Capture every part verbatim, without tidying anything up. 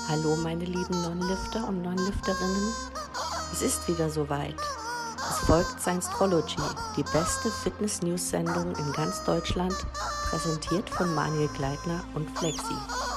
Hallo meine lieben Non-Lifter und Non-Lifterinnen, es ist wieder soweit. Es folgt Science-Trology, die beste Fitness-News-Sendung in ganz Deutschland, präsentiert von Manuel Gleitner und Flexi.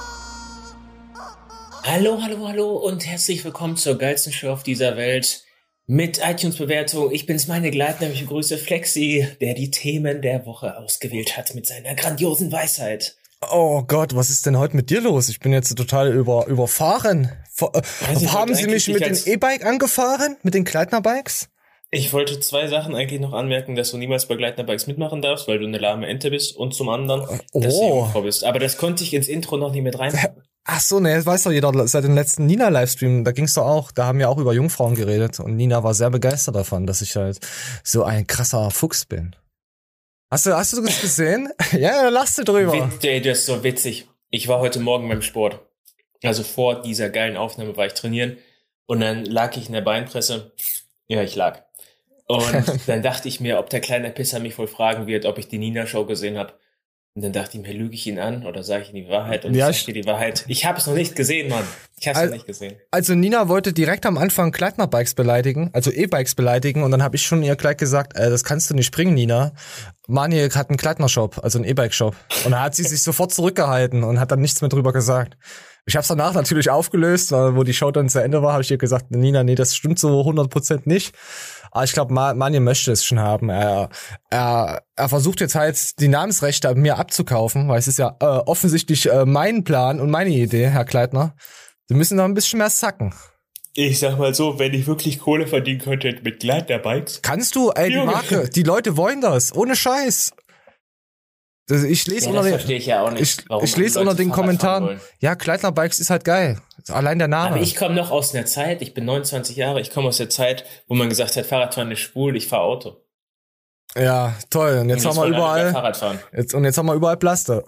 Hallo, hallo, hallo und herzlich willkommen zur geilsten Show auf dieser Welt mit iTunes-Bewertung. Ich bin's, Manuel Gleitner, ich begrüße Flexi, der die Themen der Woche ausgewählt hat mit seiner grandiosen Weisheit. Oh Gott, was ist denn heute mit dir los? Ich bin jetzt total über, überfahren. Ver, äh, nicht, haben Sie mich mit dem E-Bike angefahren? Mit den Gleitner-Bikes? Ich wollte zwei Sachen eigentlich noch anmerken, dass du niemals bei Gleitner-Bikes mitmachen darfst, weil du eine lahme Ente bist, und zum anderen, oh. dass du Jungfrau bist. Aber das konnte ich ins Intro noch nicht mit reinpacken. Ach so, ne, das weiß doch jeder. Seit dem letzten Nina-Livestream, da ging's doch auch, da haben wir auch über Jungfrauen geredet und Nina war sehr begeistert davon, dass ich halt so ein krasser Fuchs bin. Hast du, hast du das gesehen? Ja, da lachst du drüber. Wit- ey, das ist so witzig. Ich war heute Morgen beim Sport. Also vor dieser geilen Aufnahme war ich trainieren und dann lag ich in der Beinpresse. Ja, ich lag. Und dann dachte ich mir, ob der kleine Pisser mich wohl fragen wird, ob ich die Nina-Show gesehen habe. Und dann dachte ich mir, lüge ich ihn an oder sage ich ihm die Wahrheit? Und ja, ich sage dir die Wahrheit. Ich habe es noch nicht gesehen, Mann. Ich habe es also, noch nicht gesehen. Also Nina wollte direkt am Anfang Gleitner-Bikes beleidigen, also E-Bikes beleidigen. Und dann habe ich schon ihr gleich gesagt, äh, das kannst du nicht bringen, Nina. Manuel hat einen Gleitner-Shop, also einen E-Bike-Shop. Und da hat sie sich sofort zurückgehalten und hat dann nichts mehr drüber gesagt. Ich habe es danach natürlich aufgelöst, wo die Show dann zu Ende war, habe ich ihr gesagt, Nina, nee, das stimmt so hundert Prozent nicht. Aber ich glaube, Manuel möchte es schon haben. Er, er, er versucht jetzt halt, die Namensrechte an mir abzukaufen, weil es ist ja äh, offensichtlich äh, mein Plan und meine Idee, Herr Gleitner. Sie müssen noch ein bisschen mehr sacken. Ich sag mal so, wenn ich wirklich Kohle verdienen könnte mit Gleitner-Bikes. Kannst du, ey, die Marke, die Leute wollen das, ohne Scheiß. Das, ich lese ja, unter das den, verstehe ich ja auch nicht. Ich, ich lese unter den Kommentaren, ja, Gleitner Bikes ist halt geil. Allein der Name. Aber ich komme noch aus einer Zeit, ich bin neunundzwanzig Jahre, ich komme aus der Zeit, wo man gesagt hat, Fahrradfahren ist schwul, ich fahre Auto. Ja, toll. Und jetzt, und jetzt haben wir überall, Fahrradfahren. Jetzt, und jetzt haben wir überall Plaste.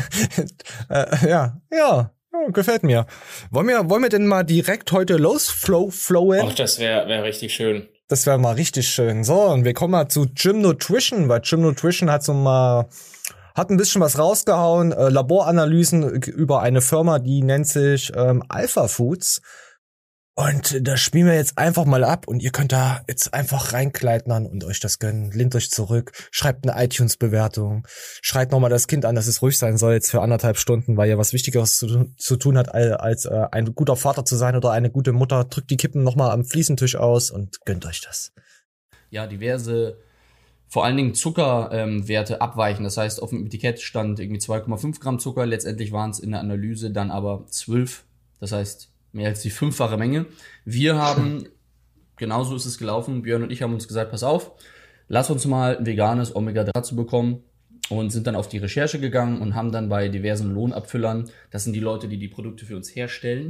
äh, ja, ja. Ja, gefällt mir. Wollen wir, wollen wir denn mal direkt heute los flow, flowen? Ach, das wäre wär richtig schön. Das wäre mal richtig schön. So, und wir kommen mal zu Gym Nutrition, weil Gym Nutrition hat so mal, hat ein bisschen was rausgehauen, äh, Laboranalysen über eine Firma, die nennt sich ähm, Alpha Foods. Und das spielen wir jetzt einfach mal ab und ihr könnt da jetzt einfach reinkleitnern und euch das gönnen. Lehnt euch zurück, schreibt eine iTunes-Bewertung, schreit nochmal das Kind an, dass es ruhig sein soll jetzt für anderthalb Stunden, weil ihr was Wichtigeres zu, zu tun hat, als, als äh, ein guter Vater zu sein oder eine gute Mutter. Drückt die Kippen nochmal am Fliesentisch aus und gönnt euch das. Ja, diverse, vor allen Dingen Zuckerwerte ähm, abweichen. Das heißt, auf dem Etikett stand irgendwie zwei Komma fünf Gramm Zucker. Letztendlich waren es in der Analyse dann aber zwölf. Das heißt, mehr als die fünffache Menge. Wir haben, genauso ist es gelaufen, Björn und ich haben uns gesagt, pass auf, lass uns mal ein veganes Omega drei zu bekommen, und sind dann auf die Recherche gegangen und haben dann bei diversen Lohnabfüllern, das sind die Leute, die die Produkte für uns herstellen,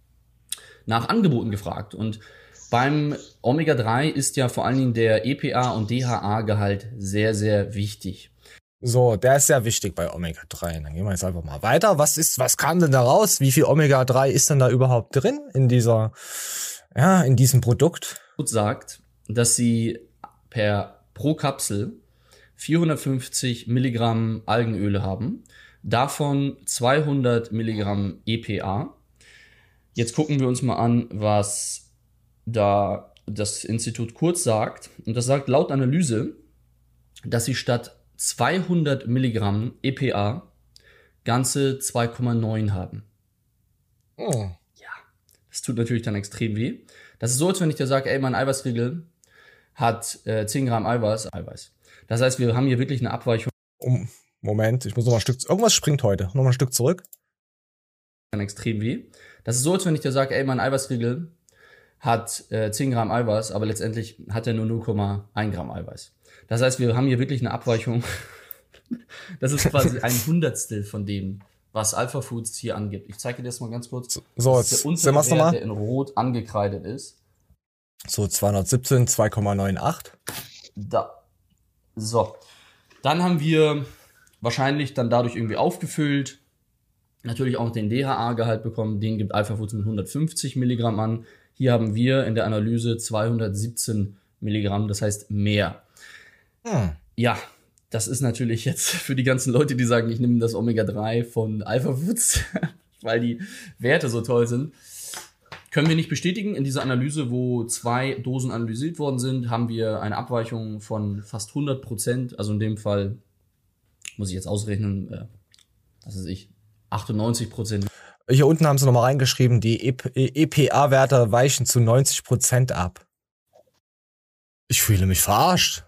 nach Angeboten gefragt. Und beim Omega drei ist ja vor allen Dingen der E P A und D H A-Gehalt sehr, sehr wichtig. So, der ist sehr wichtig bei Omega drei. Dann gehen wir jetzt einfach mal weiter. Was ist, was kam denn da raus? Wie viel Omega drei ist denn da überhaupt drin in dieser, ja, in diesem Produkt? Und sagt, dass sie per pro Kapsel vierhundertfünfzig Milligramm Algenöle haben, davon zweihundert Milligramm E P A. Jetzt gucken wir uns mal an, was da das Institut Kurz sagt. Und das sagt laut Analyse, dass sie statt zweihundert Milligramm E P A ganze zwei Komma neun haben. Oh. Ja, das tut natürlich dann extrem weh. Das ist so, als wenn ich dir sage, ey, mein Eiweißriegel hat äh, zehn Gramm Eiweiß. Eiweiß. Das heißt, wir haben hier wirklich eine Abweichung. Um, Moment, ich muss noch mal ein Stück, irgendwas springt heute. Noch mal ein Stück zurück. Dann extrem weh. Das ist so, als wenn ich dir sage, ey, mein Eiweißriegel hat äh, zehn Gramm Eiweiß, aber letztendlich hat er nur null Komma eins Gramm Eiweiß. Das heißt, wir haben hier wirklich eine Abweichung. Das ist quasi ein Hundertstel von dem, was Alpha Foods hier angibt. Ich zeige dir das mal ganz kurz. So, das ist der untere Wert, mal. Der in Rot angekreidet ist. So, zweihundertsiebzehn, zwei Komma neunundachtzig. Da. So. Dann haben wir wahrscheinlich dann dadurch irgendwie aufgefüllt. Natürlich auch den D H A-Gehalt bekommen. Den gibt Alpha Foods mit hundertfünfzig Milligramm an. Hier haben wir in der Analyse zweihundertsiebzehn Milligramm, das heißt mehr. Hm. Ja, das ist natürlich jetzt für die ganzen Leute, die sagen, ich nehme das Omega drei von Alpha Foods, weil die Werte so toll sind. Können wir nicht bestätigen. In dieser Analyse, wo zwei Dosen analysiert worden sind, haben wir eine Abweichung von fast hundert Prozent. Also in dem Fall, muss ich jetzt ausrechnen, äh, was weiß ich, achtundneunzig Prozent. Hier unten haben sie nochmal reingeschrieben, die E P A-Werte weichen zu neunzig Prozent ab. Ich fühle mich verarscht.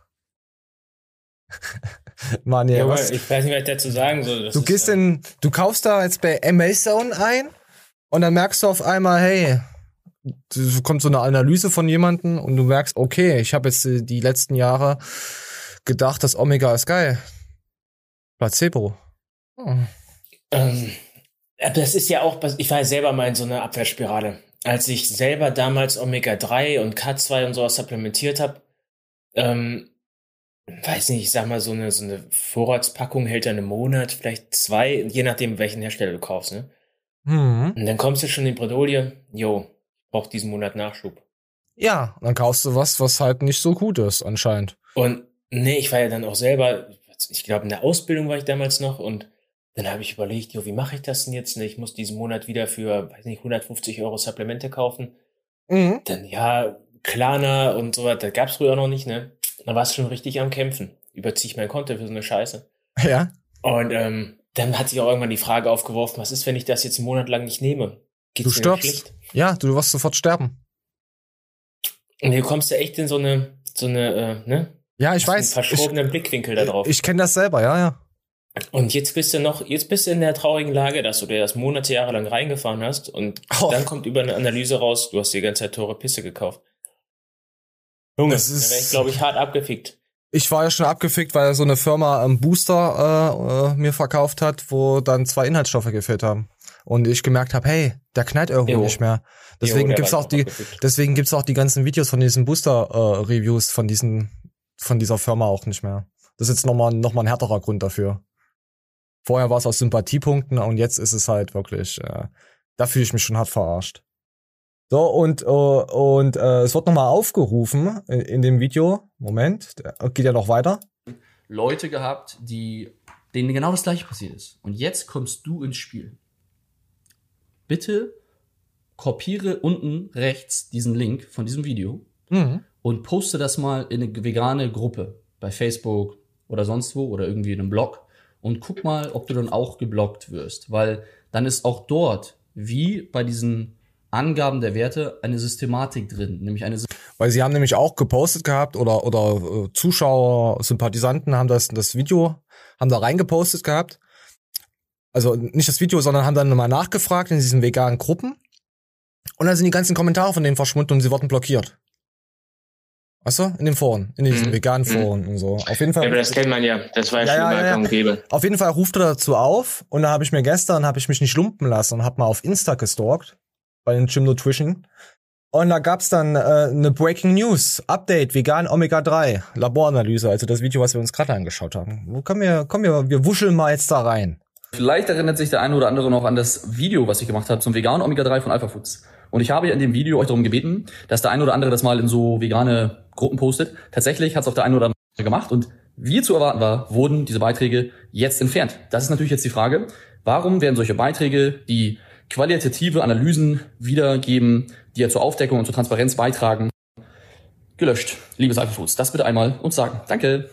Mann, ja, ja, was? Ich weiß nicht, was ich dazu sagen soll. Das du ist, gehst ähm, in, du kaufst da jetzt bei Amazon ein und dann merkst du auf einmal, hey, da kommt so eine Analyse von jemandem und du merkst, okay, ich habe jetzt die letzten Jahre gedacht, das Omega ist geil. Placebo. Oh. Ähm, das ist ja auch, ich war ja selber mal in so einer Abwärtsspirale. Als ich selber damals Omega drei und K zwei und sowas supplementiert habe, ähm, weiß nicht, ich sag mal, so eine, so eine Vorratspackung hält dann einen Monat, vielleicht zwei, je nachdem, welchen Hersteller du kaufst, ne? Mhm. Und dann kommst du schon in die Bredouille, jo, ich brauch diesen Monat Nachschub. Ja, dann kaufst du was, was halt nicht so gut ist, anscheinend. Und nee, ich war ja dann auch selber, ich glaube, in der Ausbildung war ich damals noch und dann habe ich überlegt, jo, wie mache ich das denn jetzt? Ne? Ich muss diesen Monat wieder für, weiß nicht, hundertfünfzig Euro Supplemente kaufen. Mhm. Dann, ja, Klarna und so was, das gab's früher noch nicht, ne? Da warst du schon richtig am Kämpfen. Überzieh ich mein Konto für so eine Scheiße. Ja. Und ähm, dann hat sich auch irgendwann die Frage aufgeworfen, was ist, wenn ich das jetzt einen Monat lang nicht nehme? Geht's Du mir nicht stirbst. schlecht? Ja, du wirst sofort sterben. Und hier kommst du echt in so eine, so eine, äh, ne? Ja, ich Hast einen weiß. verschrobenen Ich, Blickwinkel da drauf. ich kenne das selber, ja, ja. Und jetzt bist du noch, jetzt bist du in der traurigen Lage, dass du dir das Monate, Jahre lang reingefahren hast und Oh. dann kommt über eine Analyse raus, du hast die ganze Zeit teure Pisse gekauft. Junge, Das ist- da wäre ich, glaube ich, hart abgefickt. Ich war ja schon abgefickt, weil so eine Firma einen Booster äh, äh, mir verkauft hat, wo dann zwei Inhaltsstoffe gefehlt haben. Und ich gemerkt habe, hey, der knallt irgendwie Jo. nicht mehr. Deswegen Jo, der gibt's war auch die, abgefickt. deswegen gibt's auch die ganzen Videos von diesen Booster-Reviews von diesen, von dieser Firma auch nicht mehr. Das ist jetzt nochmal noch mal ein härterer Grund dafür. Vorher war es aus Sympathiepunkten und jetzt ist es halt wirklich, äh, da fühle ich mich schon hart verarscht. So, und, äh, und äh, es wird nochmal aufgerufen in, in dem Video. Moment, der geht ja noch weiter. Leute gehabt, die denen genau das gleiche passiert ist. Und jetzt kommst du ins Spiel. Bitte kopiere unten rechts diesen Link von diesem Video Mhm. und poste das mal in eine vegane Gruppe bei Facebook oder sonst wo oder irgendwie in einem Blog und guck mal, ob du dann auch geblockt wirst, weil dann ist auch dort, wie bei diesen Angaben der Werte, eine Systematik drin, nämlich eine Weil sie haben nämlich auch gepostet gehabt oder oder äh, Zuschauer, Sympathisanten haben das das Video, haben da reingepostet gehabt. Also nicht das Video, sondern haben dann nochmal nachgefragt in diesen veganen Gruppen. Und dann sind die ganzen Kommentare von denen verschwunden und sie wurden blockiert. Weißt du? In den Foren, in diesen Mhm. veganen Mhm. Foren und so. Auf jeden Fall. Ja, aber das kennt man ja. Das war ja, Ja, schon ja, mal ja, ja. gang und gäbe. Auf jeden Fall ruft er dazu auf und da habe ich mir gestern, habe ich mich nicht lumpen lassen und habe mal auf Insta gestalkt bei den Gym Nutrition und da gab's dann äh, eine Breaking News, Update, vegan Omega drei, Laboranalyse, also das Video, was wir uns gerade angeschaut haben. Wo kommen wir, kommen wir, wir wuscheln mal jetzt da rein. Vielleicht erinnert sich der eine oder andere noch an das Video, was ich gemacht habe zum veganen Omega drei von Alpha Foods. Und ich habe ja in dem Video euch darum gebeten, dass der eine oder andere das mal in so vegane Gruppen postet. Tatsächlich hat es auch der eine oder andere gemacht und wie zu erwarten war, wurden diese Beiträge jetzt entfernt. Das ist natürlich jetzt die Frage, warum werden solche Beiträge, die qualitative Analysen wiedergeben, die ja zur Aufdeckung und zur Transparenz beitragen, gelöscht? Liebes Alpha Foods, das bitte einmal uns sagen. Danke.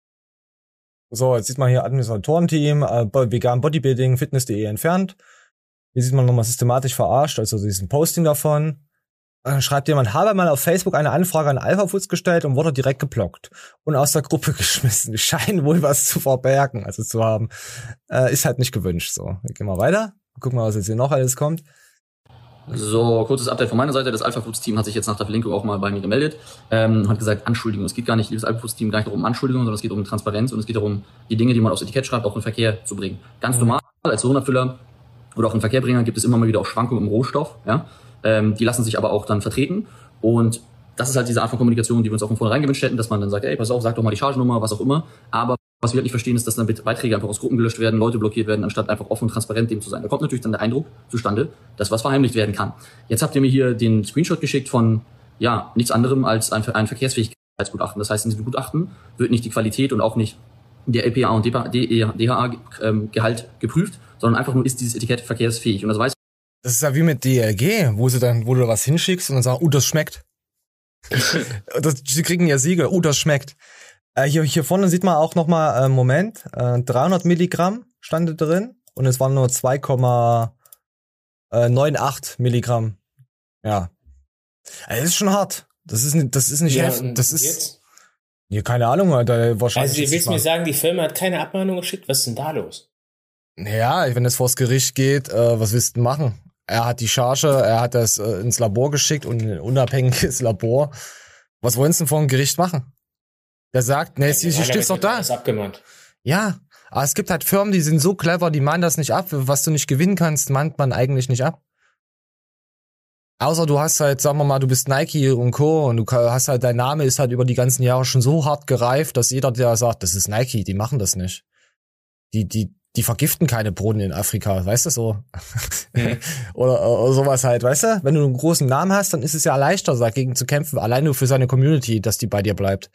So, jetzt sieht man hier Administratorenteam, äh, vegan Bodybuilding, fitness punkt de entfernt. Hier sieht man nochmal systematisch verarscht, also diesen Posting davon. Dann schreibt jemand, habe mal auf Facebook eine Anfrage an Alpha Foods gestellt und wurde direkt geblockt und aus der Gruppe geschmissen. Scheinen wohl was zu verbergen, also zu haben. Äh, ist halt nicht gewünscht, so. Wir gehen mal weiter. Gucken mal, was jetzt hier noch alles kommt. So, kurzes Update von meiner Seite. Das Alpha Foods Team hat sich jetzt nach der Verlinkung auch mal bei mir gemeldet. Ähm, hat gesagt, Anschuldigung. Es geht gar nicht, liebes Alpha Foods Team, gar nicht darum um Anschuldigung, sondern es geht um Transparenz und es geht darum, die Dinge, die man aufs Etikett schreibt, auch in den Verkehr zu bringen. Ganz normal, als Zone-Abfüller oder auch in Verkehrbringer gibt es immer mal wieder auch Schwankungen im Rohstoff. Ja? Ähm, die lassen sich aber auch dann vertreten. Und das ist halt diese Art von Kommunikation, die wir uns auch von vornherein gewünscht hätten, dass man dann sagt, ey, pass auf, sag doch mal die Chargennummer, was auch immer. Aber was wir halt nicht verstehen, ist, dass dann Beiträge einfach aus Gruppen gelöscht werden, Leute blockiert werden, anstatt einfach offen und transparent dem zu sein. Da kommt natürlich dann der Eindruck zustande, dass was verheimlicht werden kann. Jetzt habt ihr mir hier den Screenshot geschickt von, ja, nichts anderem als ein, ein Verkehrsfähigkeitsgutachten. Das heißt, in diesem Gutachten wird nicht die Qualität und auch nicht der L P A und D H A-Gehalt geprüft, sondern einfach nur, ist dieses Etikett verkehrsfähig. Und das weiß Das ist ja wie mit D L G, wo sie dann, wo du was hinschickst und dann sagen, oh, das schmeckt. das, sie kriegen ja Siegel, oh, das schmeckt. Äh, hier, hier vorne sieht man auch nochmal, äh, Moment, äh, dreihundert Milligramm stand da drin und es waren nur zwei Komma neunundachtzig Milligramm. Ja. Also, das ist schon hart. Das ist nicht, das ist nicht Ja, heftig. Das ist, jetzt? ja, keine Ahnung, Alter, wahrscheinlich. Also, du ist willst es mir mal- sagen, die Firma hat keine Abmahnung geschickt? Was ist denn da los? Ja, wenn es vors Gericht geht, äh, was willst du denn machen? Er hat die Charge, er hat das äh, ins Labor geschickt und ein unabhängiges Labor. Was wollen sie denn vor dem Gericht machen? Der sagt, nee, sie, sie steht's doch da. Ist abgemahnt. Ja, aber es gibt halt Firmen, die sind so clever, die mahnen das nicht ab. Was du nicht gewinnen kannst, mahnt man eigentlich nicht ab. Außer du hast halt, sagen wir mal, du bist Nike und Co. und du hast halt, dein Name ist halt über die ganzen Jahre schon so hart gereift, dass jeder, der sagt, das ist Nike, die machen das nicht. Die, die, die vergiften keine Brunnen in Afrika, weißt du so? Mhm. oder, oder sowas halt, weißt du? Wenn du einen großen Namen hast, dann ist es ja leichter, dagegen zu kämpfen, allein nur für seine Community, dass die bei dir bleibt.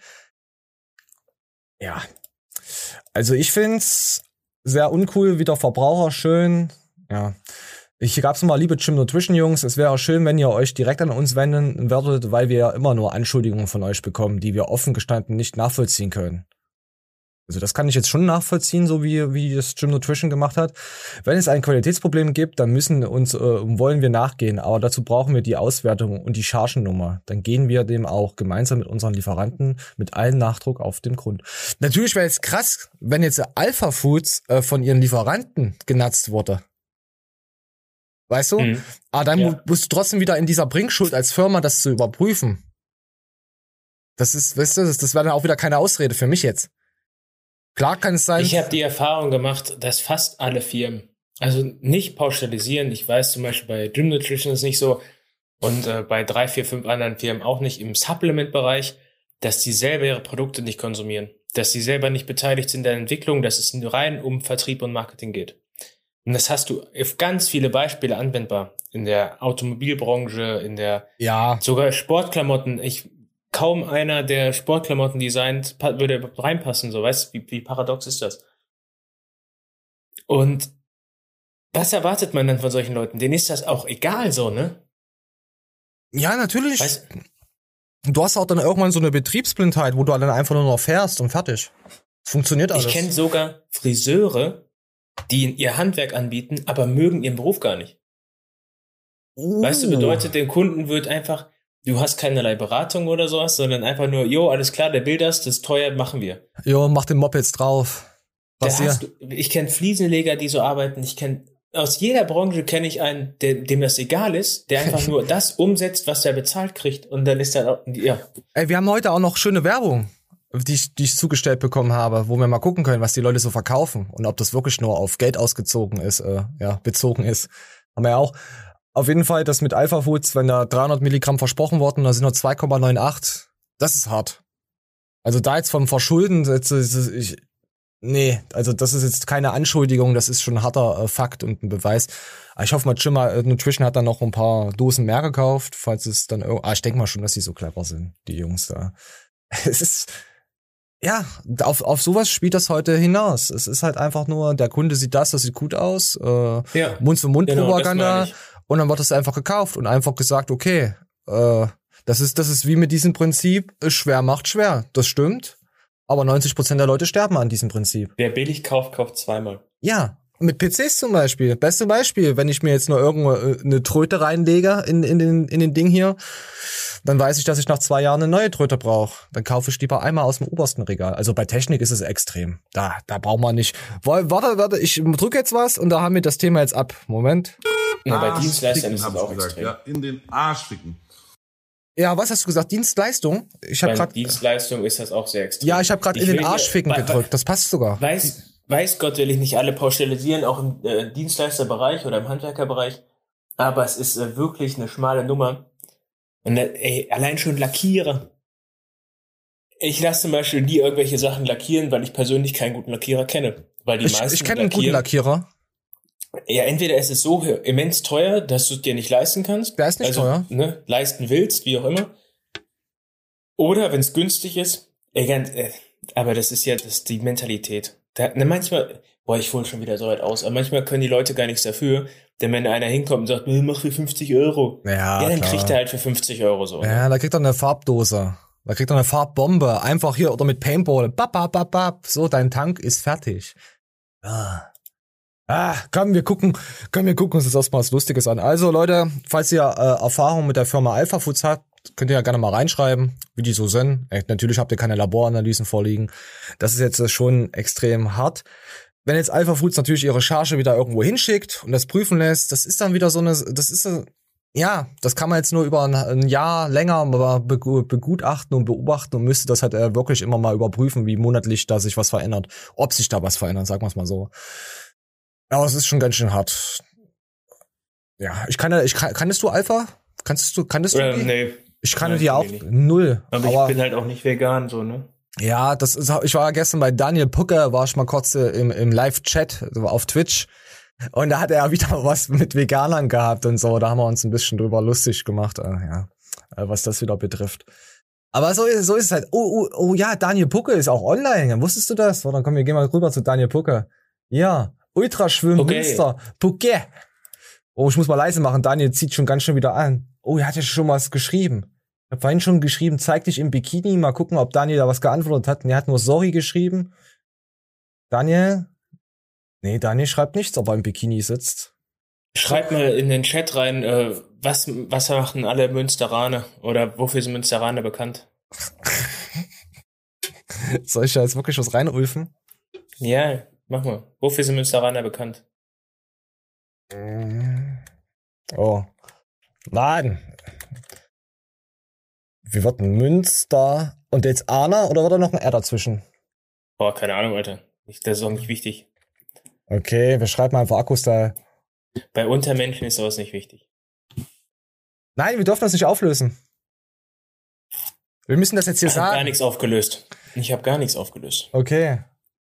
Ja. Also ich find's sehr uncool, wieder Verbraucher schön, ja. Hier gab's mal, liebe Gym Nutrition Jungs, es wäre schön, wenn ihr euch direkt an uns wenden würdet, weil wir ja immer nur Anschuldigungen von euch bekommen, die wir offen gestanden nicht nachvollziehen können. Also das kann ich jetzt schon nachvollziehen, so wie wie das Gym Nutrition gemacht hat. Wenn es ein Qualitätsproblem gibt, dann müssen uns äh, wollen wir nachgehen, aber dazu brauchen wir die Auswertung und die Chargennummer. Dann gehen wir dem auch gemeinsam mit unseren Lieferanten mit allen Nachdruck auf den Grund. Natürlich wäre es krass, wenn jetzt Alpha Foods äh, von ihren Lieferanten genatzt wurde. Weißt du? Mhm. Aber dann Ja. mu- musst du trotzdem wieder in dieser Bringschuld als Firma, das zu überprüfen. Das ist, weißt du, das, das wäre dann auch wieder keine Ausrede für mich jetzt. Klar kann es sein. Ich habe die Erfahrung gemacht, dass fast alle Firmen, also nicht pauschalisieren, ich weiß zum Beispiel bei Gym Nutrition ist nicht so und äh, bei drei, vier, fünf anderen Firmen auch nicht im Supplement-Bereich, dass die selber ihre Produkte nicht konsumieren, dass die selber nicht beteiligt sind in der Entwicklung, dass es nur rein um Vertrieb und Marketing geht. Und das hast du auf ganz viele Beispiele anwendbar. In der Automobilbranche, in der ja, sogar Sportklamotten. Ich kaum einer, der Sportklamotten designt, pa- würde überhaupt reinpassen. So, weißt du, wie, wie paradox ist das? Und was erwartet man dann von solchen Leuten? Denen ist das auch egal, so, ne? ja, natürlich. Weißt, Du hast auch dann irgendwann so eine Betriebsblindheit, wo du dann einfach nur noch fährst und fertig. Funktioniert alles. ich kenne sogar Friseure, die ihr Handwerk anbieten, aber mögen ihren Beruf gar nicht. uh. Weißt du, bedeutet, dem Kunden wird einfach, du hast keinerlei Beratung oder sowas, sondern einfach nur, jo, alles klar, der will das, das ist teuer, machen wir. Jo, mach den Mopeds drauf. Da Was hier? hast du, ich kenne Fliesenleger, die so arbeiten. Ich kenne aus jeder Branche kenne ich einen, der, dem das egal ist, der einfach nur das umsetzt, was er bezahlt kriegt. Und dann ist er, ja, Ey, wir haben heute auch noch schöne Werbung, die ich, die ich zugestellt bekommen habe, wo wir mal gucken können, was die Leute so verkaufen und ob das wirklich nur auf Geld ausgezogen ist, äh, ja, bezogen ist. Haben wir ja auch. Auf jeden Fall, das mit Alpha Foods, wenn da dreihundert Milligramm versprochen wurden, da sind nur zwei Komma neunundachtzig. Das ist hart. Also da jetzt vom Verschulden, jetzt, ist- ich, nee, also das ist jetzt keine Anschuldigung, das ist schon ein harter äh, Fakt und ein Beweis. Aber ich hoffe mal, Gym äh, Nutrition hat dann noch ein paar Dosen mehr gekauft, falls es dann irgend- ah, ich denke mal schon, dass die so clever sind, die Jungs da. Es ist, ja, auf, auf sowas spielt das heute hinaus. Es ist halt einfach nur, der Kunde sieht das, das sieht gut aus, äh, ja. Genau, das Mund-zu-Mund-Propaganda. meine ich. Und dann wird es einfach gekauft und einfach gesagt, okay, äh, das ist, das ist wie mit diesem Prinzip, äh, schwer macht schwer. Das stimmt. Aber neunzig Prozent der Leute sterben an diesem Prinzip. Wer billig kauft, kauft zweimal. Ja, mit P Cs zum Beispiel. Beste Beispiel, wenn ich mir jetzt nur irgendwo äh, eine Tröte reinlege in, in, den, in den Ding hier, dann weiß ich, dass ich nach zwei Jahren eine neue Tröte brauche. Dann kaufe ich lieber einmal aus dem obersten Regal. Also bei Technik ist es extrem. Da, da braucht man nicht. Woll- Warte, warte, ich drücke jetzt was und da haben wir das Thema jetzt ab. Moment. Ja, bei Arsch Dienstleistern ficken, ist das hab ich auch gesagt, extrem. ja, in den Arsch ficken. Ja, was hast du gesagt? Dienstleistung? Ich habe Bei gerade Dienstleistung ist das auch sehr extrem. Ja, ich habe gerade in will den hier- Arschficken wa- wa- gedrückt. Das passt sogar. Weiß, weiß Gott will ich nicht alle pauschalisieren, auch im äh, Dienstleisterbereich oder im Handwerkerbereich. Aber es ist äh, wirklich eine schmale Nummer. Und äh, ey, allein schon Lackierer. Ich lasse zum Beispiel nie irgendwelche Sachen lackieren, weil ich persönlich keinen guten Lackierer kenne. Weil die Ich, meisten ich kenne einen guten lackieren- Lackierer. Ja, entweder ist es so immens teuer, dass du es dir nicht leisten kannst. Der ist nicht also, teuer. Ne, leisten willst, wie auch immer. Oder wenn es günstig ist, ey, ganz, äh, aber das ist ja das ist die Mentalität. Da, ne, manchmal, Boah, ich hole schon wieder so weit aus. Aber manchmal können die Leute gar nichts dafür, denn wenn einer hinkommt und sagt, nee, mach für fünfzig Euro. Ja, ja dann klar. kriegt er halt für fünfzig Euro so. Ja, Ne? da kriegt er eine Farbdose. Da kriegt er eine Farbbombe. Einfach hier oder mit Paintball. Bap, bap, bap, bap. So, dein Tank ist fertig. Ah. Ah, komm, wir gucken, komm, wir gucken uns jetzt erstmal was Lustiges an. Also, Leute, falls ihr äh, Erfahrung mit der Firma Alpha Foods habt, könnt ihr ja gerne mal reinschreiben, wie die so sind. Äh, natürlich habt ihr keine Laboranalysen vorliegen. Das ist jetzt äh, schon extrem hart. Wenn jetzt Alpha Foods natürlich ihre Charge wieder irgendwo hinschickt und das prüfen lässt, das ist dann wieder so eine, das ist, äh, ja, das kann man jetzt nur über ein, ein Jahr länger begutachten und beobachten und müsste das halt äh, wirklich immer mal überprüfen, wie monatlich da sich was verändert. Ob sich da was verändert, sagen wir es mal so. Aber es ist schon ganz schön hart. Ja, ich kann ja, ich kann, kannst du Alpha? Kannst du, kannst du? Ähm, nee. Ich kann Nein, die auch nicht. null. Aber, aber ich bin halt auch nicht vegan, so, ne? Ja, das ist, ich war gestern bei Daniel Pucke, war ich mal kurz im, im Live-Chat also auf Twitch. Und da hat er wieder was mit Veganern gehabt und so. Da haben wir uns ein bisschen drüber lustig gemacht, äh, ja, was das wieder betrifft. Aber so, so ist es halt. Oh, oh, oh ja, Daniel Pucke ist auch online. Wusstest du das? So, dann komm, wir gehen mal rüber zu Daniel Pucke. Ja, Ultraschwimmen Okay. Münster. Pucke. Oh, ich muss mal leise machen. Daniel zieht schon ganz schön wieder an. Oh, er hat ja schon was geschrieben. Ich hab vorhin schon geschrieben, zeig dich im Bikini. Mal gucken, ob Daniel da was geantwortet hat. Und er hat nur sorry geschrieben. Daniel? Nee, Daniel schreibt nichts, ob er im Bikini sitzt. Schreibt mal in den Chat rein, äh, was, was machen alle Münsteraner oder wofür sind Münsteraner bekannt? Soll ich da jetzt wirklich was reinulfen? Ja, mach mal. Wofür sind Münsteraner bekannt? Oh. Mann. Wie wird ein Münster? Und jetzt Arna oder wird da noch ein R dazwischen? Boah, keine Ahnung, Alter. Ich- Das ist auch nicht wichtig. Okay, wir schreiben einfach Akku-Style. Bei Untermenschen ist sowas nicht wichtig. Nein, wir dürfen das nicht auflösen. Wir müssen das jetzt hier Ich habe gar sagen. nichts aufgelöst. Ich habe gar nichts aufgelöst. Okay.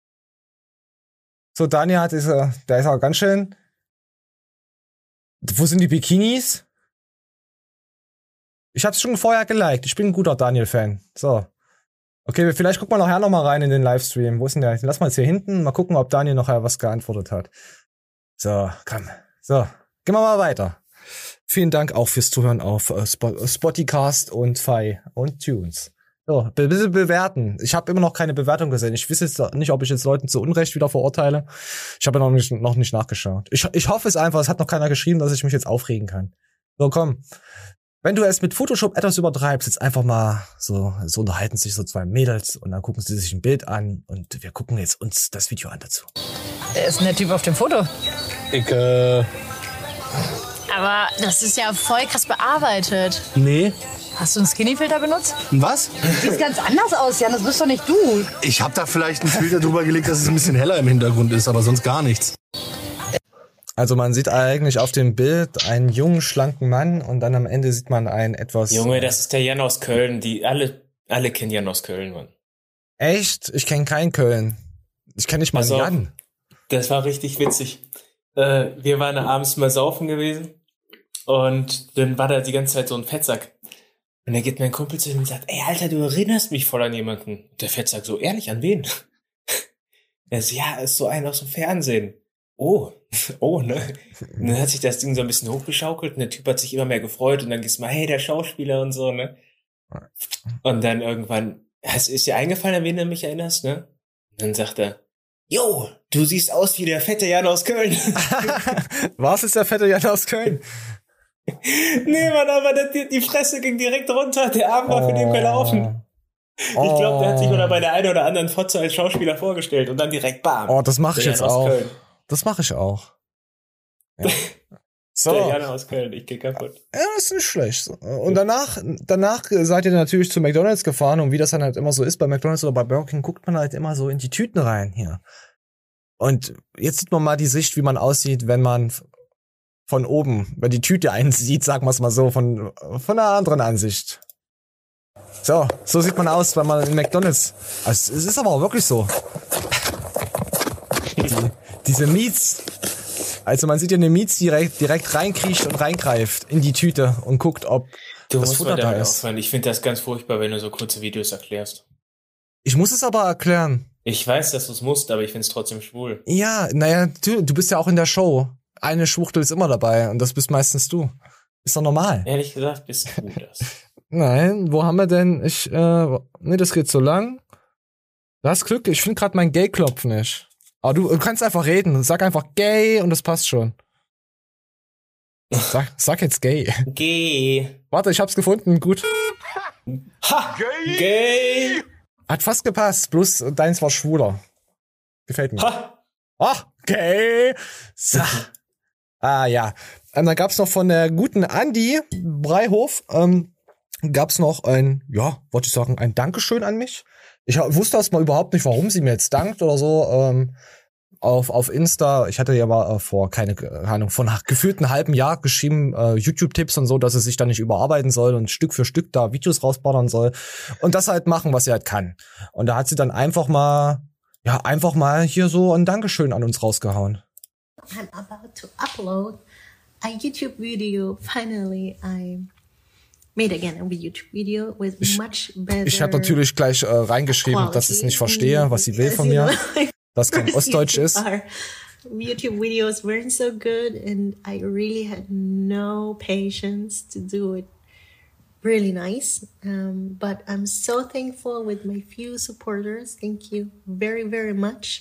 So, Daniel hat diese, der ist auch ganz schön. Wo sind die Bikinis? Ich hab's schon vorher geliked. Ich bin ein guter Daniel-Fan. So. Okay, vielleicht gucken wir nachher noch mal rein in den Livestream. Wo ist denn der? Lass mal jetzt hier hinten. Mal gucken, ob Daniel noch was geantwortet hat. So, komm. So, gehen wir mal weiter. Vielen Dank auch fürs Zuhören auf äh, Sp- Spotify und Fi und Tunes. So, be- bitte bewerten. Ich habe immer noch keine Bewertung gesehen. Ich weiß jetzt nicht, ob ich jetzt Leuten zu Unrecht wieder verurteile. Ich habe noch nicht, noch nicht nachgeschaut. Ich, ich hoffe es einfach, es hat noch keiner geschrieben, dass ich mich jetzt aufregen kann. So, komm. Wenn du es mit Photoshop etwas übertreibst, jetzt einfach mal so, so unterhalten sich so zwei Mädels und dann gucken sie sich ein Bild an und wir gucken jetzt uns das Video an dazu. Wer ist denn der Typ auf dem Foto? Ich, äh, Aber das ist ja voll krass bearbeitet. nee. Hast du einen Skinny-Filter benutzt? Was? Sieht ganz anders aus, Jan. Das bist doch nicht du. Ich hab da vielleicht einen Filter drüber gelegt, dass es ein bisschen heller im Hintergrund ist, aber sonst gar nichts. Also man sieht eigentlich auf dem Bild einen jungen, schlanken Mann und dann am Ende sieht man einen etwas... Junge, das ist der Jan aus Köln. Die alle, alle kennen Jan aus Köln, Mann. Echt? Ich kenne keinen Köln. Ich kenne nicht mal Pass auf. Jan. Das war richtig witzig. Äh, wir waren abends mal saufen gewesen und dann war da die ganze Zeit so ein Fettsack. Und dann geht mein Kumpel zu ihm und sagt, ey, Alter, du erinnerst mich voll an jemanden. Der Fettsack so, ehrlich, an wen? Er so, ja, ist so einer aus dem Fernsehen. Oh, oh, ne? Und dann hat sich das Ding so ein bisschen hochgeschaukelt und der Typ hat sich immer mehr gefreut und dann gehst du mal, hey, der Schauspieler und so, ne? Und dann irgendwann, es ist dir eingefallen, an wen du mich erinnerst, ne? Und dann sagt er, jo, du siehst aus wie der fette Jan aus Köln. Was ist der fette Jan aus Köln? Nee, Mann, aber die, die Fresse ging direkt runter, der Arm war für den gelaufen. Ich glaube, der hat sich oder bei der einen oder anderen Fotze als Schauspieler vorgestellt und dann direkt bam. Oh, das mache ich Der jetzt Jan aus auch. Köln. Das mache ich auch. Ja. So. Der Jan aus Köln, ich geh kaputt. Ja, das ist nicht schlecht. So. Und danach, danach seid ihr natürlich zu McDonald's gefahren und wie das dann halt immer so ist bei McDonald's oder bei Burger King, guckt man halt immer so in die Tüten rein hier. Und jetzt sieht man mal die Sicht, wie man aussieht, wenn man von oben, wenn die Tüte einen sieht, sagen wir es mal so, von, von einer anderen Ansicht. So, so sieht man aus, wenn man in McDonald's, also es ist aber auch wirklich so. Die, diese Meats, also man sieht ja eine Meats, die direkt, direkt reinkriecht und reingreift in die Tüte und guckt, ob Du das musst Futter mal da damit ist. aufhören. Ich finde das ganz furchtbar, wenn du so kurze Videos erklärst. Ich muss es aber erklären. Ich weiß, dass du es musst, aber ich find's trotzdem schwul. Ja, naja, du, du bist ja auch in der Show. Eine Schwuchtel ist immer dabei und das bist meistens du. Ist doch normal. Ehrlich gesagt, bist du das. Nein, wo haben wir denn? Ich, äh, nee, das geht so lang. Du hast Glück, ich finde gerade mein Gay-Klopf nicht. Aber du, du kannst einfach reden. Sag einfach gay und das passt schon. Sag, sag jetzt gay. Gay. Warte, ich hab's gefunden. Gut. Ha! Gay! Gay. Hat fast gepasst, bloß deins war schwuler. Gefällt mir. Ha! Ach, gay! So. Ah, ja. Und dann gab's noch von der guten Andi Breihof, ähm, gab's noch ein, ja, wollte ich sagen, ein Dankeschön an mich. Ich wusste erstmal überhaupt nicht, warum sie mir jetzt dankt oder so. Ähm, auf, auf Insta, ich hatte ja mal äh, vor, keine Ahnung, von gefühlt einem halben Jahr geschrieben, äh, YouTube-Tipps und so, dass sie sich da nicht überarbeiten soll und Stück für Stück da Videos rausballern soll und das halt machen, was sie halt kann. Und da hat sie dann einfach mal, ja, einfach mal hier so ein Dankeschön an uns rausgehauen. I'm about to upload a YouTube video. Finally, I made again a YouTube video with ich, much better. Ich habe natürlich gleich äh, reingeschrieben, quality. Dass ich es nicht verstehe, was sie will von mir. Das kein Ostdeutsch ist. YouTube videos weren't so good and I really had no patience to do it really nice. Um, but I'm so thankful with my few supporters. Thank you very, very much.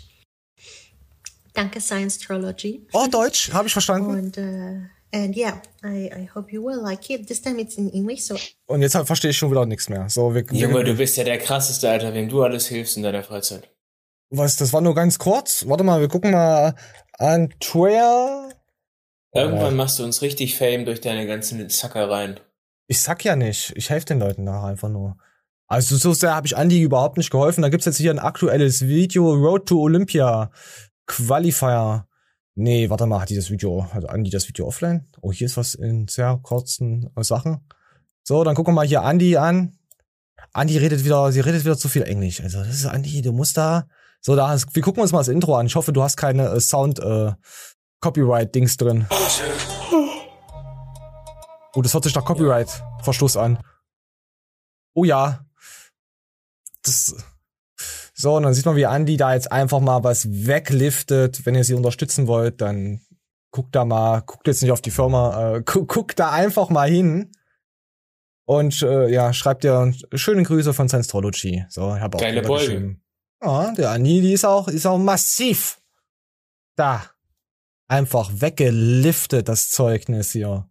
Danke Science Astrology. Oh, Deutsch, habe ich verstanden. Und uh, and yeah, I, I hope you will like it. This time it's in English, so. Und jetzt verstehe ich schon wieder nichts mehr. So, wir, Junge, wir, du bist ja der krasseste, Alter, wem du alles hilfst in deiner Freizeit. Was, das war nur ganz kurz? Warte mal, wir gucken mal an Twitter. Irgendwann äh, machst du uns richtig Fame durch deine ganzen Zackereien. Ich sack ja nicht. Ich helfe den Leuten da einfach nur. Also so sehr habe ich Andi überhaupt nicht geholfen. Da gibt's jetzt hier ein aktuelles Video, Road to Olympia Qualifier. Nee, warte mal, hat die das Video, hat Andi das Video offline? Oh, hier ist was in sehr kurzen Sachen. So, dann gucken wir mal hier Andi an. Andi redet wieder, sie redet wieder zu viel Englisch. Also, das ist Andi, du musst da. So, da, wir gucken uns mal das Intro an. Ich hoffe, du hast keine äh, Sound, äh, Copyright-Dings drin. Oh, das hört sich nach Copyright-Verstoß an. Oh ja. Das. So, und dann sieht man, wie Andi da jetzt einfach mal was wegliftet. Wenn ihr sie unterstützen wollt, dann guckt da mal, guckt jetzt nicht auf die Firma, äh, guckt, guckt da einfach mal hin. Und äh, ja, schreibt ihr schöne Grüße von Science Astrology. So, ich habe auch geile Beuge. Ja, der Andi, die ist auch, ist auch massiv. Da. Einfach weggeliftet, das Zeugnis hier.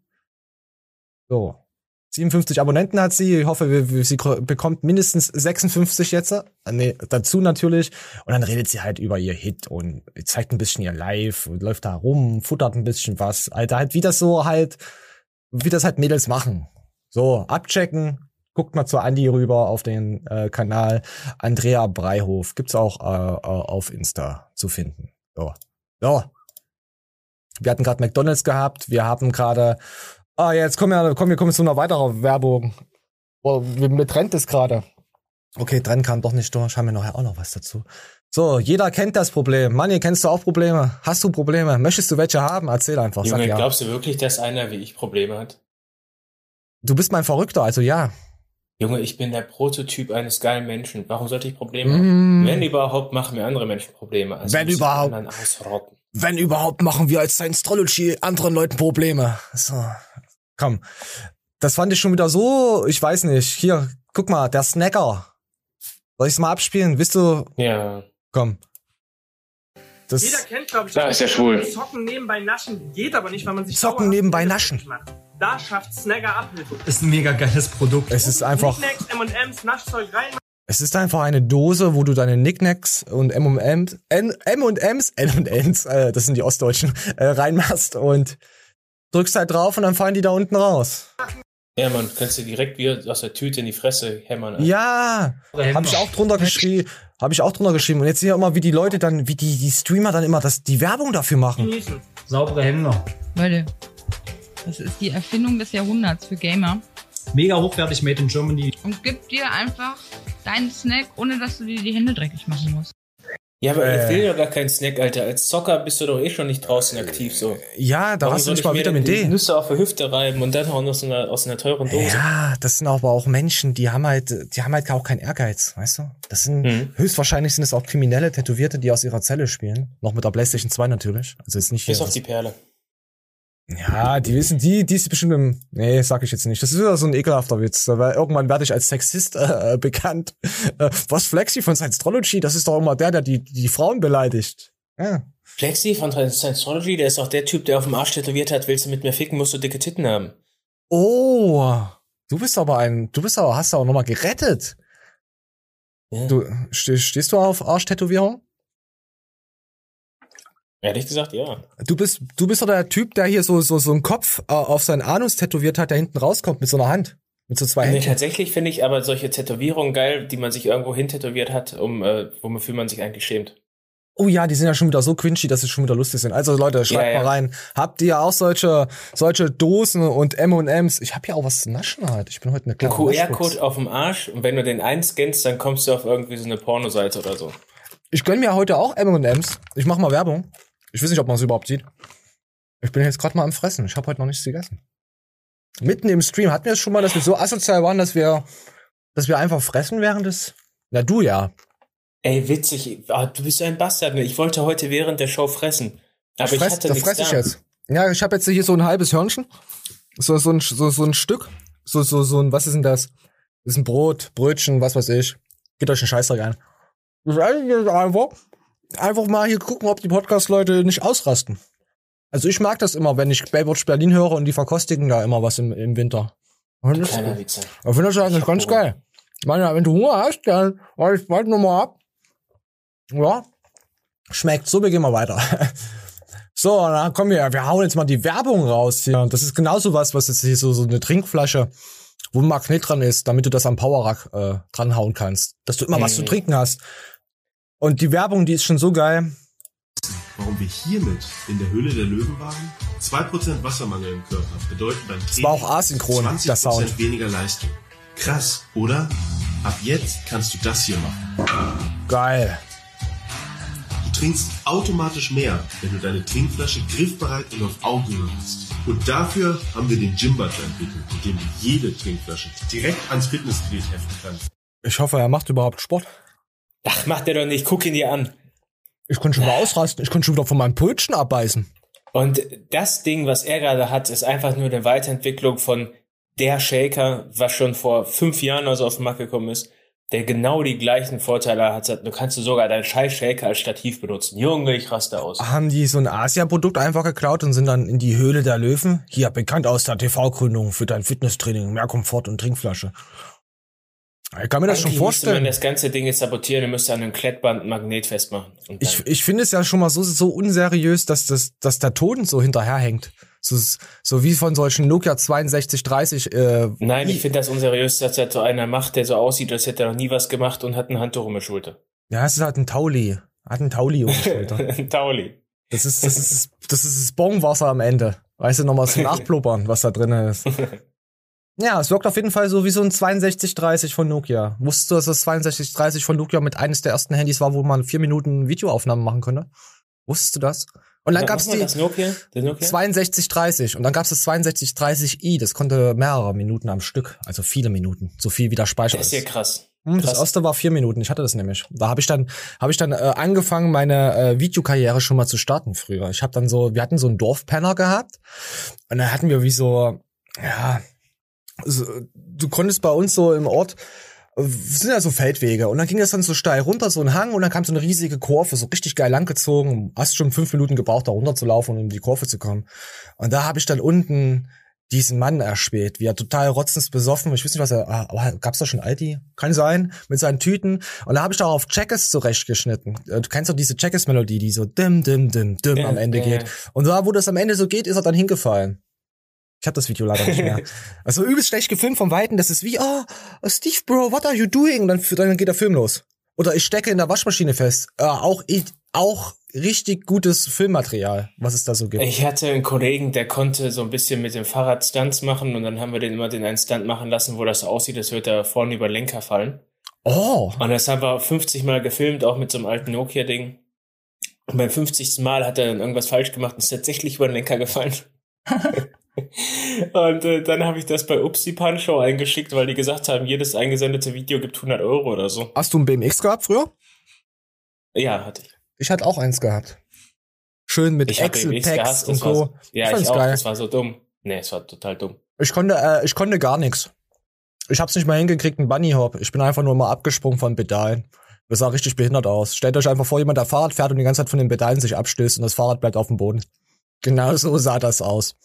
So. siebenundfünfzig Abonnenten hat sie. Ich hoffe, sie bekommt mindestens sechsundfünfzig jetzt. Nee, dazu natürlich. Und dann redet sie halt über ihr Hit und zeigt ein bisschen ihr Live, läuft da rum, futtert ein bisschen was. Alter, halt wie das so halt, wie das halt Mädels machen. So, abchecken. Guckt mal zu Andi rüber auf den äh, Kanal. Andrea Breihof. Gibt's auch äh, auf Insta zu finden. So. So. Wir hatten gerade McDonald's gehabt. Wir haben gerade Ah, ja, jetzt kommen wir, kommen wir kommen zu einer weiteren Werbung. Oh, mir trennt es gerade. Okay, Trend kam doch nicht durch. Haben wir nachher auch noch was dazu. So, jeder kennt das Problem. Manni, kennst du auch Probleme? Hast du Probleme? Möchtest du welche haben? Erzähl einfach. Junge, sag ja. Glaubst du wirklich, dass einer wie ich Probleme hat? Du bist mein Verrückter, also ja. Junge, ich bin der Prototyp eines geilen Menschen. Warum sollte ich Probleme Mm. haben? Wenn überhaupt, machen mir andere Menschen Probleme. Also Wenn überhaupt. Ausrotten. Wenn überhaupt, machen wir als Science Astrology anderen Leuten Probleme. So, komm. Das fand ich schon wieder so, ich weiß nicht. Hier, guck mal, der Snacker. Soll ich's mal abspielen? Willst du? Ja. Komm. Das Jeder kennt, glaube ich, Da ist er schwul. Zocken nebenbei naschen geht aber nicht, weil man sich Zocken nebenbei naschen. macht. Da schafft Snagger Abhilfe. Ist ein mega geiles Produkt. Es ist einfach, Knickknacks, M und M's, Naschzeug rein. es ist einfach eine Dose, wo du deine Knickknacks und M und M's, N- M und M's, N und N's, äh, das sind die Ostdeutschen, äh, reinmachst und drückst halt drauf und dann fallen die da unten raus. Ja, man, kannst du direkt wieder aus der Tüte in die Fresse hämmern. Alter. Ja, habe ich auch drunter geschrieben, habe ich auch drunter geschrieben. Und jetzt sehe ich immer, wie die Leute dann, wie die, die Streamer dann immer das, die Werbung dafür machen. Genießen. Saubere Händler. Leute, das ist die Erfindung des Jahrhunderts für Gamer. Mega hochwertig, made in Germany. Und gib dir einfach deinen Snack, ohne dass du dir die Hände dreckig machen musst. Ja, aber Äh. ich will doch gar keinen Snack, Alter. Als Zocker bist du doch eh schon nicht draußen aktiv so. Ja, da Warum hast du soll nicht ich mal mir Vitamin denn die D. Nüsse auf der Hüfte reiben und dann auch noch aus einer, aus einer teuren Dose. Ja, das sind aber auch Menschen, die haben halt, die haben halt auch keinen Ehrgeiz, weißt du? Das sind, Mhm. höchstwahrscheinlich sind es auch Kriminelle, Tätowierte, die aus ihrer Zelle spielen. Noch mit der PlayStation zwei natürlich. Also jetzt nicht Bis hier auf die Perle. Ja, die wissen, die, die ist bestimmt im, nee, sag ich jetzt nicht. Das ist wieder so ein ekelhafter Witz, weil irgendwann werde ich als Sexist äh, bekannt. Äh, was Flexi von Scientology? Das ist doch immer der, der die, die Frauen beleidigt. Ja. Flexi von Scientology, der ist auch der Typ, der auf dem Arsch tätowiert hat, willst du mit mir ficken, musst du dicke Titten haben. Oh, du bist aber ein, du bist aber, hast du auch nochmal gerettet. Ja. Du, ste, stehst du auf Arschtätowierung? Ehrlich gesagt, ja. Du bist, du bist doch der Typ, der hier so, so, so einen Kopf äh, auf seinen Anus tätowiert hat, der hinten rauskommt mit so einer Hand. Mit so zwei Nee, Händen. tatsächlich finde ich aber solche Tätowierungen geil, die man sich irgendwo hin tätowiert hat, um, äh, wofür man sich eigentlich schämt. Oh ja, die sind ja schon wieder so quinchy, dass sie schon wieder lustig sind. Also Leute, schreibt Ja, ja. mal rein. Habt ihr auch solche, solche Dosen und M und M's? Ich habe ja auch was zu naschen halt. Ich bin heute eine Ein kleine Q Waschfuchs. R-Code auf dem Arsch und wenn du den einscannst, dann kommst du auf irgendwie so eine Pornoseite oder so. Ich gönn mir heute auch M und M's. Ich mach mal Werbung. Ich weiß nicht, ob man es überhaupt sieht. Ich bin jetzt gerade mal am Fressen. Ich habe heute noch nichts gegessen. Mitten im Stream hatten wir es schon mal, dass wir so asozial waren, dass wir, dass wir einfach fressen während des. Na du ja. Ey, witzig. Oh, du bist so ein Bastard. Ich wollte heute während der Show fressen. Aber ich, Fress, hatte da nichts fress ich da. jetzt. Ja, ich habe jetzt hier so ein halbes Hörnchen. So, so, ein, so, so ein Stück. So, so, so ein, was ist denn das? Das ist ein Brot, Brötchen, was weiß ich. Geht euch einen Scheißdreck an. Das esse ich jetzt einfach. Einfach mal hier gucken, ob die Podcast-Leute nicht ausrasten. Also ich mag das immer, wenn ich Baywatch Berlin höre und die verkostigen da immer was im, im Winter. Und das, Kleiner Witzer. ich finde das eigentlich ganz Hunger. geil. Ich meine, wenn du Hunger hast, dann mach ich bald nochmal ab. Ja, schmeckt. So, wir gehen mal weiter. So, dann kommen wir, wir hauen jetzt mal die Werbung raus hier. Und das ist genauso was, was jetzt hier so, so eine Trinkflasche, wo ein Magnet dran ist, damit du das am Powerrack äh, dranhauen kannst. Dass du immer Mhm. was zu trinken hast. Und die Werbung, die ist schon so geil. Warum wir hiermit in der Höhle der Löwen waren? zwei Prozent Wassermangel im Körper bedeuten beim Es war auch asynchron, der zwanzig Prozent Sound. weniger Leistung. Krass, oder? Ab jetzt kannst du das hier machen. Geil. Du trinkst automatisch mehr, wenn du deine Trinkflasche griffbereit und auf Augenhöhe hast. Und dafür haben wir den Gym-Butler entwickelt, mit dem du jede Trinkflasche direkt ans Fitnessgerät heften kannst. Ich hoffe, er macht überhaupt Sport. Ach, macht der doch nicht. Guck ihn dir an. Ich konnte schon wieder ausrasten. Ich konnte schon wieder von meinem Pulschen abbeißen. Und das Ding, was er gerade hat, ist einfach nur eine Weiterentwicklung von der Shaker, was schon vor fünf Jahren oder so auf den Markt gekommen ist, der genau die gleichen Vorteile hat. Du kannst du sogar deinen scheiß Shaker als Stativ benutzen. Junge, ich raste aus. Haben die so ein Asia-Produkt einfach geklaut und sind dann in die Höhle der Löwen? Hier, bekannt aus der T V-Gründung für dein Fitnesstraining, mehr Komfort und Trinkflasche. Ich kann mir das schon Eigentlich müsste man vorstellen. das ganze Ding jetzt sabotieren und müsste an einem Klettband ein Magnet festmachen. Und dann- Ich, ich finde es ja schon mal so, so unseriös, dass, das, dass der Ton so hinterherhängt. So, so wie von solchen Nokia zweiundsechzig dreißig. Äh, Nein, ich finde das unseriös, dass das so einer macht, der so aussieht, als hätte er noch nie was gemacht und hat ein Handtuch um die Schulter. Ja, es ist halt ein Tauli. Hat ein Tauli um die Schulter. Ein Tauli. Das ist, das ist, das ist das Bonwasser am Ende. Weißt du, nochmal zum Nachblubbern, was da drin ist. Ja, es wirkt auf jeden Fall so wie so ein zweiundsechzig dreißig von Nokia. Wusstest du, dass das zweiundsechzig dreißig von Nokia mit eines der ersten Handys war, wo man vier Minuten Videoaufnahmen machen konnte? Wusstest du das? Und dann Ja, gab's was war die das Nokia? Das Nokia? zweiundsechzig dreißig und dann gab's das zweiundsechzig dreißig i, das konnte mehrere Minuten am Stück, also viele Minuten, so viel wie der Speicher Das ist ja krass. Hm, Das Krass. erste war vier Minuten, ich hatte das nämlich. Da habe ich dann habe ich dann äh, angefangen, meine äh, Videokarriere schon mal zu starten früher. Ich habe dann so, wir hatten so einen Dorfpenner gehabt und dann hatten wir wie so, ja, so, du konntest bei uns so im Ort, äh, sind ja so Feldwege und dann ging das dann so steil runter, so ein Hang und dann kam so eine riesige Kurve, so richtig geil langgezogen. Hast schon fünf Minuten gebraucht, da runter zu laufen, um in die Kurve zu kommen. Und da habe ich dann unten diesen Mann erspäht, wie er total rotzensbesoffen, ich weiß nicht, was er, aber gab's da schon Aldi? Kann sein, mit seinen Tüten. Und da habe ich da auf Checkers zurechtgeschnitten. Du kennst doch diese Checkers-Melodie, die so dim, dim, dim, dim Ja, am Ende ja, geht. ja. Und da, wo das am Ende so geht, ist er dann hingefallen. Ich hab das Video leider nicht mehr. Also übelst schlecht gefilmt vom Weiten, das ist wie, oh, Steve Bro, what are you doing? Und dann, dann geht der Film los. Oder ich stecke in der Waschmaschine fest. Äh, auch, ich, auch richtig gutes Filmmaterial, was es da so gibt. Ich hatte einen Kollegen, der konnte so ein bisschen mit dem Fahrrad Stunts machen und dann haben wir den immer den einen Stunt machen lassen, wo das so aussieht, als würde er vorne über den Lenker fallen. Oh. Und das haben wir fünfzig Mal gefilmt, auch mit so einem alten Nokia-Ding. Und beim fünfzigsten Mal hat er dann irgendwas falsch gemacht und ist tatsächlich über den Lenker gefallen. Und äh, dann habe ich das bei Upsi Pancho eingeschickt, weil die gesagt haben, jedes eingesendete Video gibt hundert Euro oder so. Hast du ein B M X gehabt früher? Ja, hatte ich. Ich hatte auch eins gehabt. Schön mit Excel-Packs und Co. So, ja, ich, ich auch, geil. Das war so dumm. Nee, es war total dumm. Ich konnte, äh, ich konnte gar nichts. Ich hab's nicht mal hingekriegt, einen Bunny Hop. Ich bin einfach nur mal abgesprungen von Pedalen. Das sah richtig behindert aus. Stellt euch einfach vor, jemand, der Fahrrad fährt und die ganze Zeit von den Pedalen sich abstößt und das Fahrrad bleibt auf dem Boden. Genau so sah das aus.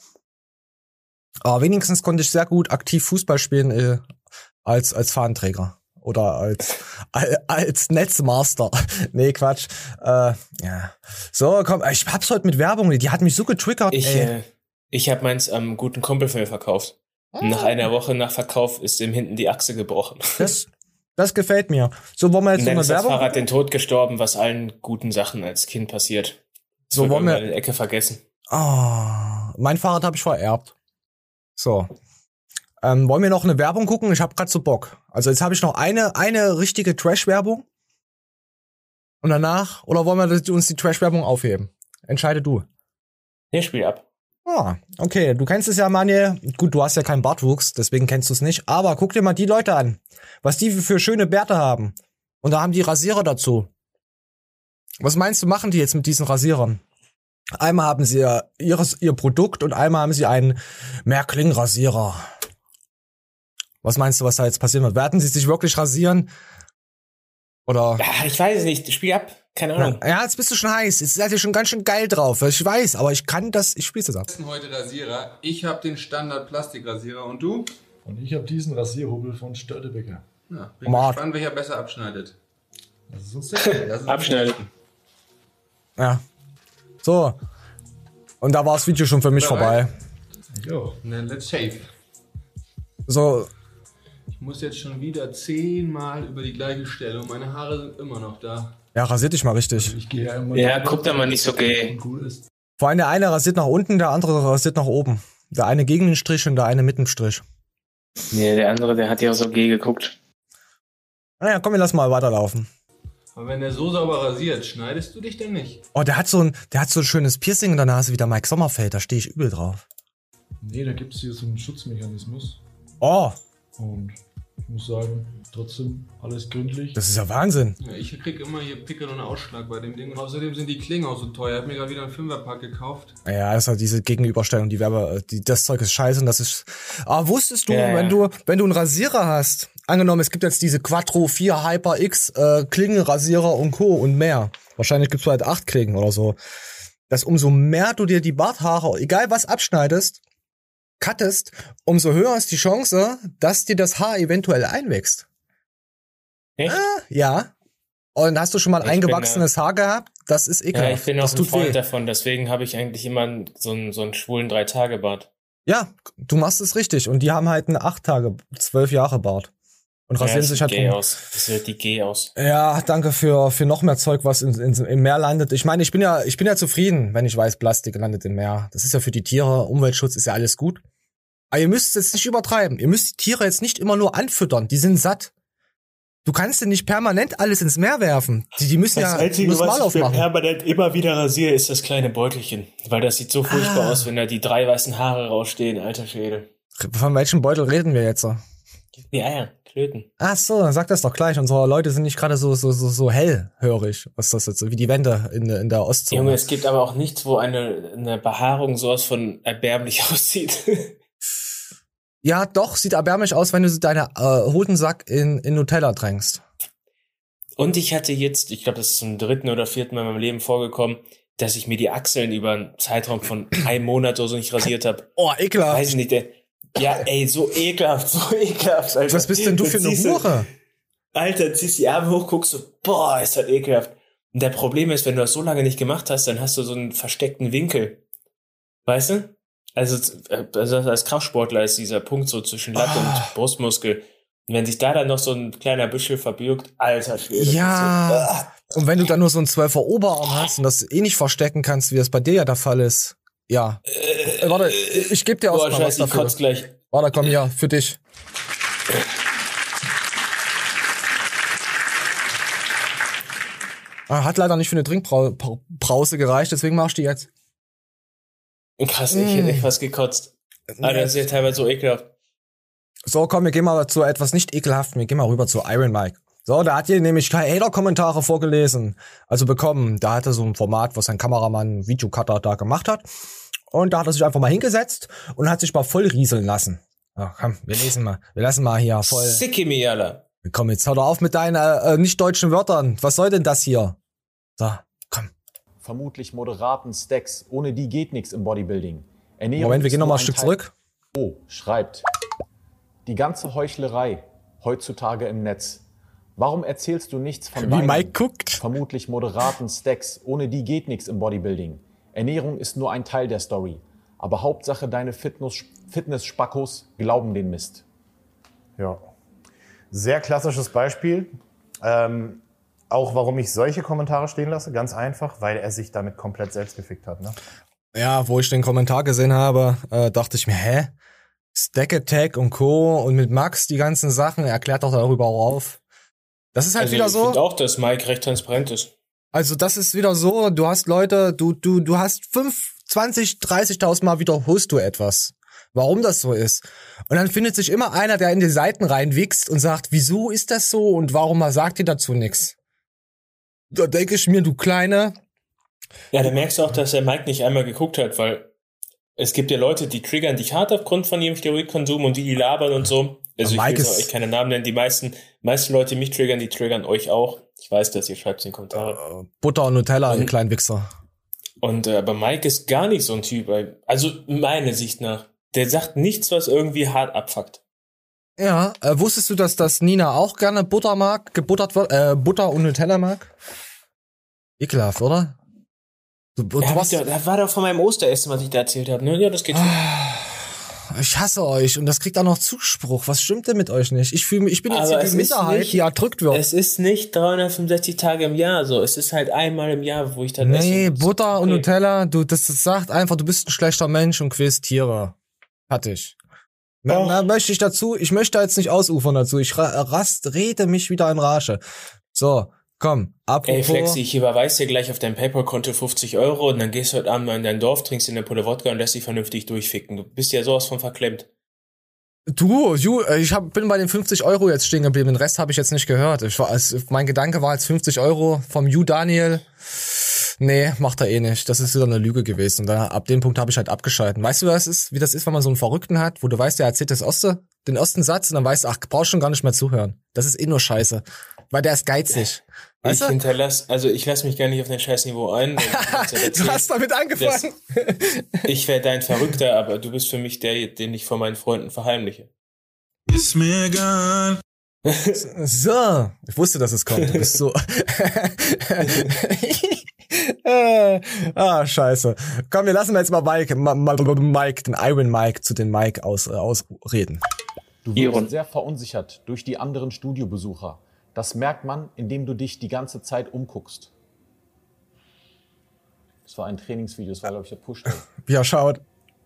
Aber wenigstens konnte ich sehr gut aktiv Fußball spielen äh, als als Fahnenträger oder als als Netzmaster. Nee, Quatsch. Äh, ja. So, komm, ich hab's heute mit Werbung, die hat mich so getriggert. Ich, ey. äh, ich habe meins am ähm, guten Kumpel für verkauft. Ah. Nach einer Woche nach Verkauf ist ihm hinten die Achse gebrochen. Das, das gefällt mir. So, wollen wir jetzt und so dann eine ist das Werbung? Fahrrad den Tod gestorben, was allen guten Sachen als Kind passiert. Das So, wird wollen wir- irgendwann in der Ecke vergessen. Ah, mein Fahrrad habe ich vererbt. So. Ähm, wollen wir noch eine Werbung gucken? Ich habe grad so Bock. Also jetzt habe ich noch eine eine richtige Trash-Werbung. Und danach, oder wollen wir uns die Trash-Werbung aufheben? Entscheide du. Nee, spiel ab. Ah, okay. Du kennst es ja, Manuel. Gut, du hast ja keinen Bartwuchs, deswegen kennst du es nicht. Aber guck dir mal die Leute an. Was die für schöne Bärte haben. Und da haben die Rasierer dazu. Was meinst du, machen die jetzt mit diesen Rasierern? Einmal haben sie ihr, ihres, ihr Produkt und einmal haben sie einen Märkling-Rasierer. Was meinst du, was da jetzt passieren wird? Werden sie sich wirklich rasieren? Oder? Ja, ich weiß es nicht. Spiel ab. Keine Ahnung. Ja, jetzt bist du schon heiß. Jetzt seid ihr schon ganz schön geil drauf. Ich weiß, aber ich kann das, ich spiel's jetzt ab. Heute Rasierer. Ich habe den Standard Plastikrasierer und du? Und ich habe diesen Rasierhobel von Störtebecker. Ja, bin Mark. gespannt, welcher besser abschneidet. Das ist uns sehr Das ist Abschneiden. Ja. So. Und da war das Video schon für mich Bereit? vorbei. Jo, dann let's shave. So. Ich muss jetzt schon wieder zehnmal über die gleiche Stelle und meine Haare sind immer noch da. Ja, rasier dich mal richtig. Ich gehe ja immer. Ja, guck da mal nicht so gay. Cool ist. Vor allem der eine rasiert nach unten, der andere rasiert nach oben. Der eine gegen den Strich und der eine mit dem Strich. Nee, der andere, der hat ja auch so gay geguckt. Naja, komm, wir lassen mal weiterlaufen. Aber wenn der so sauber rasiert, schneidest du dich denn nicht? Oh, der hat so ein, der hat so ein schönes Piercing in der Nase wie der Mike Sommerfeld, da stehe ich übel drauf. Nee, da gibt es hier so einen Schutzmechanismus. Oh, Und ich muss sagen, trotzdem alles gründlich. das ist ja Wahnsinn. Ja, ich krieg immer hier Pickel und Ausschlag bei dem Ding. Und außerdem sind die Klingen auch so teuer. Ich hab mir gerade wieder einen Fünferpack gekauft. Ja, das ist halt diese Gegenüberstellung, die Werbe, die, das Zeug ist scheiße und das ist, aber wusstest du, Ja, ja. wenn du, wenn du einen Rasierer hast, angenommen, es gibt jetzt diese Quattro vier Hyper X, äh, Klingenrasierer und Co. und mehr. Wahrscheinlich gibt's halt acht Klingen oder so. Dass umso mehr du dir die Barthaare, egal was abschneidest, cuttest, umso höher ist die Chance, dass dir das Haar eventuell einwächst. Echt? Ah, ja. Und hast du schon mal Ich eingewachsenes Haar gehabt? Das ist ekelhaft. Ja, ich bin auch das ein tut Freund weh. davon. Deswegen habe ich eigentlich immer einen- so einen, so einen schwulen Drei-Tage-Bart. Ja, du machst es richtig. Und die haben halt einen acht Tage, zwölf Jahre Bart. Und Ja, rasieren das sich sieht halt gay rum. aus. Das sieht die gay aus. Ja, danke für für noch mehr Zeug, was in, in, im Meer landet. Ich meine, ich bin ja ich bin ja zufrieden, wenn ich weiß, Plastik landet im Meer. Das ist ja für die Tiere, Umweltschutz ist ja alles gut. Aber ihr müsst es jetzt nicht übertreiben. Ihr müsst die Tiere jetzt nicht immer nur anfüttern. Die sind satt. Du kannst ja nicht permanent alles ins Meer werfen. Die, die müssen ja nur das Mal aufmachen. permanent immer wieder rasiere, ist das kleine Beutelchen. Weil das sieht so furchtbar Ah. aus, wenn da die drei weißen Haare rausstehen. Alter Schwede. Von welchem Beutel reden wir jetzt? Die Eier, Klöten. Ach so, dann sag das doch gleich. Unsere Leute sind nicht gerade so so so so hellhörig, was das jetzt so wie die Wände in in der Ostzone. Junge, es gibt aber auch nichts, wo eine, eine Behaarung sowas von erbärmlich aussieht. Ja, doch, sieht erbärmlich aus, wenn du deine äh, Hodensack in in Nutella tränkst. Und ich hatte jetzt, ich glaube, das ist zum dritten oder vierten Mal in meinem Leben vorgekommen, dass ich mir die Achseln über einen Zeitraum von einem Monat oder so nicht rasiert habe. Oh, ekelhaft. Weiß ich nicht, der, ja, ey, so ekelhaft, so ekelhaft. Alter. Was bist denn du für Dann eine ziehst du- Hure? Alter, ziehst die Arme hoch, guckst so, boah, ist das ekelhaft. Und der Problem ist, wenn du das so lange nicht gemacht hast, dann hast du so einen versteckten Winkel. Weißt du? Also, äh, also als Kraftsportler ist dieser Punkt so zwischen Latt Ah. und Brustmuskel. Und wenn sich da dann noch so ein kleiner Büschel verbirgt, alter Schwede. das Ja. ist so, Und wenn du dann nur so einen zwölfer Oberarm hast und das eh nicht verstecken kannst, wie das bei dir ja der Fall ist. Ja. Äh, warte, ich, ich geb dir Boah, erstmal was scheiße, ich dafür. kotz gleich. Warte, komm hier, für dich. Hat leider nicht für eine Trinkbrause gereicht, deswegen machst du die jetzt. Krass, ich hätte echt fast gekotzt. Aber das ist ja teilweise so ekelhaft. So, komm, wir gehen mal zu etwas nicht ekelhaften. Wir gehen mal rüber zu Iron Mike. So, da hat hier nämlich Hater-Kommentare vorgelesen, also bekommen. Da hatte so ein Format, was sein Kameramann, Videocutter da gemacht hat. Und da hat er sich einfach mal hingesetzt und hat sich mal voll rieseln lassen. Ach, komm, wir lesen mal. Wir lassen mal hier voll. Sicke mir, Alter. Komm, jetzt hör doch auf mit deinen äh, nicht deutschen Wörtern. Was soll denn das hier? So, komm. Vermutlich moderaten Stacks. Ohne die geht nichts im Bodybuilding. Ernährung Moment, wir gehen noch mal ein ein Stück Teil- zurück. Oh, schreibt. Die ganze Heuchlerei heutzutage im Netz. Warum erzählst du nichts von Wie deinen, Mike guckt. vermutlich moderaten Stacks? Ohne die geht nichts im Bodybuilding. Ernährung ist nur ein Teil der Story. Aber Hauptsache deine Fitness, Fitness-Spackos glauben den Mist. Ja. Sehr klassisches Beispiel. Ähm, auch warum ich solche Kommentare stehen lasse, ganz einfach, weil er sich damit komplett selbst gefickt hat. Ne? Ja, wo ich den Kommentar gesehen habe, äh, dachte ich mir, hä? Stack Attack und Co. und mit Max die ganzen Sachen, er erklärt doch darüber auch auf. Das ist halt Also wieder ich so. finde auch, dass Mike recht transparent ist. Also das ist wieder so, du hast Leute, du du du hast fünf, zwanzig, dreißigtausend Mal wiederholst du etwas. Warum das so ist. Und dann findet sich immer einer, der in die Seiten reinwichst und sagt, wieso ist das so und warum sagt ihr dazu nichts? Da denke ich mir, du Kleine. Ja, da merkst du auch, dass der Mike nicht einmal geguckt hat, weil es gibt ja Leute, die triggern dich hart aufgrund von ihrem Steroidkonsum und die, die labern und so. Also Ja, ich Mike will jetzt ist- euch keine Namen nennen. Die meisten, meisten Leute, die mich triggern, die triggern euch auch. Ich weiß das, ihr schreibt es in die Kommentare. Butter und Nutella, Und- ihr kleinen Wichser. Und äh, aber Mike ist gar nicht so ein Typ, weil- also meiner Sicht nach. Der sagt nichts, was irgendwie hart abfuckt. Ja, äh, wusstest du, dass das Nina auch gerne Butter mag, gebuttert wird, äh, Butter und Nutella mag? Ekelhaft, oder? Du, du Ja, warst, da, da war doch von meinem Osteressen, was ich da erzählt habe. Ne? Ja, das geht schon. ich hasse euch und das kriegt auch noch Zuspruch. Was stimmt denn mit euch nicht? Ich fühle mich, ich bin jetzt Aber hier es die ist Minderheit, nicht- die erdrückt wird. Es ist nicht dreihundertfünfundsechzig Tage im Jahr so. Es ist halt einmal im Jahr, wo ich dann Nee, esse. Butter und Okay. Nutella, du, das, das sagt einfach, du bist ein schlechter Mensch und quälst Tiere. Fertig. Mehr, mehr möchte ich dazu, ich möchte jetzt nicht ausufern dazu. Ich ra- rast, rede mich wieder in Rage. So, komm, apropos. Ey, Flexi, ich überweise dir gleich auf dein PayPal-Konto fünfzig Euro und dann gehst du heute Abend mal in dein Dorf, trinkst dir eine Pulle Wodka und lässt dich vernünftig durchficken. Du bist ja sowas von verklemmt. Du, Ju, äh, ich hab, bin bei den fünfzig Euro jetzt stehen geblieben. Den Rest habe ich jetzt nicht gehört. Ich war, also mein Gedanke war jetzt fünfzig Euro vom Ju Daniel. Nee, macht er eh nicht. Das ist wieder eine Lüge gewesen. Und da, ab dem Punkt habe ich halt abgeschalten. Weißt du, was ist, wie das ist, wenn man so einen Verrückten hat, wo du weißt, der erzählt das Oste, den ersten Satz und dann weißt du, ach, brauchst schon gar nicht mehr zuhören. Das ist eh nur Scheiße. Weil der ist geizig. Weißt ich du? hinterlass, also ich lass mich gar nicht auf dein Scheißniveau ein. Du hast damit angefangen. Das, ich wäre dein Verrückter, aber du bist für mich der, den ich vor meinen Freunden verheimliche. Ist mir egal. So, ich wusste, dass es kommt. Du bist so. äh, ah, scheiße. Komm, wir lassen jetzt mal Mike, Ma- Ma- Mike, den Iron Mike zu den Mike aus, äh, ausreden. Du wirst sehr verunsichert durch die anderen Studiobesucher. Das merkt man, indem du dich die ganze Zeit umguckst. Das war ein Trainingsvideo, das war, glaube ich, der Push-Day. Wie er schaut.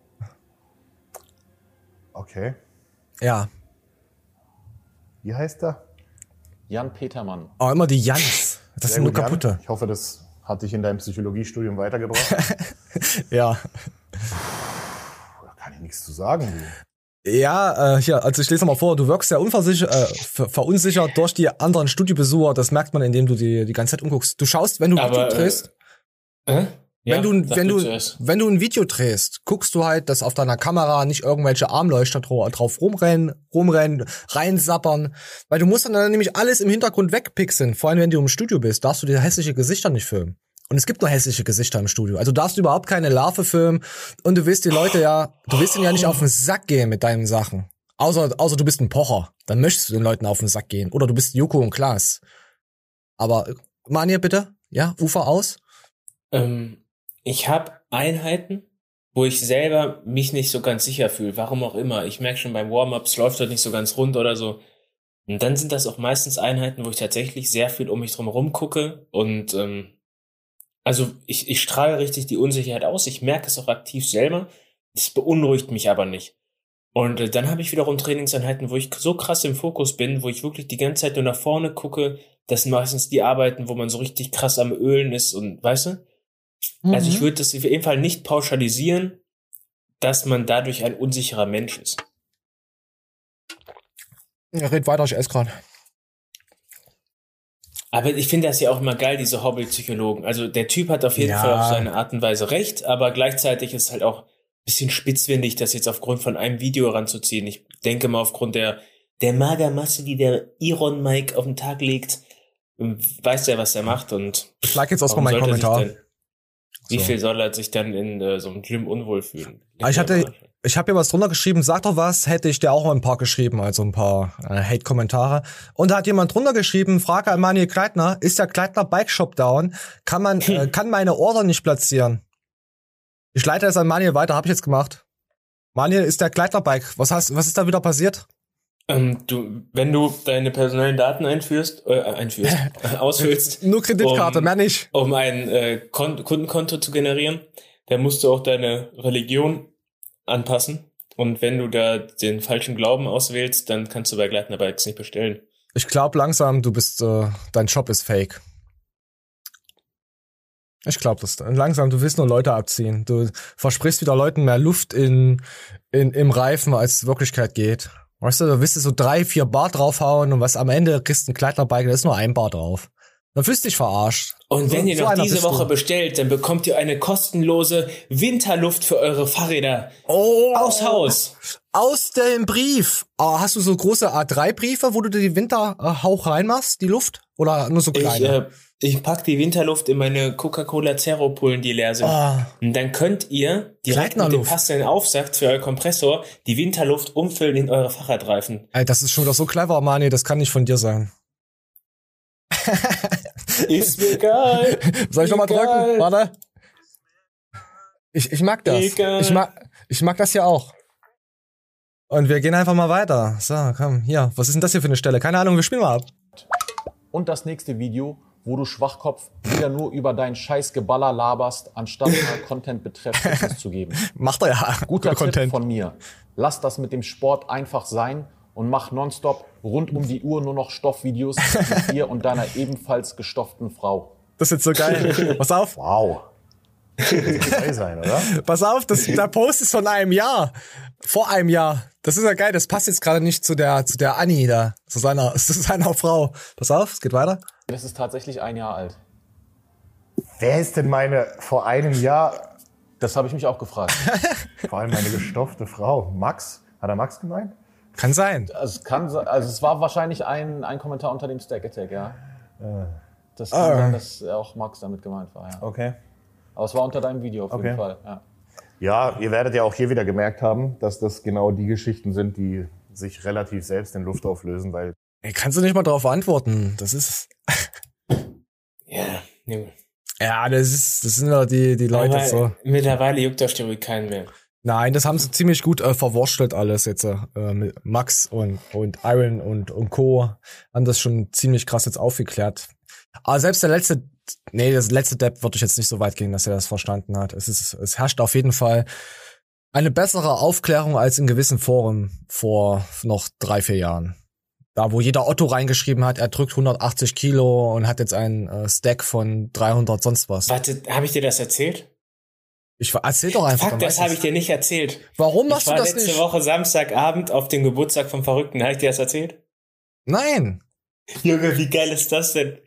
Okay. Ja. Wie heißt er? Jan Petermann. Oh, immer die Jans. Das Sehr sind nur gut, Jan. kaputte. Ich hoffe, das hat dich in deinem Psychologiestudium weitergebracht. Ja. Da kann ich nichts zu sagen. Du. Ja, äh, hier, also ich lese mal vor, du wirkst sehr unversichert, äh, ver verunsichert durch die anderen Studiobesucher. Das merkt man, indem du die die ganze Zeit umguckst. Du schaust, wenn du ein Video Aber, drehst. Äh? Ja, wenn du, sag wenn du du, zuerst. wenn du ein Video drehst, guckst du halt, dass auf deiner Kamera nicht irgendwelche Armleuchter dra- drauf rumrennen, rumrennen, reinsappern, weil du musst dann nämlich alles im Hintergrund wegpixeln. Vor allem, wenn du im Studio bist, darfst du dir hässliche Gesichter nicht filmen. Und es gibt nur hässliche Gesichter im Studio. Also darfst du überhaupt keine Larve filmen und du willst die Leute ja, du willst ihnen ja nicht auf den Sack gehen mit deinen Sachen. Außer, außer du bist ein Pocher. Dann möchtest du den Leuten auf den Sack gehen. Oder du bist Joko und Klaas. Aber, Manje, bitte? Ja, Ufer aus? Ähm, ich habe Einheiten, wo ich selber mich nicht so ganz sicher fühle. Warum auch immer. Ich merke schon beim Warm-Ups läuft das nicht so ganz rund oder so. Und dann sind das auch meistens Einheiten, wo ich tatsächlich sehr viel um mich drum herum gucke. Und ähm, also ich, ich strahle richtig die Unsicherheit aus. Ich merke es auch aktiv selber. Es beunruhigt mich aber nicht. Und äh, dann habe ich wiederum Trainingseinheiten, wo ich so krass im Fokus bin, wo ich wirklich die ganze Zeit nur nach vorne gucke. Das sind meistens die Arbeiten, wo man so richtig krass am Ölen ist und, weißt du? Mhm. Also ich würde das auf jeden Fall nicht pauschalisieren, dass man dadurch ein unsicherer Mensch ist. Ja, red weiter, ich esse gerade. Aber ich finde das ja auch immer geil, diese Hobbypsychologen. Also der Typ hat auf jeden Ja. Fall auf seine Art und Weise recht, aber gleichzeitig ist halt auch bisschen spitzfindig, das jetzt aufgrund von einem Video ranzuziehen. Ich denke mal aufgrund der, der Magermasse, die der Iron Mike auf den Tag legt, weiß der, was er macht und ich like jetzt erstmal meinen Kommentar. Dann, wie so. viel soll er sich dann in äh, so einem Gym unwohl fühlen? Ah, ich hatte, ich habe hier was drunter geschrieben, sag doch was, hätte ich dir auch mal ein paar geschrieben, also ein paar äh, Hate-Kommentare. Und da hat jemand drunter geschrieben, Frage an Manuel Kleitner, ist der Kleitner Bike Shop down? Kann man, äh, kann meine Order nicht platzieren? Ich leite das an Manuel weiter, habe ich jetzt gemacht. Manuel, ist der Kleitner-Bike. Was hast, was ist da wieder passiert? Ähm, du, wenn du deine personellen Daten einführst, äh, einführst, äh, ausfüllst. Nur Kreditkarte, um, mehr nicht. Um ein äh, Kon- Kundenkonto zu generieren, dann musst du auch deine Religion anpassen. Und wenn du da den falschen Glauben auswählst, dann kannst du bei Gleitner Bikes nicht bestellen. Ich glaube langsam, du bist, äh, dein Shop ist fake. Ich glaube das. Langsam, du willst nur Leute abziehen. Du versprichst wieder Leuten mehr Luft in, in, im Reifen, als es Wirklichkeit geht. Weißt du, du willst so drei, vier Bar draufhauen und was am Ende kriegst du ein Kleidnerbike, da ist nur ein Bar drauf. Dann fühlst du dich verarscht. Und wenn so, ihr so noch einer diese bist Woche du. bestellt, dann bekommt ihr eine kostenlose Winterluft für eure Fahrräder. Oh, aus Haus. Aus dem Brief. Ah, hast du so große A drei Briefe, wo du dir die Winterhauch reinmachst, die Luft? Oder nur so kleine? Ich, äh, ich pack die Winterluft in meine Coca-Cola Zero-Pullen, die leer sind. Oh. Und dann könnt ihr direkt mit dem passenden Aufsatz für euer Kompressor die Winterluft umfüllen in eure Fahrradreifen. Ey, das ist schon wieder so clever, Mani, das kann nicht von dir sein. Ist mir egal. Soll ich nochmal drücken? Warte. Ich, ich mag das. Egal. Ich mag, ich mag das ja auch. Und wir gehen einfach mal weiter. So, komm, hier. Was ist denn das hier für eine Stelle? Keine Ahnung, wir spielen mal ab. Und das nächste Video, wo du Schwachkopf wieder nur über deinen scheiß Geballer laberst, anstatt mal Content betreffend zu geben. Macht er ja. Guter Tipp Content von mir. Lass das mit dem Sport einfach sein und mach nonstop rund um die Uhr nur noch Stoffvideos mit dir und deiner ebenfalls gestofften Frau. Das ist jetzt so geil. Pass auf. Wow. Das muss geil sein, oder? Pass auf, das, der Post ist von einem Jahr. Vor einem Jahr. Das ist ja geil. Das passt jetzt gerade nicht zu der, zu der Anni da. Zu seiner, zu seiner Frau. Pass auf, es geht weiter. Das ist tatsächlich ein Jahr alt. Wer ist denn meine vor einem Jahr? Das habe ich mich auch gefragt. Vor allem meine gestopfte Frau. Max? Hat er Max gemeint? Kann sein. Also es, kann, also es war wahrscheinlich ein, ein Kommentar unter dem Stack Attack, ja. Äh. Das kann Ah. sein, dass auch Max damit gemeint war, ja. Okay. Aber es war unter deinem Video auf Okay. jeden Fall, ja. Ja, ihr werdet ja auch hier wieder gemerkt haben, dass das genau die Geschichten sind, die sich relativ selbst in Luft auflösen, weil... Ey, kannst du nicht mal drauf antworten? Das ist... Ja, nee. Ja, das ist, das sind ja die, die Leute Aber so. mittlerweile juckt das Steroid keinen mehr. Nein, das haben sie ziemlich gut äh, verwurschtelt alles jetzt. Äh, mit Max und, und Iron und, und Co. haben das schon ziemlich krass jetzt aufgeklärt. Aber selbst der letzte, nee, das letzte Depp würde ich jetzt nicht so weit gehen, dass er das verstanden hat. Es ist, es herrscht auf jeden Fall eine bessere Aufklärung als in gewissen Foren vor noch drei, vier Jahren. Da, wo jeder Otto reingeschrieben hat, er drückt hundertachtzig Kilo und hat jetzt einen äh, Stack von dreihundert sonst was. Warte, habe ich dir das erzählt? Ich erzähl doch einfach. Fuck, das habe ich dir nicht erzählt. Warum machst ich du das Ich war letzte nicht? Woche Samstagabend auf dem Geburtstag vom Verrückten. Habe ich dir das erzählt? Nein. Junge, wie geil ist das denn?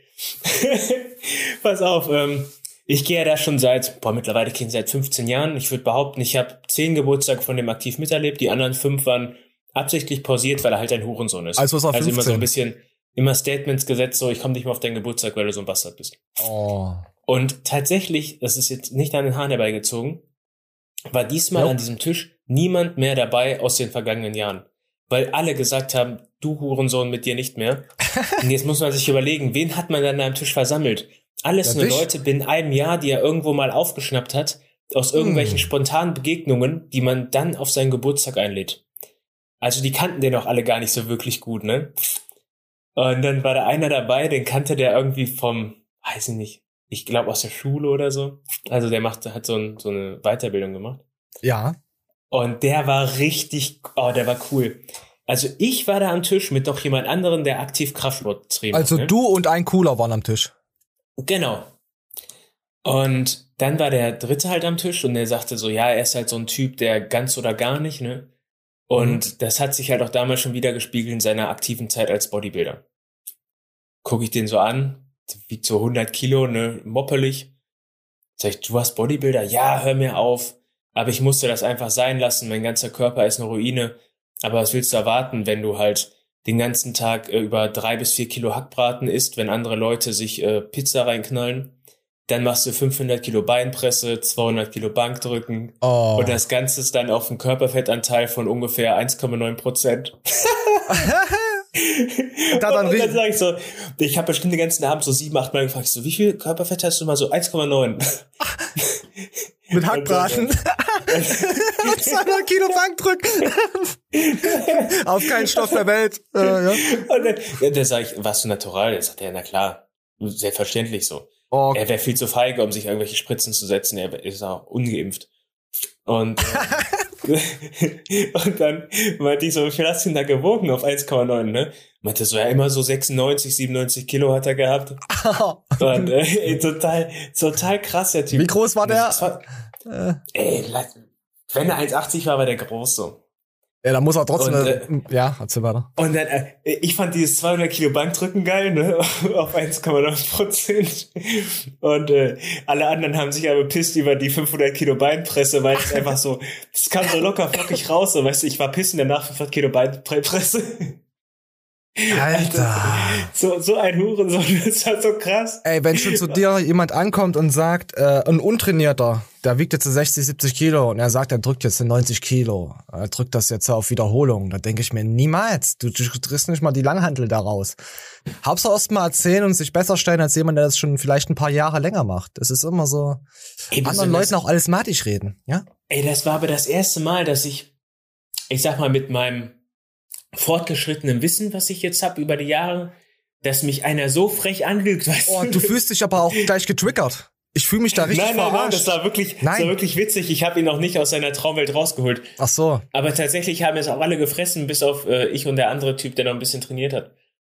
Pass auf, ähm, ich gehe ja da schon seit, boah, mittlerweile kenne ich seit fünfzehn Jahren. Ich würde behaupten, ich habe zehn Geburtstage von dem aktiv miterlebt. Die anderen fünf waren absichtlich pausiert, weil er halt ein Hurensohn ist. Also, was auf also immer so ein fünfzehn? bisschen, immer Statements gesetzt, so, ich komme nicht mehr auf deinen Geburtstag, weil du so ein Bastard bist. Oh. Und tatsächlich, das ist jetzt nicht an den Haaren herbeigezogen, war diesmal Ja. an diesem Tisch niemand mehr dabei aus den vergangenen Jahren. Weil alle gesagt haben, du Hurensohn, mit dir nicht mehr. Und jetzt muss man sich überlegen, wen hat man dann am Tisch versammelt? Alles Ja, nur dich. Leute binnen einem Jahr, die er irgendwo mal aufgeschnappt hat, aus irgendwelchen Hm. spontanen Begegnungen, die man dann auf seinen Geburtstag einlädt. Also die kannten den auch alle gar nicht so wirklich gut, ne? Und dann war da einer dabei, den kannte der irgendwie vom, weiß ich nicht, ich glaube aus der Schule oder so. Also der macht, hat so, ein, so eine Weiterbildung gemacht. Ja. Und der war richtig, oh, der war cool. Also ich war da am Tisch mit noch jemand anderen, der aktiv Kraftsport betrieben hat. Also ne? du und ein Cooler waren am Tisch. Genau. Und dann war der Dritte halt am Tisch und der sagte so, ja, er ist halt so ein Typ, der ganz oder gar nicht, ne? Und mhm. das hat sich halt auch damals schon wieder gespiegelt in seiner aktiven Zeit als Bodybuilder. Guck ich den so an, wiegt so hundert Kilo, ne, moppelig. Sag ich, du hast Bodybuilder? Ja, hör mir auf. Aber ich musste das einfach sein lassen, mein ganzer Körper ist eine Ruine. Aber was willst du erwarten, wenn du halt den ganzen Tag äh, über drei bis vier Kilo Hackbraten isst, wenn andere Leute sich äh, Pizza reinknallen? Dann machst du fünfhundert Kilo Beinpresse, zweihundert Kilo Bankdrücken. Oh. Und das Ganze ist dann auf einen Körperfettanteil von ungefähr eins Komma neun Prozent. da dann, und dann sag ich so, ich habe bestimmt den ganzen Abend so sieben, acht Mal gefragt, so, wie viel Körperfett hast du mal? So eins Komma neun. Mit Hackbraten. zweihundert Kilo Bankdrücken. Auf keinen Stoff der Welt. Äh, ja. Und dann, ja, dann sag ich, was du natural? Dann sagt er, na klar, selbstverständlich so. Oh. Er wäre viel zu feige, um sich irgendwelche Spritzen zu setzen. Er ist auch ungeimpft. Und, äh, und dann meinte ich so, wie viel hast du denn da gewogen auf eins Komma neun, ne? Meinte so, ja, immer so sechsundneunzig, siebenundneunzig Kilo hat er gehabt. Und, äh, total, total krass, der Typ. Wie groß war der? War, äh. Ey, wenn er eins Komma achtzig war, war der groß so. Ja, da muss er trotzdem, und, äh, ja, erzähl weiter. Und dann, äh, ich fand dieses zweihundert Kilo Bankdrücken geil, ne, auf eins Komma neun Prozent. Und, äh, alle anderen haben sich aber pisst über die fünfhundert Kilo Beinpresse, weil es einfach so, das kam so locker flockig raus, so, weißt du, ich war pissen danach fünfhundert Kilo Beinpresse. Alter. So, so ein Hurensohn, das war so krass. Ey, wenn schon zu dir jemand ankommt und sagt, äh, ein Untrainierter, der wiegt jetzt sechzig, siebzig Kilo und er sagt, er drückt jetzt neunzig Kilo, er drückt das jetzt auf Wiederholung, da denke ich mir, niemals, du, du kriegst nicht mal die Langhantel da raus. Hauptsache erst mal erzählen und sich besser stellen als jemand, der das schon vielleicht ein paar Jahre länger macht. Es ist immer so, ey, anderen Leuten auch alles matig reden, ja? Ey, das war aber das erste Mal, dass ich, ich sag mal, mit meinem fortgeschrittenen Wissen, was ich jetzt habe über die Jahre, dass mich einer so frech anlügt, weißt oh, du? Du fühlst dich aber auch gleich getriggert. Ich fühle mich da richtig nein, nein, verarscht. Nein, das war wirklich, das war wirklich witzig. Ich habe ihn noch nicht aus seiner Traumwelt rausgeholt. Ach so. Aber tatsächlich haben es auch alle gefressen, bis auf äh, ich und der andere Typ, der noch ein bisschen trainiert hat.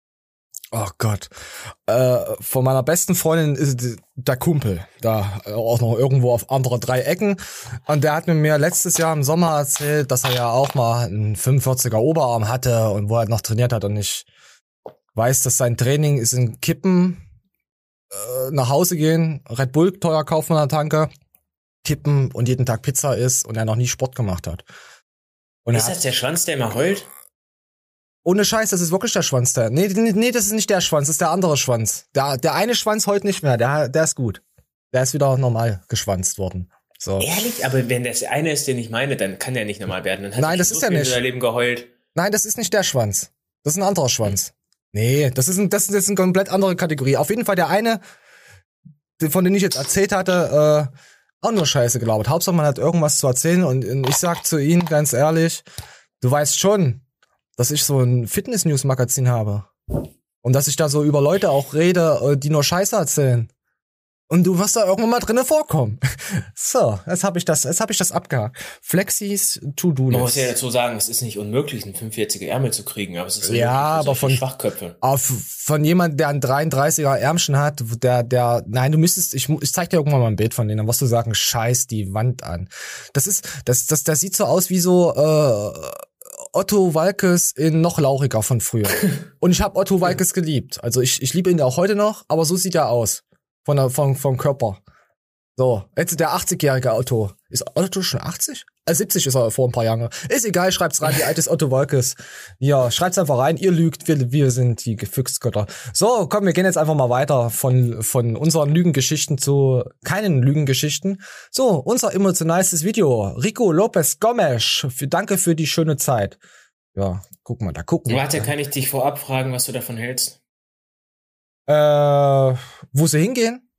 Oh Gott. Äh, von meiner besten Freundin ist der Kumpel. Da auch noch irgendwo auf andere drei Ecken. Und der hat mir, mir letztes Jahr im Sommer erzählt, dass er ja auch mal einen fünfundvierziger Oberarm hatte und wo er noch trainiert hat. Und ich weiß, dass sein Training ist in Kippen, äh, nach Hause gehen, Red Bull teuer kaufen an der Tanke, kippen und jeden Tag Pizza isst und er noch nie Sport gemacht hat. Und ist das der Schwanz, der immer heult? Ohne Scheiß, das ist wirklich der Schwanz der. Nee, nee, nee, das ist nicht der Schwanz, das ist der andere Schwanz. Der, der eine Schwanz heute nicht mehr, der, der ist gut. Der ist wieder normal geschwanzt worden. So. Ehrlich? Aber wenn das eine ist, den ich meine, dann kann der nicht normal werden. Dann hat Nein, das ist er nicht. In Leben geheult. Nein, das ist nicht der Schwanz. Das ist ein anderer Schwanz. Nee, das ist, ein, das ist eine komplett andere Kategorie. Auf jeden Fall der eine, von dem ich jetzt erzählt hatte, äh, auch nur Scheiße gelabert. Hauptsache man hat irgendwas zu erzählen und ich sag zu ihm ganz ehrlich, du weißt schon, dass ich so ein Fitness-News-Magazin habe. Und dass ich da so über Leute auch rede, die nur Scheiße erzählen. Und du wirst da irgendwann mal drinnen vorkommen. So, jetzt habe ich das, jetzt habe ich das abgehakt. Flexis To-Do-List. Man muss ja dazu sagen, es ist nicht unmöglich, einen fünfundvierziger Ärmel zu kriegen, aber es ist ja, aber von Schwachköpfe. Aber von jemand, der einen dreiunddreißiger Ärmchen hat, der, der, nein, du müsstest, ich, ich zeig dir irgendwann mal ein Bild von denen, dann wirst du sagen, scheiß die Wand an. Das ist, das, das, das sieht so aus wie so, äh, Otto Walkes in noch lauchiger von früher. Und ich habe Otto Walkes geliebt. Also ich, ich liebe ihn auch heute noch, aber so sieht er aus. Von der, von, vom Körper. So, jetzt der achtzigjährige Otto. Ist Otto schon achtzig? Äh, siebzig ist er vor ein paar Jahren. Ist egal, schreibt's rein, wie alt ist Otto Walkes. Ja, schreibt's einfach rein, ihr lügt, wir, wir sind die Gefüchsgötter. So, komm, wir gehen jetzt einfach mal weiter von, von unseren Lügengeschichten zu keinen Lügengeschichten. So, unser emotionalstes Video. Rico Lopez Gomes. Für, danke für die schöne Zeit. Ja, guck mal, da gucken wir. Warte, kann ich dich vorab fragen, was du davon hältst? Äh, wo sie hingehen?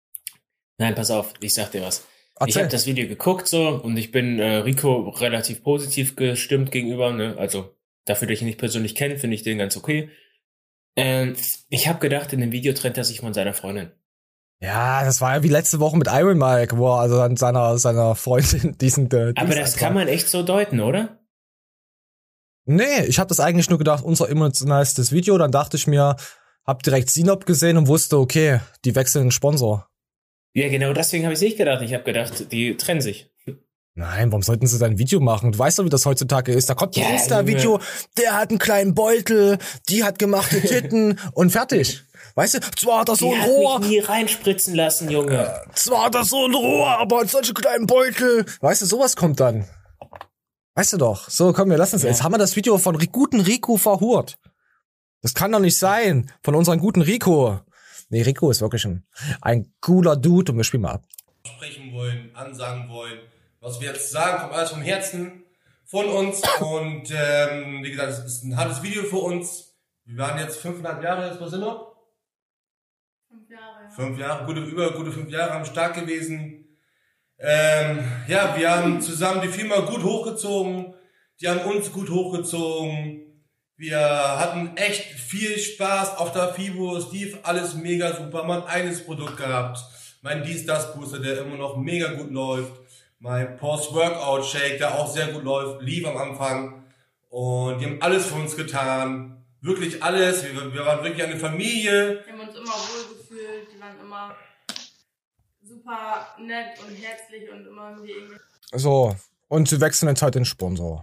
Nein, pass auf, ich sag dir was. Erzähl. Ich habe das Video geguckt so und ich bin äh, Rico relativ positiv gestimmt gegenüber. Ne? Also dafür, dass ich ihn nicht persönlich kenne, finde ich den ganz okay. Ähm, ich habe gedacht, in dem Video trennt er sich von seiner Freundin. Ja, das war ja wie letzte Woche mit Iron Mike, wo er also an seiner, seiner Freundin diesen... Äh, Aber das kann man echt so deuten, oder? Nee, ich habe das eigentlich nur gedacht, unser emotionalstes Video. Dann dachte ich mir, hab direkt Sinop gesehen und wusste, okay, die wechseln den Sponsor. Ja, genau deswegen habe ich nicht gedacht. Ich habe gedacht, die trennen sich. Nein, warum sollten sie dann ein Video machen? Du weißt doch, wie das heutzutage ist. Da kommt ein Ja, Insta-Video, der hat einen kleinen Beutel, die hat gemachte Titten und fertig. Weißt du, zwar hat er so Die ein hat Rohr, mich nie reinspritzen lassen, Junge. zwar hat er so ein Rohr, aber hat solche kleinen Beutel. Weißt du, sowas kommt dann. Weißt du doch. So, komm, wir lassen es. Ja. Jetzt haben wir das Video von guten Rico verhurt. Das kann doch nicht sein. Von unserem guten Rico. Nee, Rico ist wirklich ein, ein cooler Dude und wir spielen mal ab. Sprechen wollen, ansagen wollen. Was wir jetzt sagen, kommt alles vom Herzen von uns. Und ähm, wie gesagt, es ist ein hartes Video für uns. Wir waren jetzt fünfeinhalb Jahre jetzt bei Sinop. Fünf Jahre. Ja. Fünf Jahre, gute, über gute fünf Jahre am Start gewesen. Ähm, ja, wir haben zusammen die Firma gut hochgezogen. Die haben uns gut hochgezogen. Wir hatten echt viel Spaß auf der FIBO. Es lief alles mega super. Man hat eines Produkt gehabt. Mein Dies-Das-Booster, der immer noch mega gut läuft. Mein Post-Workout-Shake, der auch sehr gut läuft, lief am Anfang. Und die haben alles für uns getan. Wirklich alles. Wir, wir waren wirklich eine Familie. Wir haben uns immer wohl gefühlt. Die waren immer super nett und herzlich und immer irgendwie irgendwie. So, und sie wechseln jetzt halt den Sponsor.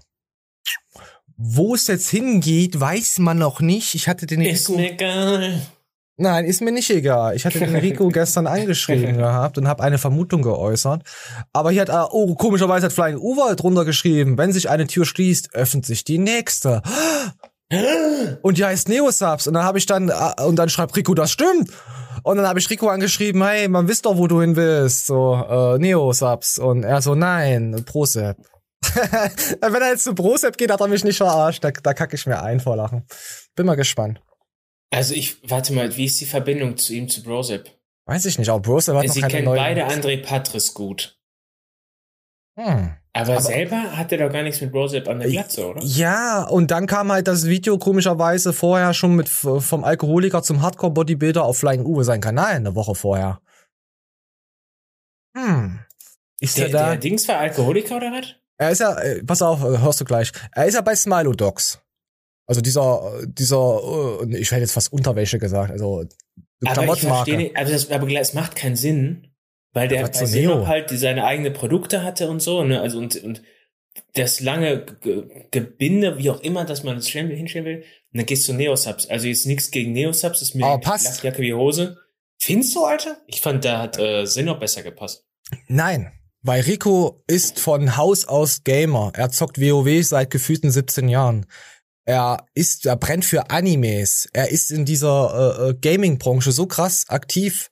Wo es jetzt hingeht, weiß man noch nicht. Ich hatte den Ist Rico... mir egal. Nein, ist mir nicht egal. Ich hatte den Rico gestern angeschrieben gehabt und habe eine Vermutung geäußert. Aber hier hat, er, oh, komischerweise hat Flying Uwe drunter geschrieben, wenn sich eine Tür schließt, öffnet sich die nächste. Und die heißt Neosubs. Und dann habe ich dann, und dann schreibt Rico, das stimmt. Und dann habe ich Rico angeschrieben, hey, man wisst doch, wo du hin willst. So, äh, Neosubs. Und er so, nein, Prosep. Wenn er jetzt zu Prosep geht, hat er mich nicht verarscht. Da, da kacke ich mir ein vor Lachen. Bin mal gespannt. Also ich, warte mal, wie ist die Verbindung zu ihm, zu Brosep? Weiß ich nicht, aber Brosep hat noch Sie keine kennen neuen... beide André Patris gut. Hm. Aber, Aber- selber hat er doch gar nichts mit Brosep an der Glatze, oder? Ja, und dann kam halt das Video komischerweise vorher schon mit vom Alkoholiker zum Hardcore-Bodybuilder auf Flying Uwe sein Kanal eine Woche vorher. Hm. Ist Der, er da? der Dings war Alkoholiker oder was? Er ist ja, äh, pass auf, äh, hörst du gleich. Er ist ja bei Smilo Dogs. Also dieser, dieser, äh, ich hätte jetzt fast Unterwäsche gesagt, also Aber ich Klamottenmarke. verstehe nicht, aber das, aber es macht keinen Sinn, weil der Was bei zu Sinop Neo? halt die seine eigenen Produkte hatte und so, ne, also und, und das lange Ge- Gebinde, wie auch immer, dass man es stellen- hinstellen will, und dann gehst du Neosubs. Also jetzt nichts gegen Neosubs, ist mir Aber passt. Lackjacke wie Hose. Findest du, Alter? Ich fand, da hat äh, Sinop besser gepasst. Nein, weil Rico ist von Haus aus Gamer. Er zockt WoW seit gefühlten siebzehn Jahren. Er ist, er brennt für Animes. Er ist in dieser äh, äh, Gaming-Branche so krass aktiv.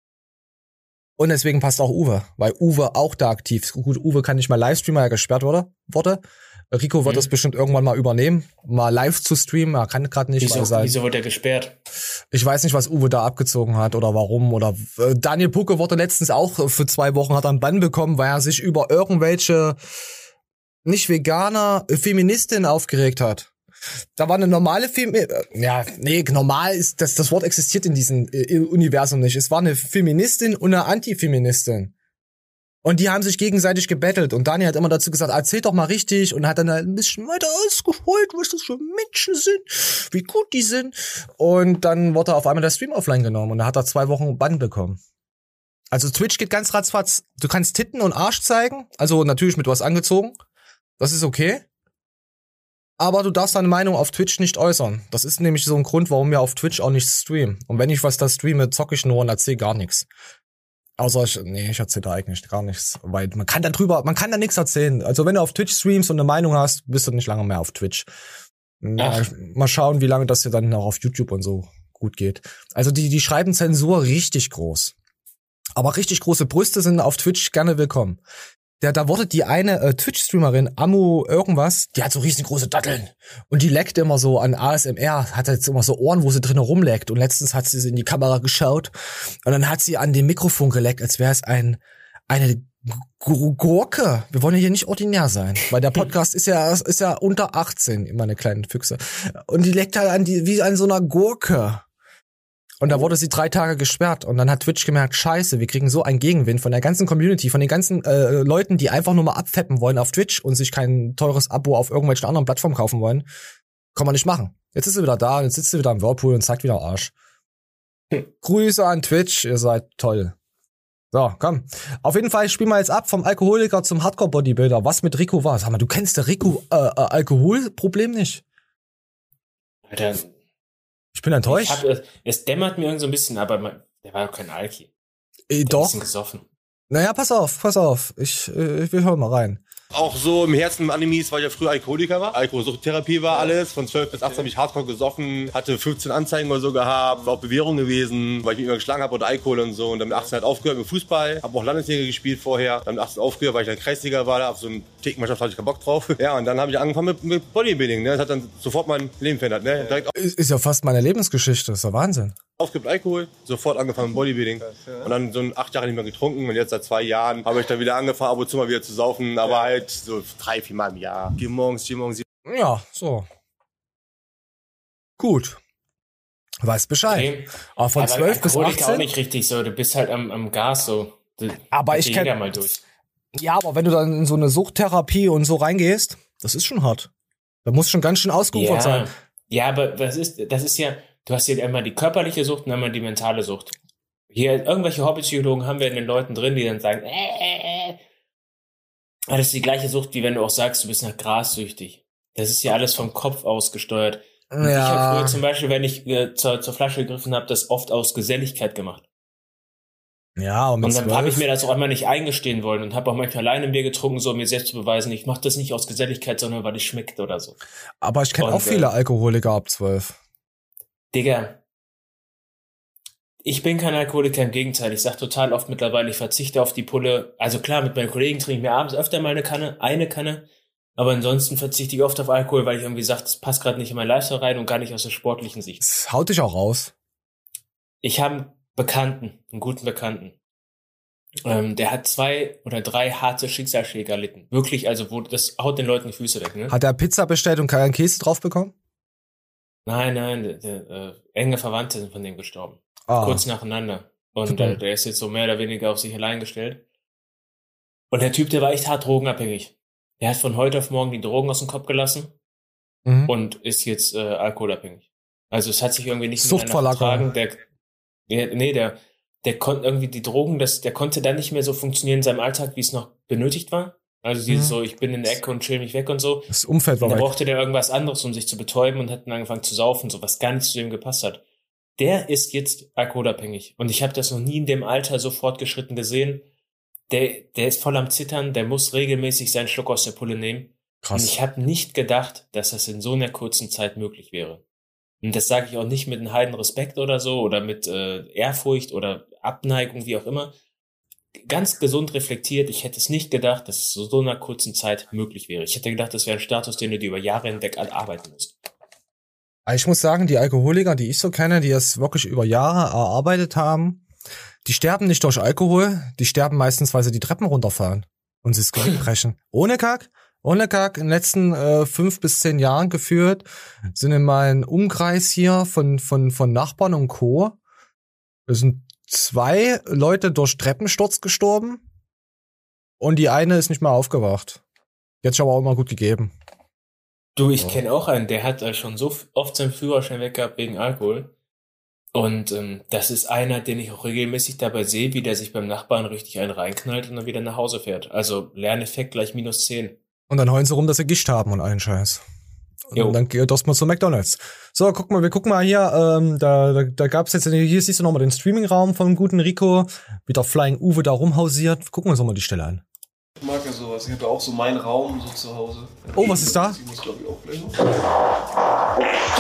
Und deswegen passt auch Uwe, weil Uwe auch da aktiv ist. Gut, Uwe kann nicht mal Livestreamen, weil er gesperrt wurde. wurde. Rico wird Mhm. das bestimmt irgendwann mal übernehmen, mal live zu streamen. Er kann gerade nicht, Wieso, weil sein. wieso wurde er gesperrt? Ich weiß nicht, was Uwe da abgezogen hat oder warum. Oder äh, Daniel Pucke wurde letztens auch für zwei Wochen hat er einen Bann bekommen, weil er sich über irgendwelche nicht Veganer, äh, Feministinnen aufgeregt hat. Da war eine normale Femi ja, nee, normal ist, das, das Wort existiert in diesem äh, Universum nicht. Es war eine Feministin und eine Antifeministin. Und die haben sich gegenseitig gebettelt. Und Daniel hat immer dazu gesagt, erzähl doch mal richtig. Und hat dann halt ein bisschen weiter ausgeholt, was das für Menschen sind, wie gut die sind. Und dann wurde auf einmal der Stream offline genommen. Und da hat er zwei Wochen Bann bekommen. Also Twitch geht ganz ratzfatz. Du kannst Titten und Arsch zeigen. Also natürlich mit was angezogen. Das ist okay. Aber du darfst deine Meinung auf Twitch nicht äußern. Das ist nämlich so ein Grund, warum wir auf Twitch auch nicht streamen. Und wenn ich was da streame, zocke ich nur und erzähl gar nichts. Außer ich, nee, ich erzähle da eigentlich gar nichts. Weil man kann da drüber, man kann da nichts erzählen. Also wenn du auf Twitch streamst und eine Meinung hast, bist du nicht lange mehr auf Twitch. Mal, mal schauen, wie lange das hier dann auch auf YouTube und so gut geht. Also die, die schreiben Zensur richtig groß. Aber richtig große Brüste sind auf Twitch gerne willkommen. Da, da wurde die eine äh, Twitch-Streamerin, Amu irgendwas, die hat so riesengroße Datteln. Und die leckt immer so an A S M R, hat jetzt immer so Ohren, wo sie drin rumleckt. Und letztens hat sie in die Kamera geschaut und dann hat sie an dem Mikrofon geleckt, als wäre es ein eine Gu- Gurke. Wir wollen ja hier nicht ordinär sein, weil der Podcast ist ja ist ja unter achtzehn, immer eine kleine Füchse. Und die leckt halt an die wie an so einer Gurke. Und da wurde sie drei Tage gesperrt. Und dann hat Twitch gemerkt, scheiße, wir kriegen so einen Gegenwind von der ganzen Community, von den ganzen äh, Leuten, die einfach nur mal abfappen wollen auf Twitch und sich kein teures Abo auf irgendwelchen anderen Plattformen kaufen wollen. Kann man nicht machen. Jetzt ist sie wieder da, jetzt sitzt sie wieder im Whirlpool und zeigt wieder Arsch. Hm. Grüße an Twitch, ihr seid toll. So, komm. Auf jeden Fall spielen wir jetzt ab vom Alkoholiker zum Hardcore-Bodybuilder. Was mit Rico war. Sag mal, du kennst der Rico äh, äh, Alkoholproblem nicht? Alter, ich bin enttäuscht. Ich hab, es dämmert mir irgend so ein bisschen, aber man, der war doch kein Alki. Äh, der doch. Ist ein bisschen gesoffen. Naja, pass auf, pass auf. Ich, äh, ich will hören mal rein. Auch so im Herzen Animes, weil ich ja früher Alkoholiker war. Alkoholsuchttherapie war alles. Von zwölf bis achtzehn habe ich hardcore gesoffen. Hatte fünfzehn Anzeigen oder so gehabt. War auf Bewährung gewesen, weil ich mich immer geschlagen habe unter Alkohol und so. Und dann mit achtzehn halt aufgehört mit Fußball. Habe auch Landesliga gespielt vorher. Dann mit achtzehn aufgehört, weil ich dann Kreisliga war. Da auf so eine Thekenmannschaft hatte ich keinen Bock drauf. Ja, und dann habe ich angefangen mit, mit Bodybuilding. Ne? Das hat dann sofort mein Leben verändert. Ne? Direkt Ist, ist ja fast meine Lebensgeschichte. Das ist ja Wahnsinn. Aufgibt Alkohol, sofort angefangen mit Bodybuilding. Und dann so acht Jahre nicht mehr getrunken. Und jetzt seit zwei Jahren habe ich dann wieder angefangen, ab und zu mal wieder zu saufen. Aber halt so drei, vier Mal im Jahr. Geh morgens, geh morgens. Ja, so. Gut. Weiß Bescheid. Okay. Aber von zwölf bis Alkoholik achtzehn? auch nicht richtig so. Du bist halt am, am Gas so. Du, aber ich jeder kenn, mal durch. Ja, aber wenn du dann in so eine Suchttherapie und so reingehst, das ist schon hart. Da muss schon ganz schön ausgeufert Ja. sein. Ja, aber das ist, das ist ja, du hast hier einmal die körperliche Sucht und einmal die mentale Sucht. Hier, irgendwelche Hobbypsychologen haben wir in den Leuten drin, die dann sagen, äh, äh, äh. Aber das ist die gleiche Sucht, wie wenn du auch sagst, du bist nach Gras süchtig. Das ist ja alles vom Kopf aus gesteuert. Und Ja. Ich habe früher zum Beispiel, wenn ich äh, zur, zur Flasche gegriffen habe, das oft aus Geselligkeit gemacht. Ja, und mit Und dann habe ich zwölf? mir das auch einmal nicht eingestehen wollen und habe auch manchmal alleine ein Bier getrunken, so um mir selbst zu beweisen, ich mache das nicht aus Geselligkeit, sondern weil es schmeckt oder so. Aber ich kenne Und, auch viele äh, Alkoholiker ab zwölf. Digga, ich bin kein Alkoholiker, im Gegenteil. Ich sag total oft mittlerweile, ich verzichte auf die Pulle. Also klar, mit meinen Kollegen trinke ich mir abends öfter mal eine Kanne, eine Kanne. Aber ansonsten verzichte ich oft auf Alkohol, weil ich irgendwie sage, das passt gerade nicht in mein Lifestyle rein und gar nicht aus der sportlichen Sicht. Das haut dich auch raus. Ich habe einen Bekannten, einen guten Bekannten. Ähm, der hat zwei oder drei harte Schicksalsschläge erlitten. Wirklich, also wo das haut den Leuten die Füße weg. Ne? Hat er Pizza bestellt und keinen Käse drauf bekommen? Nein, nein, der, der, äh, enge Verwandte sind von dem gestorben. Ah. Kurz nacheinander. Und Super. äh, der ist jetzt so mehr oder weniger auf sich allein gestellt. Und der Typ, der war echt hart drogenabhängig. Der hat von heute auf morgen die Drogen aus dem Kopf gelassen Mhm. und ist jetzt äh, alkoholabhängig. Also es hat sich irgendwie nicht Suchtverlagerung. vertragen. Der, der, nee, der, der konnte irgendwie die Drogen, das, der konnte dann nicht mehr so funktionieren in seinem Alltag, wie es noch benötigt war. Also dieses Mhm. so, ich bin in der Ecke und chill mich weg und so. Das Umfeld war Und dann weg. brauchte der irgendwas anderes, um sich zu betäuben und hat dann angefangen zu saufen, so was gar nicht zu dem gepasst hat. Der ist jetzt alkoholabhängig. Und ich habe das noch nie in dem Alter so fortgeschritten gesehen. Der, der ist voll am Zittern, der muss regelmäßig seinen Schluck aus der Pulle nehmen. Krass. Und ich habe nicht gedacht, dass das in so einer kurzen Zeit möglich wäre. Und das sage ich auch nicht mit einem heiden Respekt oder so oder mit äh, Ehrfurcht oder Abneigung, wie auch immer. Ganz gesund reflektiert, ich hätte es nicht gedacht, dass es in so einer kurzen Zeit möglich wäre. Ich hätte gedacht, das wäre ein Status, den du dir über Jahre hinweg erarbeiten musst. Ich muss sagen, die Alkoholiker, die ich so kenne, die es wirklich über Jahre erarbeitet haben, die sterben nicht durch Alkohol, die sterben meistens, weil sie die Treppen runterfahren und sie das Genick brechen. Ohne Kack, ohne Kack, in den letzten äh, fünf bis zehn Jahren geführt, sind in meinem Umkreis hier von, von, von Nachbarn und Co. Es sind zwei Leute durch Treppensturz gestorben und die eine ist nicht mehr aufgewacht. Die hat sich aber auch immer gut gegeben. Du, ich Ja. kenne auch einen, der hat äh, schon so f- oft seinen Führerschein weggehabt wegen Alkohol. Und ähm, das ist einer, den ich auch regelmäßig dabei sehe, wie der sich beim Nachbarn richtig einen reinknallt und dann wieder nach Hause fährt. Also Lerneffekt gleich minus zehn. Und dann heulen sie rum, dass sie Gicht haben und allen Scheiß. Und Jo. dann geht das mal zu McDonald's. So, guck mal, wir gucken mal hier, ähm, da, da, da gab's jetzt, hier siehst du nochmal den Streaming-Raum vom guten Rico, wie der Flying Uwe da rumhausiert. Gucken wir uns doch mal die Stelle an. Ich mag ja sowas. Ich habe ja auch so meinen Raum so zu Hause. Oh, was ist da? Ich muss, glaube ich, auch gleich noch.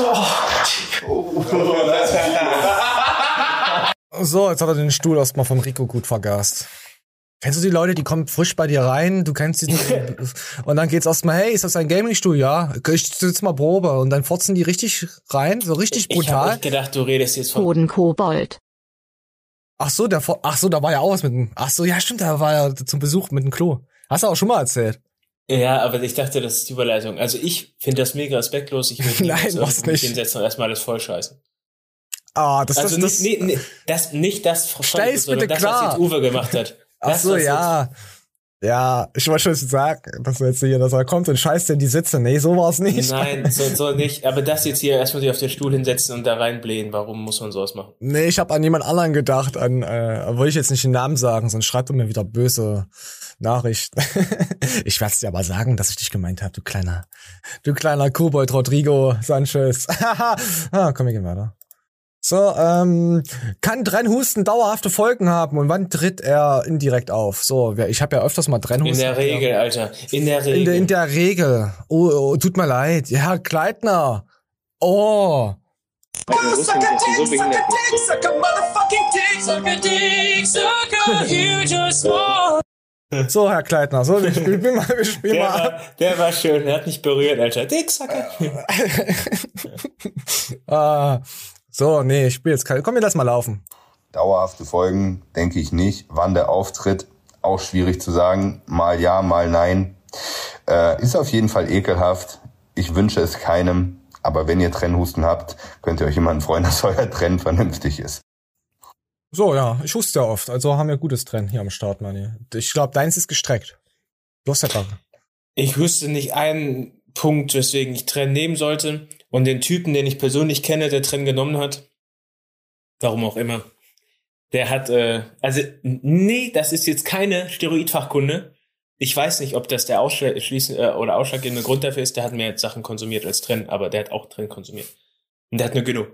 So, jetzt hat er den Stuhl erstmal vom Rico gut vergast. Kennst du die Leute, die kommen frisch bei dir rein, du kennst die nicht, und dann geht's erstmal, hey, ist das ein Gaming-Stuhl? Ja, ich sitze mal Probe, und dann furzen die richtig rein, so richtig Ich habe brutal. echt gedacht, du redest jetzt von... Bodenkobold. Ach so, der, Vor- ach so, da war ja auch was mit dem, ach so, ja stimmt, da war ja zum Besuch mit dem Klo. Hast du auch schon mal erzählt. Ja, aber ich dachte, das ist die Überleitung. Also ich finde das mega respektlos. Ich würde Nein, niemals mach's irgendwo mich nicht. hinsetzen und erstmal alles vollscheißen. Ah, das, also das, nicht, nee, nee, das, nicht das, Stell's sondern bitte das, klar. was jetzt Uwe gemacht hat. Ach Das, so, was ja. Ja, ich wollte schon sagen, dass du jetzt hier, dass er kommt und scheißt in die Sitze. Nee, so war's nicht. Jetzt, nein, so, so nicht. Aber das jetzt hier erstmal sich auf den Stuhl hinsetzen und da reinblähen. Warum muss man sowas machen? Nee, ich habe an jemand anderen gedacht, an, äh, wollte ich jetzt nicht den Namen sagen, sonst schreibt er mir wieder böse Nachrichten. Ich werd's dir aber sagen, dass ich dich gemeint habe, du kleiner, du kleiner Kobold Rodrigo Sanchez. Ah, komm, wir gehen weiter. So, ähm, kann Trennhusten dauerhafte Folgen haben und wann tritt er indirekt auf? So, ich habe ja öfters mal Trennhusten. In der Regel, ja. Alter. In der Regel. In der, in der Regel. Oh, oh, tut mir leid. Ja, Herr Kleitner. Oh. Also, so behindert. So, Herr Kleitner, so, wir spielen mal, wir spielen der mal war, ab. Der war schön, der hat mich berührt, Alter. Dicksacker. ah, so, nee, ich spiel jetzt kein. Komm, wir lass mal laufen. Dauerhafte Folgen, denke ich nicht. Wann der auftritt, auch schwierig zu sagen. Mal ja, mal nein. Äh, ist auf jeden Fall ekelhaft. Ich wünsche es keinem. Aber wenn ihr Trennhusten habt, könnt ihr euch jemanden freuen, dass euer Trennen vernünftig ist. So, ja, ich huste ja oft. Also haben wir gutes Trennen hier am Start, Manni. Ich glaube, deins ist gestreckt. Du hast ja gerade. Ich wüsste nicht einen Punkt, weswegen ich Trennen nehmen sollte. Und den Typen, den ich persönlich kenne, der Trennen genommen hat, warum auch immer, der hat, äh, also, nee, das ist jetzt keine Steroidfachkunde. Ich weiß nicht, ob das der ausschließende äh, oder ausschlaggebende Grund dafür ist. Der hat mehr Sachen konsumiert als Trennen, aber der hat auch Trennen konsumiert. Und der hat eine Gynno.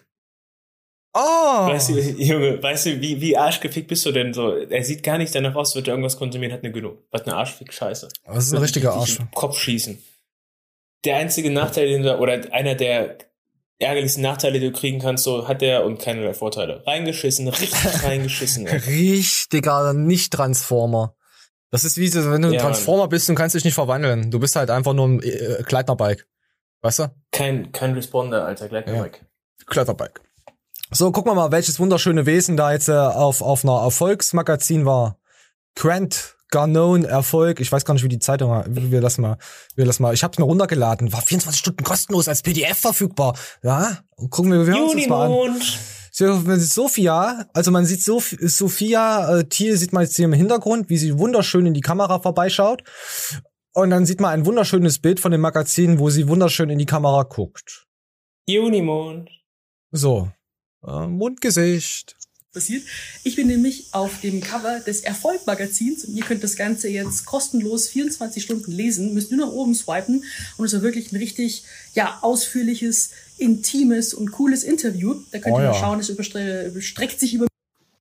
Oh! Weißt du, Junge, weißt du, wie, wie arschgefickt bist du denn so? Er sieht gar nicht danach aus, wird er irgendwas konsumieren, hat eine Gynno. Was eine Arschfick-Scheiße. Das ist ein richtiger Arsch. Kopf schießen. Der einzige Nachteil, den du, oder einer der ärgerlichsten Nachteile, die du kriegen kannst, so hat der und keinerlei Vorteile. Reingeschissen, richtig reingeschissen. Ey. Richtiger Nicht-Transformer. Das ist wie, wenn du ein Ja, Transformer bist und kannst dich nicht verwandeln. Du bist halt einfach nur ein äh, Gleitnerbike. Weißt du? Kein, kein Responder, Alter, Gleitnerbike. Ja. Gleitnerbike. So, gucken wir mal, welches wunderschöne Wesen da jetzt äh, auf, auf einer Erfolgsmagazin war. Grant Garnone Erfolg. Ich weiß gar nicht, wie die Zeitung war. Wir lassen mal, wir lassen mal. Ich hab's mir runtergeladen. War vierundzwanzig Stunden kostenlos als P D F verfügbar. Ja, und gucken wir, wir uns das mal an. So, Sophia, also man sieht Sof- Sophia äh, Thiel sieht man jetzt hier im Hintergrund, wie sie wunderschön in die Kamera vorbeischaut. Und dann sieht man ein wunderschönes Bild von dem Magazin, wo sie wunderschön in die Kamera guckt. Junimond. So. Äh, Mundgesicht. Passiert. Ich bin nämlich auf dem Cover des Erfolg-Magazins und ihr könnt das Ganze jetzt kostenlos vierundzwanzig Stunden lesen, müsst nur nach oben swipen und es war wirklich ein richtig, ja, ausführliches, intimes und cooles Interview. Da könnt Oh ihr ja. mal schauen, es überstre- überstreckt sich über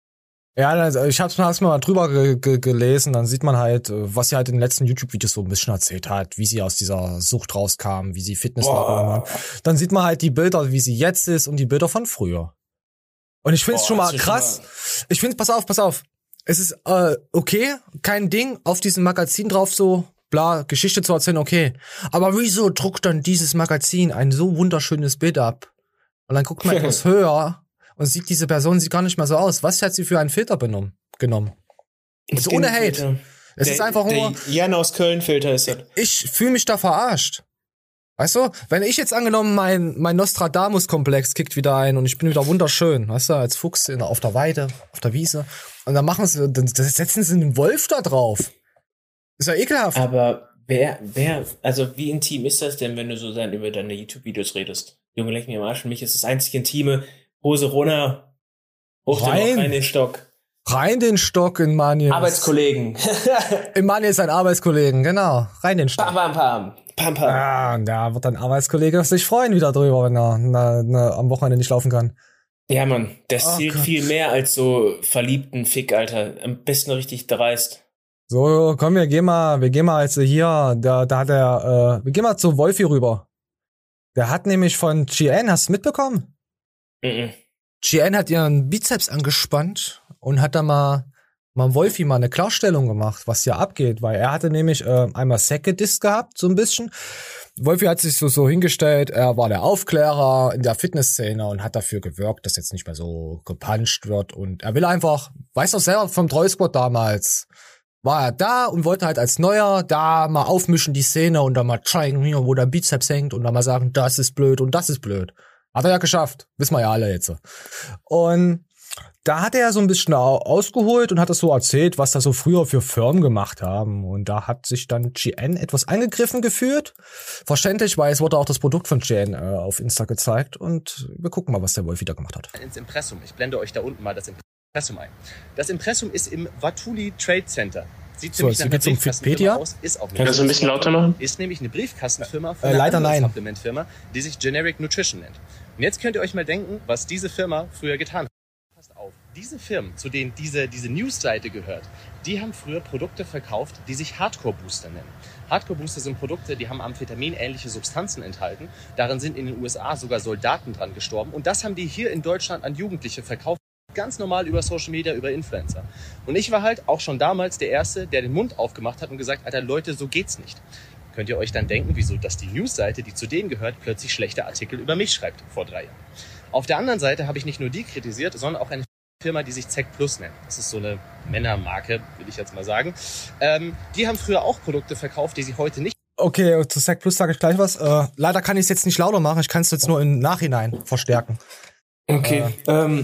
Ja, also ich hab's mir mal drüber ge- ge- gelesen, dann sieht man halt, äh, was sie halt in den letzten YouTube-Videos so ein bisschen erzählt hat, wie sie aus dieser Sucht rauskam, wie sie Fitness war. Dann sieht man halt die Bilder, wie sie jetzt ist und die Bilder von früher. Und ich find's Boah, schon mal das ist krass. schon Ich find's, pass auf, pass auf. Es ist äh, okay, kein Ding, auf diesem Magazin drauf so, bla, Geschichte zu erzählen, okay. Aber wieso druckt dann dieses Magazin ein so wunderschönes Bild ab? Und dann guckt man etwas höher und sieht, diese Person sieht gar nicht mehr so aus. Was hat sie für einen Filter benommen, genommen? Das ist ohne Hate. Es der, ist einfach der nur, Jan aus Köln-Filter ist das. ich fühle mich da verarscht. Weißt du, wenn ich jetzt angenommen, mein, mein Nostradamus-Komplex kickt wieder ein und ich bin wieder wunderschön, weißt du, als Fuchs in, auf der Weide, auf der Wiese, und dann machen sie, dann setzen sie einen Wolf da drauf. Ist ja ekelhaft. Aber wer, wer, also wie intim ist das denn, wenn du so dann über deine YouTube-Videos redest? Junge, leck mir am Arsch, für mich ist das einzig Intime, Hose runter, hoch den, Rein. rein in den Stock. Rein den Stock in Manius. Arbeitskollegen. In Manius ein Arbeitskollegen, genau. Rein den Stock. Pam, pam, pam. Pam, pam. Ja, und da wird dein Arbeitskollege sich freuen wieder drüber, wenn er na, na, am Wochenende nicht laufen kann. Ja, Mann, das Oh zählt Gott. viel mehr als so verliebten Fick, Alter. Am besten richtig dreist. So, komm, wir gehen mal, wir gehen mal jetzt hier, da, da hat er, äh, wir gehen mal zu Wolfi rüber. Der hat nämlich von G N, hast du mitbekommen? Mhm. G N hat ihren Bizeps angespannt und hat da mal, mal Wolfi mal eine Klarstellung gemacht, was hier abgeht, weil er hatte nämlich äh, einmal Sack-Gedisst gehabt, so ein bisschen. Wolfi hat sich so, so hingestellt, er war der Aufklärer in der Fitnessszene und hat dafür gewirkt, dass jetzt nicht mehr so gepuncht wird und er will einfach, weiß doch selber vom Troy Squad damals, war er da und wollte halt als Neuer da mal aufmischen die Szene und dann mal zeigen, hier, wo der Bizeps hängt und dann mal sagen, das ist blöd und das ist blöd. Hat er ja geschafft. Wissen wir ja alle jetzt. Und da hat er ja so ein bisschen ausgeholt und hat das so erzählt, was da so früher für Firmen gemacht haben. Und da hat sich dann G N etwas angegriffen gefühlt. Verständlich, weil es wurde auch das Produkt von G N äh, auf Insta gezeigt. Und wir gucken mal, was der Wolf wieder gemacht hat. Ins Impressum. Ich blende euch da unten mal das Impressum ein. Das Impressum ist im Watuli Trade Center. Sieht So, ziemlich jetzt nach einer geht's um Briefkastenfirma Wikipedia. aus. Ist auch eine Kannst du ein bisschen lauter machen? Ist nämlich eine Briefkastenfirma von Äh, einer leider anderen nein. Supplementfirma, die sich Generic Nutrition nennt. Und jetzt könnt ihr euch mal denken, was diese Firma früher getan hat. Passt auf, diese Firmen, zu denen diese, diese News-Seite gehört, die haben früher Produkte verkauft, die sich Hardcore-Booster nennen. Hardcore-Booster sind Produkte, die haben Amphetamin-ähnliche Substanzen enthalten. Darin sind in den U S A sogar Soldaten dran gestorben. Und das haben die hier in Deutschland an Jugendliche verkauft. Ganz normal über Social Media, über Influencer. Und ich war halt auch schon damals der Erste, der den Mund aufgemacht hat und gesagt, Alter, Leute, so geht's nicht. Könnt ihr euch dann denken, wieso, dass die Newsseite, die zu denen gehört, plötzlich schlechte Artikel über mich schreibt, vor drei Jahren. Auf der anderen Seite habe ich nicht nur die kritisiert, sondern auch eine Firma, die sich Z E C Plus nennt. Das ist so eine Männermarke, will ich jetzt mal sagen. Ähm, die haben früher auch Produkte verkauft, die sie heute nicht. Okay, zu Z E C Plus sage ich gleich was. Äh, leider kann ich es jetzt nicht lauter machen. Ich kann es jetzt nur im Nachhinein verstärken. Okay, Äh, ähm,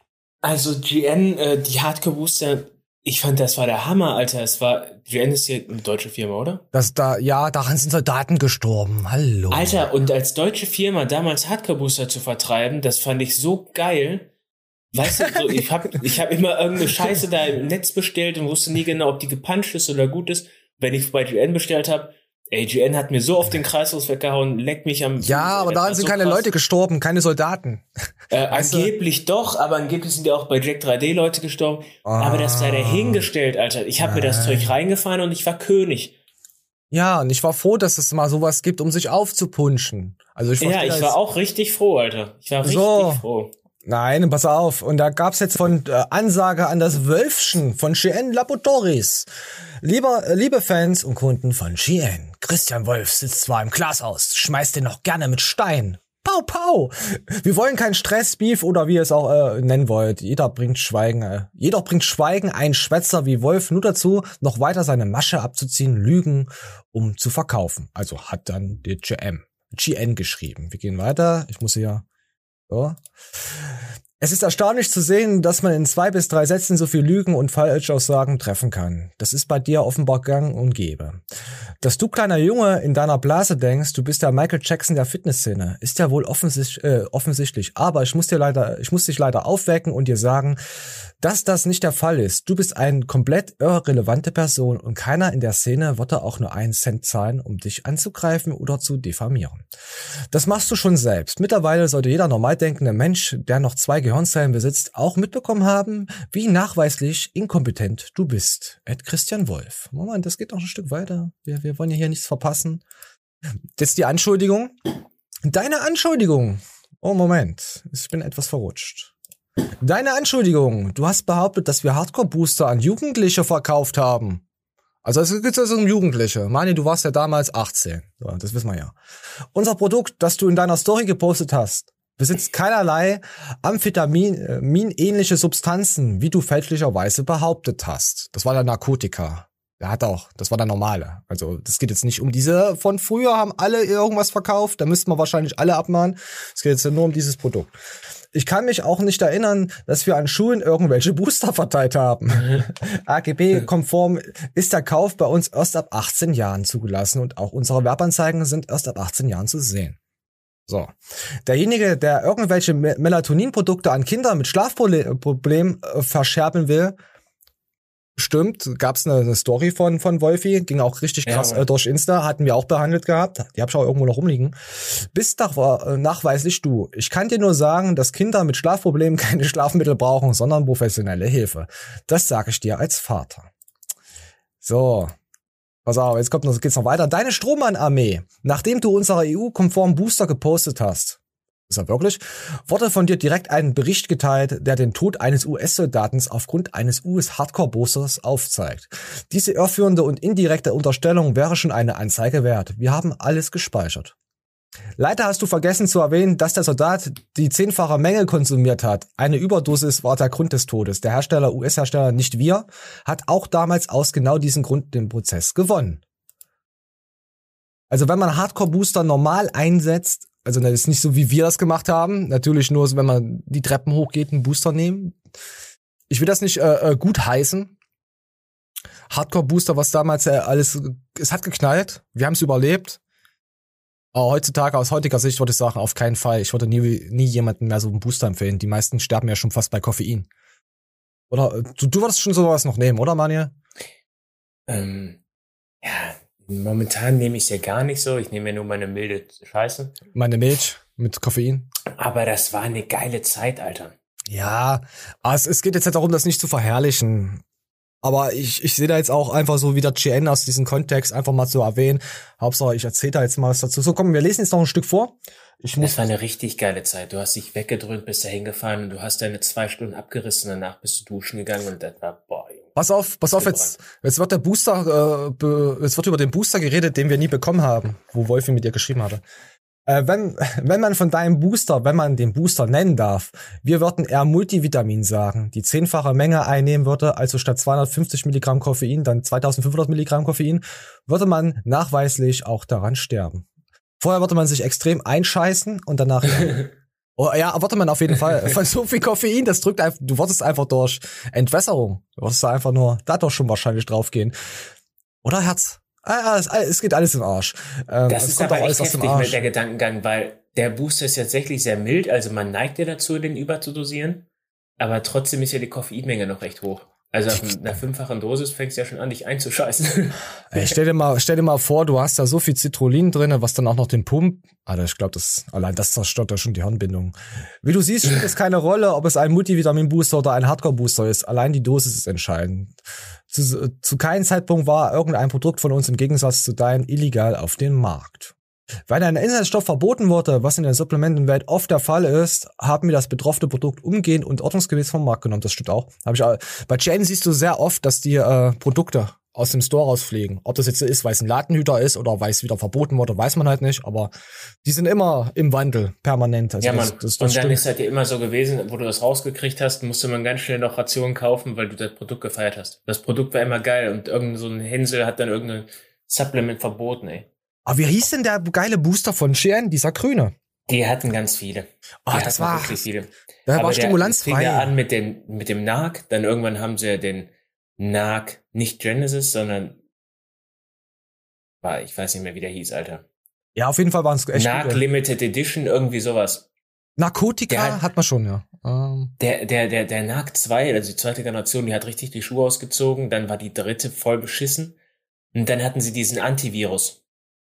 also G N, äh, die Hardcore-Booster, ich fand, das war der Hammer, Alter. Es war, G N ist hier eine deutsche Firma, oder? Das da, ja, daran sind Soldaten gestorben. Hallo. Alter, und als deutsche Firma damals Hardcore-Booster zu vertreiben, das fand ich so geil. Weißt du, so, ich hab, ich hab immer irgendeine Scheiße da im Netz bestellt und wusste nie genau, ob die gepuncht ist oder gut ist. Wenn ich bei G N bestellt habe, ey, G N hat mir so auf den Kreislauf weggehauen, leckt mich am... Ja, aber das daran war sind so keine krass. Leute gestorben, keine Soldaten. Äh, Weißt du? angeblich doch, aber angeblich sind ja auch bei Jack drei D Leute gestorben. Ah. Aber das sei dahingestellt, Alter. Ich habe mir das Zeug reingefahren und ich war König. Ja, und ich war froh, dass es mal sowas gibt, um sich aufzupunschen. Also ich Ja, verstehe ich das- war auch richtig froh, Alter. Ich war richtig So. froh. Nein, pass auf. Und da gab's jetzt von äh, Ansage an das Wölfchen von G N Laboratories. Lieber, äh, liebe Fans und Kunden von G N, Christian Wolf sitzt zwar im Glashaus, schmeißt den noch gerne mit Stein. Pau, pau. Wir wollen keinen Stress, Beef oder wie ihr es auch äh, nennen wollt. Jeder bringt Schweigen. Äh, jeder bringt Schweigen, ein Schwätzer wie Wolf, nur dazu, noch weiter seine Masche abzuziehen, Lügen, um zu verkaufen. Also hat dann die G M, G N geschrieben. Wir gehen weiter. Ich muss hier... So. Es ist erstaunlich zu sehen, dass man in zwei bis drei Sätzen so viel Lügen und Falschaussagen treffen kann. Das ist bei dir offenbar gang und gäbe. Dass du, kleiner Junge, in deiner Blase denkst, du bist der Michael Jackson der Fitnessszene, ist ja wohl offensichtlich, äh, offensichtlich. Aber ich muss dir leider, ich muss dich leider aufwecken und dir sagen, dass das nicht der Fall ist. Du bist eine komplett irrelevante Person und keiner in der Szene wird da auch nur einen Cent zahlen, um dich anzugreifen oder zu diffamieren. Das machst du schon selbst. Mittlerweile sollte jeder normal denkende Mensch, der noch zwei Gehirnzellen besitzt, auch mitbekommen haben, wie nachweislich inkompetent du bist. Ed Christian Wolf. Moment, das geht noch ein Stück weiter. Wir, wir wollen ja hier nichts verpassen. Jetzt die Anschuldigung. Deine Anschuldigung. Oh, Moment. Ich bin etwas verrutscht. Deine Anschuldigung. Du hast behauptet, dass wir Hardcore-Booster an Jugendliche verkauft haben. Also es geht also um Jugendliche. Mani, du warst ja damals achtzehn. So, das wissen wir ja. Unser Produkt, das du in deiner Story gepostet hast, besitzt keinerlei Amphetamin-ähnliche Substanzen, wie du fälschlicherweise behauptet hast. Das war der Narkotika. Der hat auch, das war der normale. Also das geht jetzt nicht um diese, von früher haben alle irgendwas verkauft, da müssten wir wahrscheinlich alle abmahnen. Es geht jetzt nur um dieses Produkt. Ich kann mich auch nicht erinnern, dass wir an Schulen irgendwelche Booster verteilt haben. A G B-konform ist der Kauf bei uns erst ab achtzehn Jahren zugelassen und auch unsere Werbeanzeigen sind erst ab achtzehn Jahren zu sehen. So. Derjenige, der irgendwelche Me- Melatonin-Produkte an Kinder mit Schlafproblemen äh, verscherben will, stimmt, gab's eine, eine Story von von Wolfi, ging auch richtig krass Ja, äh, durch Insta, hatten wir auch behandelt gehabt, die hab ich auch irgendwo noch rumliegen. Bist nach, äh, nachweislich du. Ich kann dir nur sagen, dass Kinder mit Schlafproblemen keine Schlafmittel brauchen, sondern professionelle Hilfe. Das sage ich dir als Vater. So. Pass auf, jetzt kommt noch, geht's noch weiter. Deine Strohmann-Armee, nachdem du unsere E U-konformen Booster gepostet hast, ist er wirklich, wurde von dir direkt ein Bericht geteilt, der den Tod eines U S-Soldaten aufgrund eines U S-Hardcore-Boosters aufzeigt. Diese irreführende und indirekte Unterstellung wäre schon eine Anzeige wert. Wir haben alles gespeichert. Leider hast du vergessen zu erwähnen, dass der Soldat die zehnfache Menge konsumiert hat. Eine Überdosis war der Grund des Todes. Der Hersteller, U S-Hersteller, nicht wir, hat auch damals aus genau diesem Grund den Prozess gewonnen. Also wenn man Hardcore-Booster normal einsetzt, Also das ist nicht so, wie wir das gemacht haben. Natürlich nur, so, wenn man die Treppen hochgeht, einen Booster nehmen. Ich will das nicht äh, gut heißen. Hardcore-Booster, was damals äh, alles, es hat geknallt. Wir haben es überlebt. Aber heutzutage, aus heutiger Sicht würde ich sagen, auf keinen Fall. Ich würde nie, nie jemandem mehr so einen Booster empfehlen. Die meisten sterben ja schon fast bei Koffein. Oder du, du würdest schon sowas noch nehmen, oder Manuel? Ähm, ja, momentan nehme ich es ja gar nicht so. Ich nehme ja nur meine milde Scheiße. Meine Milch mit Koffein. Aber das war eine geile Zeit, Alter. Ja, aber es, es geht jetzt halt darum, das nicht zu verherrlichen. Aber ich, ich sehe da jetzt auch einfach so wieder G N aus diesem Kontext einfach mal zu erwähnen. Hauptsache, ich erzähle da jetzt mal was dazu. So, komm, wir lesen jetzt noch ein Stück vor. Ich muss das war eine richtig geile Zeit. Du hast dich weggedrückt, bist da hingefahren und du hast deine zwei Stunden abgerissen. Danach bist du duschen gegangen und das war, boah. Pass auf, pass auf, jetzt, jetzt wird der Booster, äh, be, jetzt wird über den Booster geredet, den wir nie bekommen haben, wo Wolfi mit dir geschrieben hatte. Äh, wenn, wenn man von deinem Booster, wenn man den Booster nennen darf, wir würden eher Multivitamin sagen, die zehnfache Menge einnehmen würde, also statt zweihundertfünfzig Milligramm Koffein, dann zweitausendfünfhundert Milligramm Koffein, würde man nachweislich auch daran sterben. Vorher würde man sich extrem einscheißen und danach, oh, ja, würde man auf jeden Fall, von so viel Koffein, das drückt einfach, du würdest einfach durch Entwässerung, du würdest da einfach nur, da doch schon wahrscheinlich draufgehen. Oder Herz? Ah, es, es geht alles im Arsch. Ähm, das ist aber echt heftig mit der Gedankengang, weil der Booster ist tatsächlich sehr mild, also man neigt ja dazu, den überzudosieren, aber trotzdem ist ja die Koffeinmenge noch recht hoch. Also auf einer fünffachen Dosis fängst du ja schon an, dich einzuscheißen. Ey, stell dir mal, stell dir mal vor, du hast da so viel Citrullin drin, was dann auch noch den Pump, Alter, ich glaube, das, allein das zerstört ja schon die Hirnbindung. Wie du siehst, spielt es keine Rolle, ob es ein Multivitamin-Booster oder ein Hardcore-Booster ist. Allein die Dosis ist entscheidend. Zu, zu keinem Zeitpunkt war irgendein Produkt von uns im Gegensatz zu deinem illegal auf dem Markt. Weil ein Inhaltsstoff verboten wurde, was in der Supplementenwelt oft der Fall ist, haben wir das betroffene Produkt umgehend und ordnungsgemäß vom Markt genommen. Das stimmt auch. Hab ich, bei G N siehst du sehr oft, dass die äh, Produkte aus dem Store rausfliegen. Ob das jetzt so ist, weil es ein Ladenhüter ist oder weil es wieder verboten wurde, weiß man halt nicht. Aber die sind immer im Wandel, permanent. Also ja, das, Mann. das, das und dann stimmt. ist halt ja immer so gewesen, wo du das rausgekriegt hast, musste man ganz schnell noch Rationen kaufen, weil du das Produkt gefeiert hast. Das Produkt war immer geil und irgend so ein Hänsel hat dann irgendein Supplement verboten, ey. Aber wie hieß denn der geile Booster von G N, dieser grüne? Die hatten ganz viele. Oh, die das war wirklich viele. Da Aber war stimulanzfrei. Der fing ja an mit dem, mit dem N A C, dann irgendwann haben sie ja den N A C, nicht Genesis, sondern war, ich weiß nicht mehr, wie der hieß, Alter. Ja, auf jeden Fall waren es echt N A C gute. Limited Edition, irgendwie sowas. Narkotika Der hat- hat man schon, ja. Ähm, Der, der, der, der N A C zwei, also die zweite Generation, die hat richtig die Schuhe ausgezogen, dann war die dritte voll beschissen und dann hatten sie diesen Antivirus.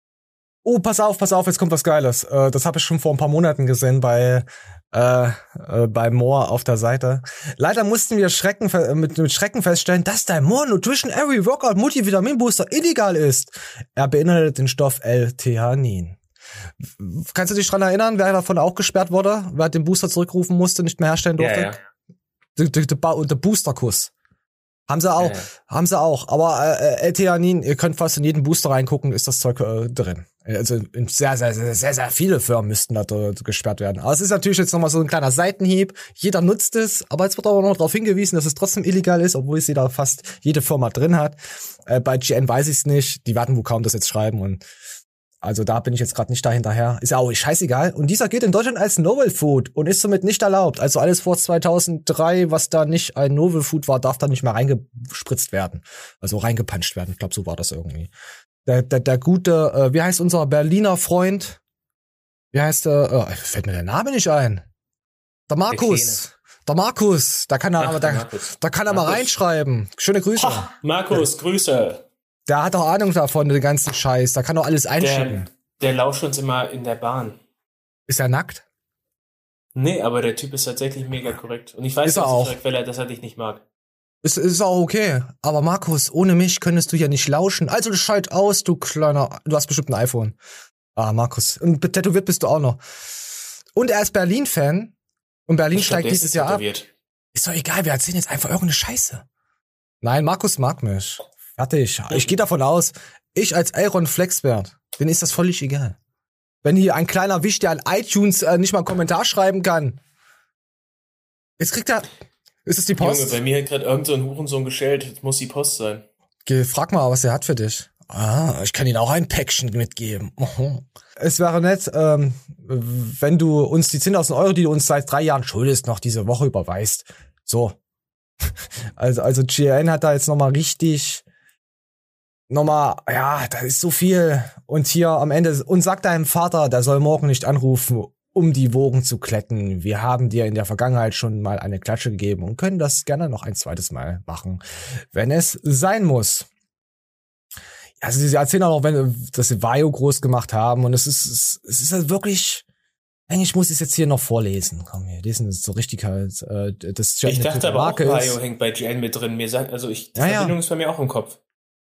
Oh, pass auf, pass auf, jetzt kommt was Geiles. Äh, das habe ich schon vor ein paar Monaten gesehen bei äh, äh, bei Moore auf der Seite. Leider mussten wir Schrecken fe- mit, mit Schrecken feststellen, dass der Moore Nutrition Every Workout Multivitamin Booster illegal ist. Er beinhaltet den Stoff L-Theanin. Kannst du dich dran erinnern, wer davon auch gesperrt wurde, wer den Booster zurückrufen musste, nicht mehr herstellen durfte? Ja, ja. Der, der, der, Ba- der Boosterkuss. Haben sie auch, Ja, ja. haben sie auch. Aber äh, L-Theanin, ihr könnt fast in jeden Booster reingucken, ist das Zeug äh, drin. Also in sehr, sehr, sehr, sehr, sehr viele Firmen müssten da äh, gesperrt werden. Aber es ist natürlich jetzt nochmal so ein kleiner Seitenhieb. Jeder nutzt es, aber jetzt wird aber noch darauf hingewiesen, dass es trotzdem illegal ist, obwohl es jeder fast jede Firma drin hat. Äh, bei G N weiß ich es nicht. Die werden wohl kaum das jetzt schreiben und also da bin ich jetzt gerade nicht dahinterher. Ist ja auch scheißegal. Und dieser geht in Deutschland als Novel Food und ist somit nicht erlaubt. Also alles vor zweitausenddrei, was da nicht ein Novel Food war, darf da nicht mehr reingespritzt werden. Also reingepanscht werden. Ich glaube, so war das irgendwie. Der, der, der gute, äh, wie heißt unser Berliner Freund? Wie heißt der? Oh, fällt mir der Name nicht ein. Der Markus. Der Der Markus. Da kann er, Ach, aber, der da, Markus. da kann er mal Markus. reinschreiben. Schöne Grüße. Ha, Markus, Grüße. Der hat doch Ahnung davon, den ganzen Scheiß. Da kann doch alles Der, einschicken. der lauscht uns immer in der Bahn. Ist er nackt? Nee, aber der Typ ist tatsächlich mega korrekt. Und ich weiß, Ist er dass, auch. ich, weil er, dass er dich nicht mag. Ist, ist auch okay. Aber Markus, ohne mich könntest du ja nicht lauschen. Also schalt aus, du kleiner. Du hast bestimmt ein iPhone. Ah, Markus. Und tätowiert bist du auch noch. Und er ist Berlin-Fan. Und Berlin Ich glaub, steigt der ist dieses jetzt Jahr ab. tätowiert. Ist doch egal, wir erzählen jetzt einfach irgendeine Scheiße. Nein, Markus mag mich. Fertig. Ich gehe davon aus, ich als Aaron Flexbert, denen ist das völlig egal. Wenn hier ein kleiner Wicht, der an iTunes äh, nicht mal einen Kommentar schreiben kann. Jetzt kriegt er. Ist es die Post? Junge, bei mir hat gerade irgend so ein Hurensohn geschellt. Jetzt muss die Post sein. Geh, frag mal, was er hat für dich. Ah, ich kann Ihnen auch ein Päckchen mitgeben. Oho. Es wäre nett, ähm, wenn du uns die zehntausend Euro, die du uns seit drei Jahren schuldest, noch diese Woche überweist. So. Also, also G N hat da jetzt nochmal richtig, nochmal, ja, da ist so viel. Und hier am Ende, und sag deinem Vater, der soll morgen nicht anrufen, um die Wogen zu glätten. Wir haben dir in der Vergangenheit schon mal eine Klatsche gegeben und können das gerne noch ein zweites Mal machen, wenn es sein muss. Also sie erzählen auch noch, wenn, dass sie Vajo groß gemacht haben und es ist, es ist halt wirklich, eigentlich muss ich es jetzt hier noch vorlesen. Komm, wir lesen das so richtig halt, äh, das G N Ich dachte aber auch, Vajo ist. hängt bei G N mit drin. Mir sagt, also ich, die Ja, ja. Verbindung ist bei mir auch im Kopf.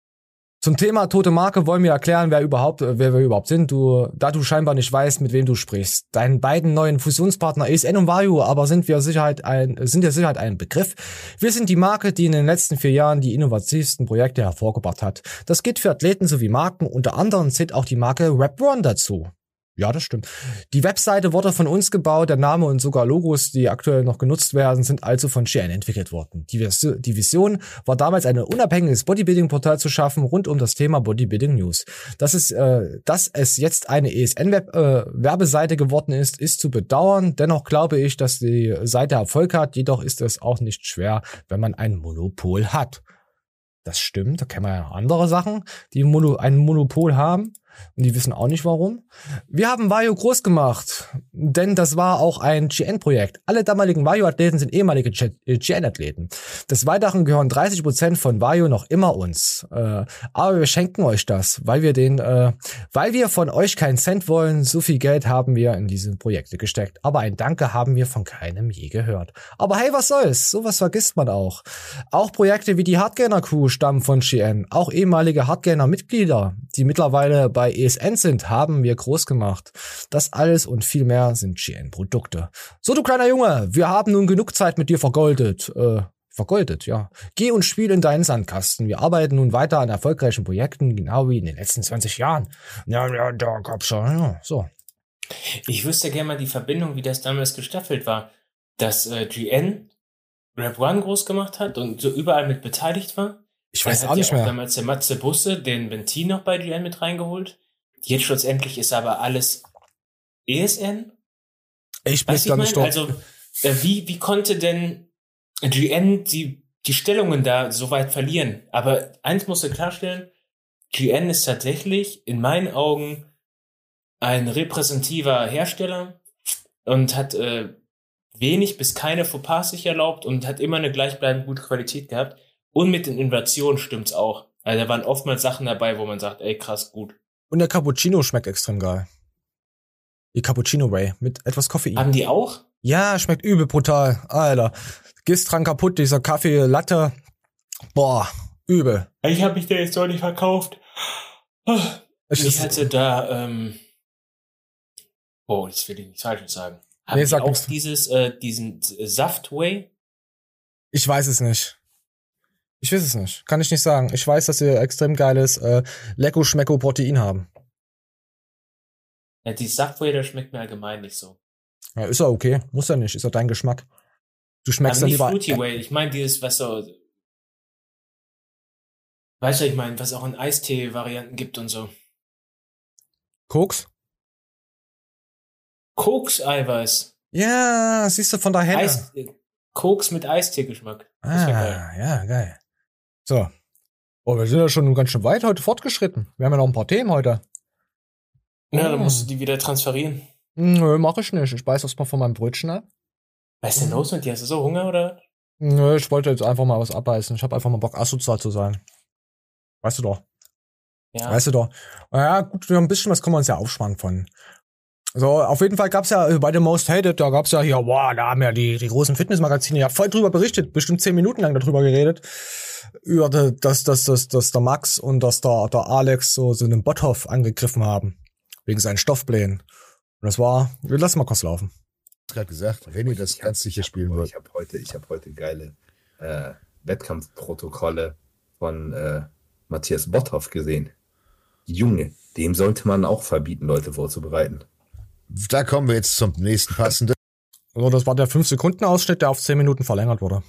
Zum Thema tote Marke wollen wir erklären, wer überhaupt, wer wir überhaupt sind. Du, da du scheinbar nicht weißt, mit wem du sprichst. Deinen beiden neuen Fusionspartner E S N und Vajo, aber sind wir Sicherheit ein, sind der Sicherheit ein Begriff. Wir sind die Marke, die in den letzten vier Jahren die innovativsten Projekte hervorgebracht hat. Das geht für Athleten sowie Marken. Unter anderem zählt auch die Marke Rap One dazu. Ja, das stimmt. Die Webseite wurde von uns gebaut, der Name und sogar Logos, die aktuell noch genutzt werden, sind also von G N entwickelt worden. Die, Vis- die Vision war damals, ein unabhängiges Bodybuilding-Portal zu schaffen rund um das Thema Bodybuilding News. Dass es, äh, dass es jetzt eine E S N-Web-Werbeseite äh, geworden ist, ist zu bedauern. Dennoch glaube ich, dass die Seite Erfolg hat. Jedoch ist es auch nicht schwer, wenn man ein Monopol hat. Das stimmt, da kennen wir ja andere Sachen, die Mono, ein Monopol haben. Und die wissen auch nicht warum. Wir haben Vajo groß gemacht, denn das war auch ein G N-Projekt. Alle damaligen Vajo-Athleten sind ehemalige G N-Athleten. Des Weiteren gehören dreißig Prozent von Vajo noch immer uns. Äh, aber wir schenken euch das, weil wir den, äh, weil wir von euch keinen Cent wollen. So viel Geld haben wir in diese Projekte gesteckt. Aber ein Danke haben wir von keinem je gehört. Aber hey, was soll's? Sowas vergisst man auch. Auch Projekte wie die Hardgainer-Crew stammen von G N. Auch ehemalige Hardgainer-Mitglieder, die mittlerweile bei E S N sind, haben wir groß gemacht. Das alles und viel mehr sind G N-Produkte. So, du kleiner Junge, wir haben nun genug Zeit mit dir vergoldet. Äh, vergoldet, ja. Geh und spiel in deinen Sandkasten. Wir arbeiten nun weiter an erfolgreichen Projekten, genau wie in den letzten zwanzig Jahren. Ja, ja, da gab's schon, ja, so. Ich wüsste gerne mal die Verbindung, wie das damals gestaffelt war, dass äh, G N Rap One groß gemacht hat und so überall mit beteiligt war. Ich weiß Dann auch hat nicht ja mehr. Damals der Matze Busse den Ventin noch bei G N mit reingeholt. Jetzt schlussendlich ist aber alles E S N. Ich bin Weißt du, da ich nicht mein? dort. Also äh, wie wie konnte denn G N die die Stellungen da so weit verlieren? Aber eins musst du klarstellen: G N ist tatsächlich in meinen Augen ein repräsentativer Hersteller und hat äh, wenig bis keine Fauxpas sich erlaubt und hat immer eine gleichbleibend gute Qualität gehabt. Und mit den Innovationen stimmt's auch. Also da waren oftmals Sachen dabei, wo man sagt, ey, krass, gut. Und der Cappuccino schmeckt extrem geil. Die Cappuccino Way mit etwas Koffein. Haben die auch? Ja, schmeckt übel brutal. Alter. Gehst dran kaputt, dieser Kaffee Latte. Boah, übel. Ich habe mich da jetzt doch nicht verkauft. Ich, Ich hatte da, ähm, oh, das will ich nicht falsch sagen. Haben Nee, die sag auch nix. dieses, äh, diesen Saftway? ich weiß es nicht. Ich weiß es nicht. Kann ich nicht sagen. Ich weiß, dass sie extrem geiles äh, Lecko-Schmecko-Protein haben. Ja, dieses Saftway, der schmeckt mir allgemein nicht so. Ja, ist ja okay. Muss ja nicht. Ist ja dein Geschmack. Du schmeckst Aber dann nicht lieber... Fruity Way. Ich meine dieses, was so, weißt du, ich meine, was auch in Eistee-Varianten gibt und so. Koks? Koks-Eiweiß. Ja, siehst du von daher. Eis, äh, Koks mit Eistee-Geschmack. Das wär geil. Ah, ja, geil. So. Oh, wir sind ja schon ganz schön weit heute fortgeschritten. Wir haben ja noch ein paar Themen heute. Ja, Oh. dann musst du die wieder transferieren. Nö, mach ich nicht. Ich beiß erst mal von meinem Brötchen ab. Was ist denn los mit dir? Hast du so Hunger, oder? Nö, ich wollte jetzt einfach mal was abbeißen. Ich habe einfach mal Bock, asozial zu sein. Weißt du doch. Ja. Weißt du doch. Ja, gut, ein bisschen was können wir uns ja aufsparen von. So, auf jeden Fall gab's ja bei The Most Hated, da gab's ja hier, wow, da haben ja die, die großen Fitnessmagazine ja voll drüber berichtet, bestimmt zehn Minuten lang darüber geredet. Über, de- dass, dass, dass, dass der Max und dass der, der Alex so, so einen Botthoff angegriffen haben. Wegen seinen Stoffplänen. Und das war, wir lassen mal kurz laufen. Ich habe gerade gesagt, René das ganz sicher spielen wird. Ich habe heute, ich habe heute geile äh, Wettkampfprotokolle von äh, Matthias Botthoff gesehen. Junge, dem sollte man auch verbieten, Leute vorzubereiten. Da kommen wir jetzt zum nächsten passenden. So, das war der fünf Sekunden Ausschnitt, der auf zehn Minuten verlängert wurde.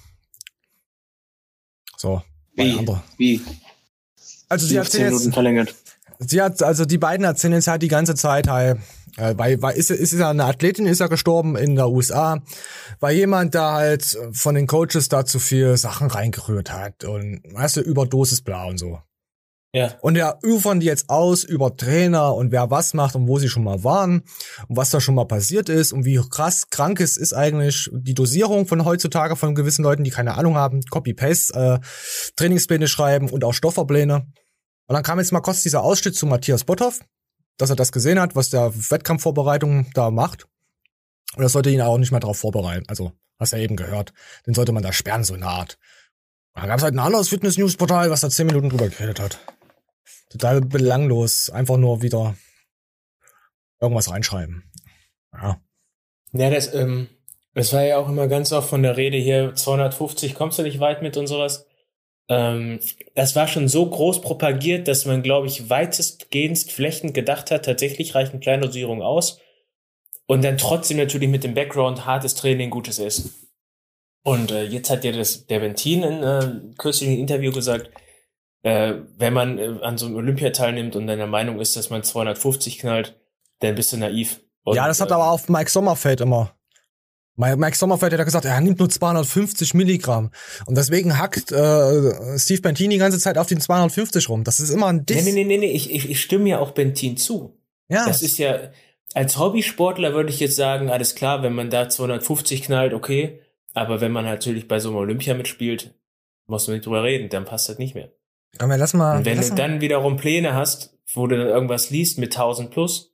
So. Wie? Andere. Wie? Also sie Wie auf erzählen zehn Minuten jetzt, verlängert. sie hat, also die beiden erzählen jetzt halt die ganze Zeit halt, Äh, weil, weil ist, ist ja eine Athletin ist ja gestorben in der U S A, weil jemand da halt von den Coaches da zu viel Sachen reingerührt hat und weißt du, Überdosis bla und so. Ja. Und ja, ufern die jetzt aus über Trainer und wer was macht und wo sie schon mal waren und was da schon mal passiert ist und wie krass krank es ist eigentlich die Dosierung von heutzutage von gewissen Leuten, die keine Ahnung haben, Copy-Paste, äh, Trainingspläne schreiben und auch Stofffahrpläne. Und dann kam jetzt mal kurz dieser Ausschnitt zu Matthias Botthoff, dass er das gesehen hat, was der Wettkampfvorbereitung da macht. Und das sollte ihn auch nicht mehr darauf vorbereiten. Also, hast ja eben gehört. Den sollte man da sperren, so eine Art. Und dann gab es halt ein anderes Fitness-News-Portal, was da zehn Minuten drüber geredet hat. Total belanglos. Einfach nur wieder irgendwas reinschreiben. Ja. Ja, das, ähm, das war ja auch immer ganz oft von der Rede hier, zweihundertfünfzig kommst du nicht weit mit und sowas. Ähm, das war schon so groß propagiert, dass man, glaube ich, weitestgehend flächend gedacht hat, tatsächlich reichen kleine Dosierungen aus. Und dann trotzdem natürlich mit dem Background hartes Training, gutes Essen. Und äh, jetzt hat ja das, der Ventin in äh, kürzlichen Interview gesagt, äh, wenn man äh, an so einem Olympia teilnimmt und dann der Meinung ist, dass man zweihundertfünfzig knallt, dann bist du naiv. Und, ja, das hat äh, aber auf Mike Sommerfeld immer. Mike Sommerfeld hat ja gesagt, er nimmt nur zweihundertfünfzig Milligramm. Und deswegen hackt äh, Steve Bentin die ganze Zeit auf den zweihundertfünfzig rum. Das ist immer ein Diss. Nee, nee, nee, nee, ich, ich, ich stimme ja auch Bentin zu. Ja. Das ist ja, als Hobbysportler würde ich jetzt sagen, alles klar, wenn man da zweihundertfünfzig knallt, okay. Aber wenn man natürlich bei so einem Olympia mitspielt, muss man nicht drüber reden, dann passt das nicht mehr. Aber lass mal. Und wenn lass du mal. dann wiederum Pläne hast, wo du dann irgendwas liest mit tausend plus,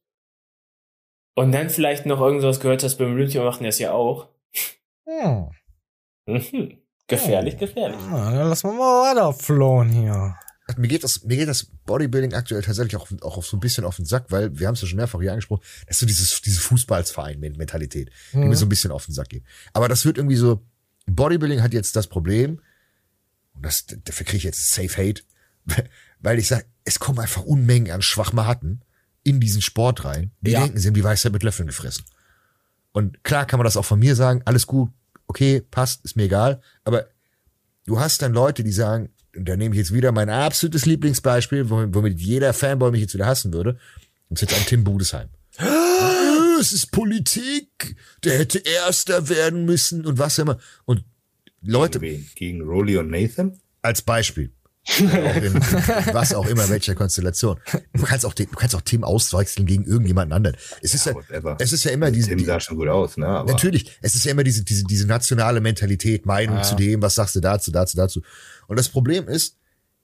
und dann vielleicht noch irgendwas gehört hast, beim Olympia machen das ja auch. Hm. Mhm. Gefährlich, Hm. gefährlich. Ja, dann lass mal mal weiter flohen hier. Mir geht das, mir geht das Bodybuilding aktuell tatsächlich auch, auch auf so ein bisschen auf den Sack, weil wir haben es ja schon mehrfach hier angesprochen, das ist so dieses, diese Fußballsverein-Mentalität, die Mhm. mir so ein bisschen auf den Sack geht. Aber das wird irgendwie so, Bodybuilding hat jetzt das Problem, und das, dafür kriege ich jetzt Safe Hate, weil ich sage, es kommen einfach Unmengen an Schwachmaten in diesen Sport rein, die Ja. denken, sie haben die Weisheit mit Löffeln gefressen. Und klar kann man das auch von mir sagen, alles gut, okay, passt, ist mir egal, aber du hast dann Leute, die sagen, und da nehme ich jetzt wieder mein absolutes Lieblingsbeispiel, womit jeder Fanboy mich jetzt wieder hassen würde, und jetzt an Tim Budesheim. Es ist Politik, der hätte Erster werden müssen und was immer. Und Leute. Gegen, gegen Rolly und Nathan? Als Beispiel. Auch in, was auch immer, welcher Konstellation. Du kannst auch, den, du kannst auch Tim auswechseln gegen irgendjemanden anderen. Es ist ja, whatever. es ist ja immer diese. Tim sah schon gut aus, ne? Aber Natürlich. Es ist ja immer diese, diese, diese nationale Mentalität, Meinung Ah. zu dem, was sagst du dazu, dazu, dazu. Und das Problem ist,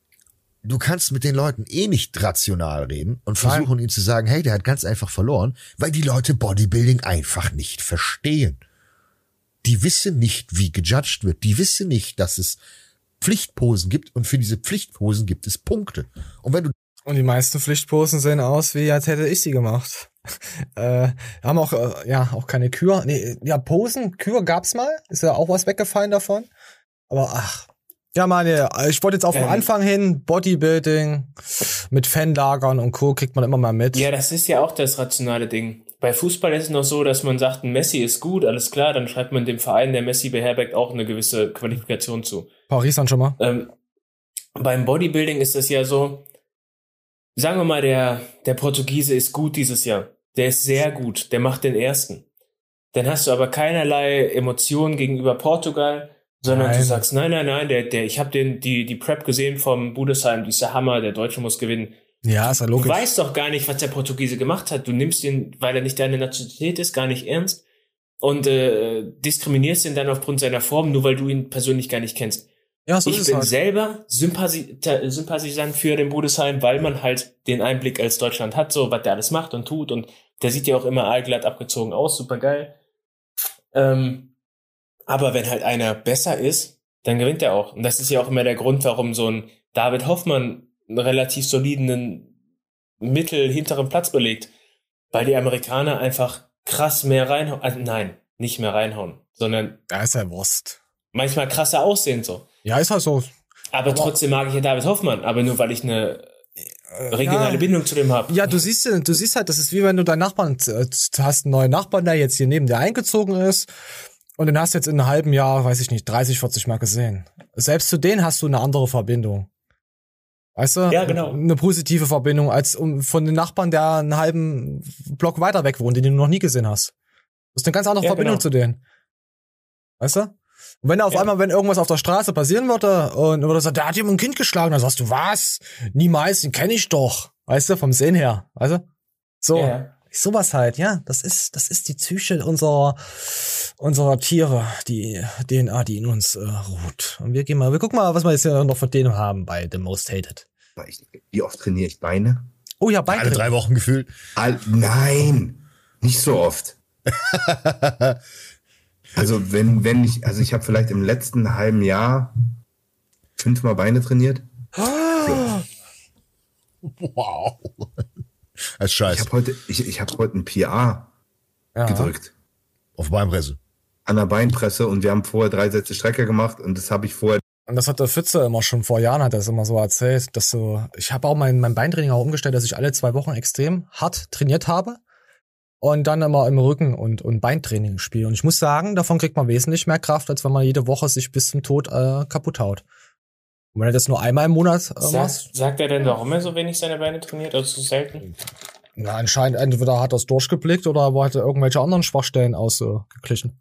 du kannst mit den Leuten eh nicht rational reden und versuchen ihnen zu sagen, hey, der hat ganz einfach verloren, weil die Leute Bodybuilding einfach nicht verstehen. Die wissen nicht, wie gejudged wird. Die wissen nicht, dass es Pflichtposen gibt und für diese Pflichtposen gibt es Punkte. Und wenn du Und die meisten Pflichtposen sehen aus, wie als hätte ich sie gemacht. äh, haben auch, äh, ja, auch keine Kür. Nee, ja, Posen, Kür gab's mal. Ist ja auch was weggefallen davon. Aber ach. Ja, meine, ich wollte jetzt auf den Ähm. Anfang hin, Bodybuilding mit Fanlagern und Co. kriegt man immer mal mit. Ja, das ist ja auch das rationale Ding. Bei Fußball ist es noch so, dass man sagt, ein Messi ist gut, alles klar, dann schreibt man dem Verein, der Messi beherbergt, auch eine gewisse Qualifikation zu. Paris dann schon mal. Ähm, beim Bodybuilding ist das ja so, sagen wir mal, der, der Portugiese ist gut dieses Jahr. Der ist sehr gut, der macht den ersten. Dann hast du aber keinerlei Emotionen gegenüber Portugal, sondern Nein. du sagst, nein, nein, nein, der, der, ich habe den, die, die Prep gesehen vom Budesheim, die ist der Hammer, der Deutsche muss gewinnen. Ja, ist ja logisch. Du weißt doch gar nicht, was der Portugiese gemacht hat. Du nimmst ihn, weil er nicht deine Nationalität ist, gar nicht ernst und äh, diskriminierst ihn dann aufgrund seiner Form, nur weil du ihn persönlich gar nicht kennst. Ja, so ich ist es bin halt. selber Sympathi Sympathisant für den Budesheim, weil man halt den Einblick als Deutschland hat, so was der alles macht und tut. Und der sieht ja auch immer allglatt abgezogen aus, super geil. Ähm, aber wenn halt einer besser ist, dann gewinnt er auch. Und das ist ja auch immer der Grund, warum so ein David Hoffmann einen relativ soliden mittel hinteren Platz belegt. Weil die Amerikaner einfach krass mehr reinhauen. Also nein, nicht mehr reinhauen, sondern da ist ja Wurst. Manchmal krasser aussehen so. Ja, ist halt so. Aber, aber trotzdem mag ich ja David Hoffmann, aber nur weil ich eine regionale ja. Bindung zu dem habe. Ja, du siehst, du siehst halt, das ist wie wenn du deinen Nachbarn äh, hast, einen neuen Nachbarn, der jetzt hier neben dir eingezogen ist und den hast du jetzt in einem halben Jahr, weiß ich nicht, dreißig, vierzig Mal gesehen. Selbst zu denen hast du eine andere Verbindung. Weißt du? Ja, genau. Eine positive Verbindung als um, von den Nachbarn, der einen halben Block weiter weg wohnt, den du noch nie gesehen hast. Das ist eine ganz andere Ja, Verbindung genau. zu denen. Weißt du? Und wenn auf Ja. einmal, wenn irgendwas auf der Straße passieren würde und oder sagt, der hat jemand ein Kind geschlagen, dann sagst du, was? Niemals, den kenne ich doch. Weißt du, vom Sehen her. Weißt du? So. Ja, ja. Sowas halt, ja. Das ist, das ist die Psyche unserer, unserer Tiere, die D N A, die in uns äh, ruht. Und wir gehen mal, wir gucken mal, was wir jetzt hier noch von denen haben bei The Most Hated. Wie oft trainiere ich Beine? Oh ja, Beine. Alle drei Wochen gefühlt. All, nein, nicht so oft. Also wenn, wenn ich, also ich habe vielleicht im letzten halben Jahr fünfmal Beine trainiert. Wow. Das ist scheiße. Ich habe heute, ich, ich habe heute ein P R Ja. gedrückt. Auf Beinpresse. An der Beinpresse und wir haben vorher drei Sätze Strecke gemacht und das habe ich vorher. Und das hat der Pfütze immer schon vor Jahren, hat er es immer so erzählt, dass so, ich habe auch mein, mein Beintraining auch umgestellt, dass ich alle zwei Wochen extrem hart trainiert habe und dann immer im Rücken- und, und Beintraining spiele. Und ich muss sagen, davon kriegt man wesentlich mehr Kraft, als wenn man jede Woche sich bis zum Tod äh, kaputt haut. Und wenn du das nur einmal im Monat äh, machst, Sagt, sagt er denn, warum er so wenig seine Beine trainiert, also so selten? na, anscheinend entweder hat er es durchgeblickt oder aber hat er irgendwelche anderen Schwachstellen ausgeglichen.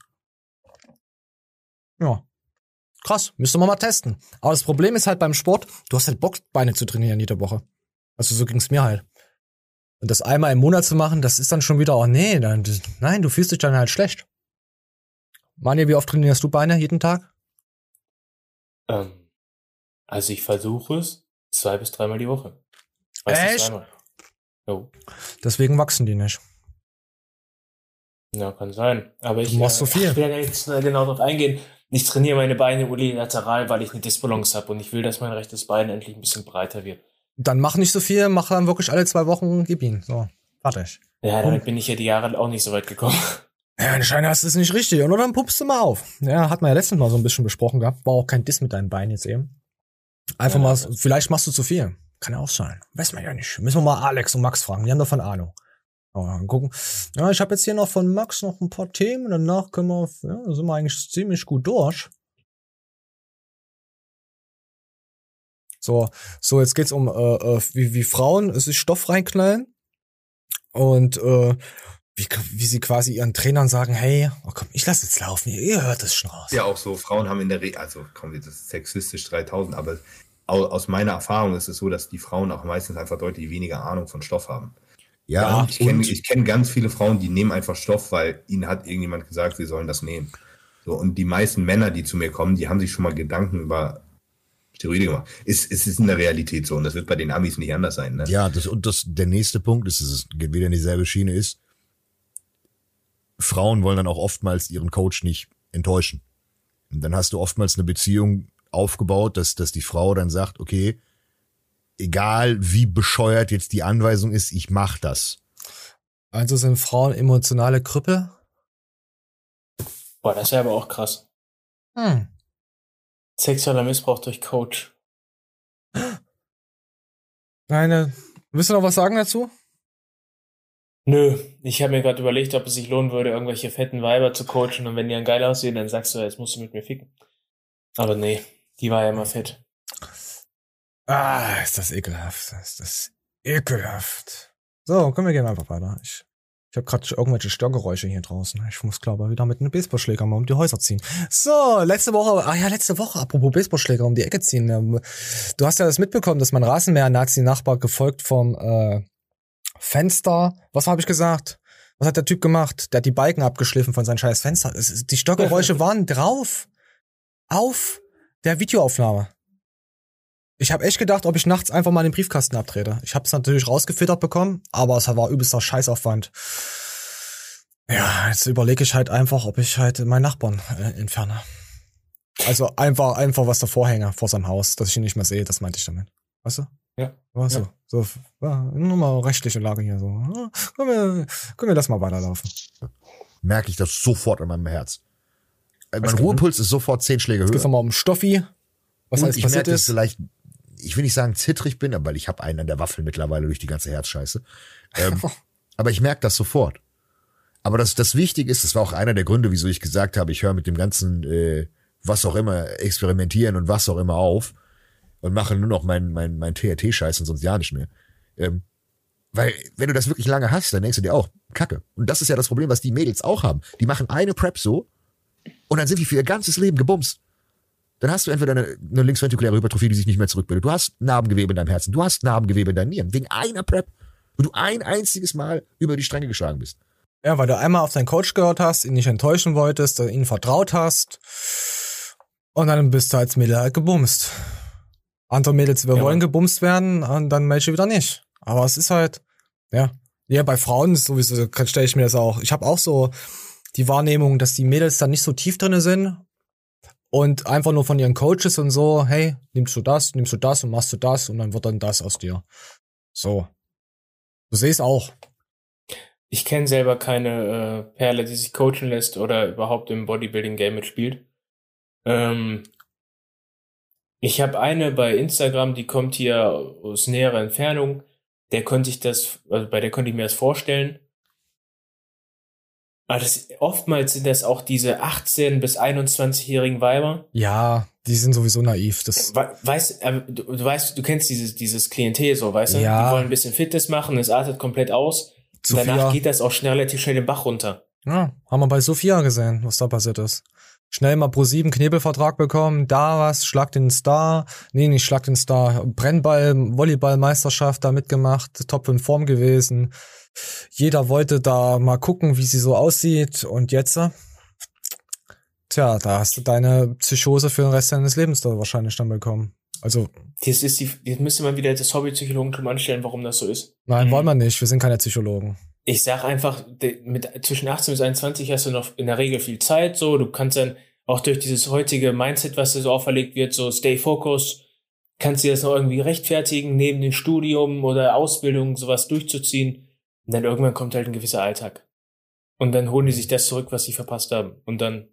Ja. Krass, müsste man mal testen. Aber das Problem ist halt beim Sport, du hast halt Bock, Beine zu trainieren jede Woche. Also so ging's mir halt. Und das einmal im Monat zu machen, das ist dann schon wieder, oh nee, dann, nein, du fühlst dich dann halt schlecht. Manja, wie oft trainierst du Beine jeden Tag? Ähm, also ich versuche es zwei bis dreimal die Woche. Meistens Echt? Dreimal. Oh. Deswegen wachsen die nicht. Ja, kann sein. Aber ich, Du machst so viel. ich will ja jetzt genau darauf eingehen. Ich trainiere meine Beine unilateral, weil ich eine Disbalance habe und ich will, dass mein rechtes Bein endlich ein bisschen breiter wird. Dann mach nicht so viel, mach dann wirklich alle zwei Wochen, gib ihn. So, fertig. Ja, damit bin ich ja die Jahre auch nicht so weit gekommen. Ja, anscheinend hast du es nicht richtig. Oder dann pumpst du mal auf. Ja, hat man ja letztens mal so ein bisschen besprochen gehabt. War auch kein Diss mit deinem Bein jetzt eben. Einfach Ja, mal, das- vielleicht machst du zu viel. Kann ja auch sein. Weiß man ja nicht. Müssen wir mal Alex und Max fragen. Die haben davon Ahnung. Aber dann gucken. Ja, ich habe jetzt hier noch von Max noch ein paar Themen. Danach können wir, ja, da sind wir eigentlich ziemlich gut durch. So, so jetzt geht's um äh, äh, wie, wie Frauen es ist Stoff reinknallen und äh, wie, wie sie quasi ihren Trainern sagen, hey, oh komm, ich lass jetzt laufen, ihr hört das schon raus. Ja, auch so, Frauen haben in der Regel, also komm, das ist sexistisch dreitausend, aber au- aus meiner Erfahrung ist es so, dass die Frauen auch meistens einfach deutlich weniger Ahnung von Stoff haben. Ja, ich kenne und- ich kenn ganz viele Frauen, die nehmen einfach Stoff, weil ihnen hat irgendjemand gesagt, sie sollen das nehmen. So, und die meisten Männer, die zu mir kommen, die haben sich schon mal Gedanken über Steroide gemacht. Es, es ist in der Realität so und das wird bei den Amis nicht anders sein. Ne? Ja, das, und das, der nächste Punkt ist, es geht wieder in dieselbe Schiene ist, Frauen wollen dann auch oftmals ihren Coach nicht enttäuschen. Und dann hast du oftmals eine Beziehung aufgebaut, dass, dass die Frau dann sagt, okay, egal wie bescheuert jetzt die Anweisung ist, ich mach das. Also sind Frauen emotionale Krüppel? Boah, das wäre aber auch krass. Hm. Sexueller Missbrauch durch Coach. Nein, willst du noch was sagen dazu? Nö, ich habe mir gerade überlegt, ob es sich lohnen würde, irgendwelche fetten Weiber zu coachen und wenn die dann geil aussehen, dann sagst du, jetzt musst du mit mir ficken. Aber nee, die war ja immer fett. Ah, ist das ekelhaft. Ist das ekelhaft. So, können wir gehen einfach weiter. Ich, ich habe gerade irgendwelche Störgeräusche hier draußen. Ich muss, glaube ich, wieder mit einem Baseballschläger mal um die Häuser ziehen. So, letzte Woche, ah ja, letzte Woche, apropos Baseballschläger um die Ecke ziehen. Ähm, Du hast ja das mitbekommen, dass mein Rasenmäher-Nazi-Nachbar gefolgt vom äh, Fenster. Was habe ich gesagt? Was hat der Typ gemacht? Der hat die Balken abgeschliffen von seinem scheiß Fenster. Es, ist- die Störgeräusche waren drauf. Auf der Videoaufnahme. Ich habe echt gedacht, ob ich nachts einfach mal den Briefkasten abtrete. Ich habe es natürlich rausgefiltert bekommen, aber es war übelster Scheißaufwand. Ja, jetzt überlege ich halt einfach, ob ich halt meinen Nachbarn äh, entferne. Also einfach, einfach was davor hänge vor seinem Haus, dass ich ihn nicht mehr sehe, das meinte ich damit. Weißt du? Ja. War so, Ja. so, ja, nur mal rechtliche Lage hier so. Ja, können wir, können wir das mal weiterlaufen. Merke ich das sofort in meinem Herz. Äh, Mein Was denn? Ruhepuls ist sofort zehn Schläge Jetzt höher. geht's nochmal um Stoffi. Was Und alles ich passiert merke, dass ist. vielleicht, ich will nicht sagen zittrig bin, aber ich habe einen an der Waffel mittlerweile durch die ganze Herzscheiße. Ähm, aber ich merke das sofort. Aber das, das Wichtige ist, das war auch einer der Gründe, wieso ich gesagt habe, ich höre mit dem ganzen, äh, was auch immer, experimentieren und was auch immer auf. und mache nur noch meinen mein, mein T R T-Scheiß und sonst ja nicht mehr. Ähm, weil, wenn du das wirklich lange hast, dann denkst du dir auch, Kacke. Und das ist ja das Problem, was die Mädels auch haben. Die machen eine Prep so und dann sind die für ihr ganzes Leben gebumst. Dann hast du entweder eine, eine linksventrikuläre Hypertrophie, die sich nicht mehr zurückbildet. Du hast Narbengewebe in deinem Herzen. Du hast Narbengewebe in deinen Nieren. Wegen einer Prep, wo du ein einziges Mal über die Stränge geschlagen bist. Ja, weil du einmal auf deinen Coach gehört hast, ihn nicht enttäuschen wolltest, ihm vertraut hast. Und dann bist du als Mädel halt gebumst. Andere Mädels, wir ja, wollen gebumst werden und dann welche wieder nicht. Aber es ist halt, ja. Ja, bei Frauen ist sowieso, stelle ich mir das auch. Ich habe auch so die Wahrnehmung, dass die Mädels dann nicht so tief drinne sind und einfach nur von ihren Coaches und so, hey, nimmst du das, nimmst du das und machst du das und dann wird dann das aus dir. So. Du siehst auch. Ich kenne selber keine äh, Perle, die sich coachen lässt oder überhaupt im Bodybuilding-Game mitspielt. Ähm, ich habe eine bei Instagram, die kommt hier aus näherer Entfernung. Der konnte ich das, also bei der konnte ich mir das vorstellen. Aber das, oftmals sind das auch diese achtzehn- bis einundzwanzigjährigen Weiber. Ja, die sind sowieso naiv. Das We- weißt, äh, du, du weißt, du kennst dieses, dieses Klientel so, weißt du? Ja. Die wollen ein bisschen Fitness machen, es artet komplett aus. Sophia. Danach geht das auch schnell, relativ schnell den Bach runter. Ja, haben wir bei Sophia gesehen, was da passiert ist. Schnell mal Pro sieben Knebelvertrag bekommen, da was, Schlag den Star, nee, nicht Schlag den Star, Brennball, Volleyballmeisterschaft da mitgemacht, top in Form gewesen. Jeder wollte da mal gucken, wie sie so aussieht und jetzt, tja, da hast du deine Psychose für den Rest deines Lebens da wahrscheinlich dann bekommen. Also. Das ist die, jetzt müsste man wieder das Hobbypsychologentum anstellen, warum das so ist. Nein, mhm. wollen wir nicht, wir sind keine Psychologen. Ich sag einfach, mit zwischen achtzehn bis einundzwanzig hast du noch in der Regel viel Zeit, so, du kannst dann auch durch dieses heutige Mindset, was dir so auferlegt wird, so stay focused, kannst dir das noch irgendwie rechtfertigen, neben dem Studium oder Ausbildung sowas durchzuziehen. Und dann irgendwann kommt halt ein gewisser Alltag. Und dann holen die sich das zurück, was sie verpasst haben. Und dann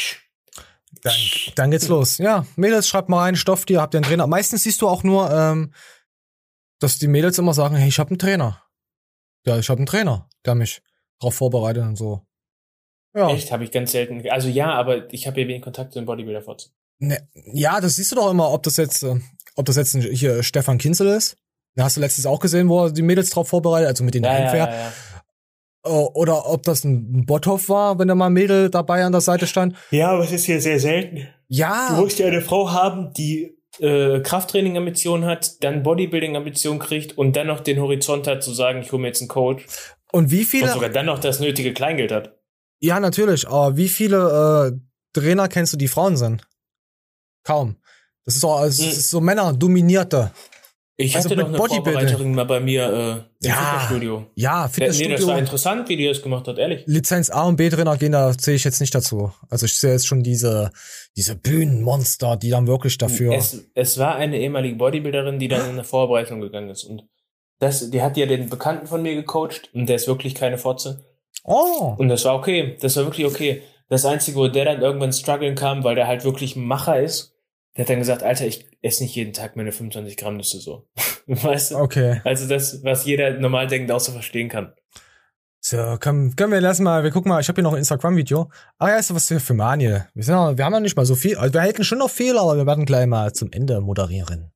Dann, dann geht's los. Ja, Mädels, schreibt mal rein, Stofftier, habt ihr einen Trainer? Meistens siehst du auch nur, ähm, dass die Mädels immer sagen, hey, ich hab einen Trainer. Ja, ich hab einen Trainer, der mich darauf vorbereitet und so. Ja. Echt? Habe ich ganz selten. Also ja, aber ich habe ja wenig Kontakt zu den Bodybuilder-Fotzen. Ne, ja, das siehst du doch immer, ob das jetzt, äh, ob das jetzt ein, hier Stefan Kinzel ist. Da hast du letztens auch gesehen, wo er die Mädels drauf vorbereitet, also mit den ja, Handwehr. Ja, ja, ja. Oder ob das ein Botthoff war, wenn da mal ein Mädel dabei an der Seite stand. Ja, aber es ist hier sehr selten. Ja. Du musst ja eine Frau haben, die äh, Krafttraining-Ambitionen hat, dann Bodybuilding-Ambitionen kriegt und dann noch den Horizont hat, zu sagen, ich hole mir jetzt einen Coach. Und wie viele? Und sogar dann noch das nötige Kleingeld hat. Ja, natürlich. Aber wie viele äh, Trainer kennst du, die Frauen sind? Kaum. Das ist, auch, das ist so Männer-dominierte. Ich hatte also doch eine Vorbereiterin mal bei mir äh, im ja, Fitnessstudio. Ja, Fitnessstudio. Nee, das war interessant, wie die das gemacht hat, ehrlich. Lizenz A und B-Trainer gehen, da zähle ich jetzt nicht dazu. Also ich sehe jetzt schon diese diese Bühnenmonster, die dann wirklich dafür... Es, es war eine ehemalige Bodybuilderin, die dann in eine Vorbereitung gegangen ist. Und das, die hat ja den Bekannten von mir gecoacht und der ist wirklich keine Fotze. Oh. Und das war okay. Das war wirklich okay. Das Einzige, wo der dann irgendwann strugglen kam, weil der halt wirklich ein Macher ist, der hat dann gesagt, Alter, ich esse nicht jeden Tag meine fünfundzwanzig Gramm Nüsse so. Weißt du? Okay. Also das, was jeder normal denkend auch so verstehen kann. So, komm, können wir lassen mal, wir gucken mal, ich habe hier noch ein Instagram-Video. Ah ja, ist was für, für Maniel. Wir, sind noch, wir haben ja nicht mal so viel, also wir halten schon noch viel, aber wir werden gleich mal zum Ende moderieren.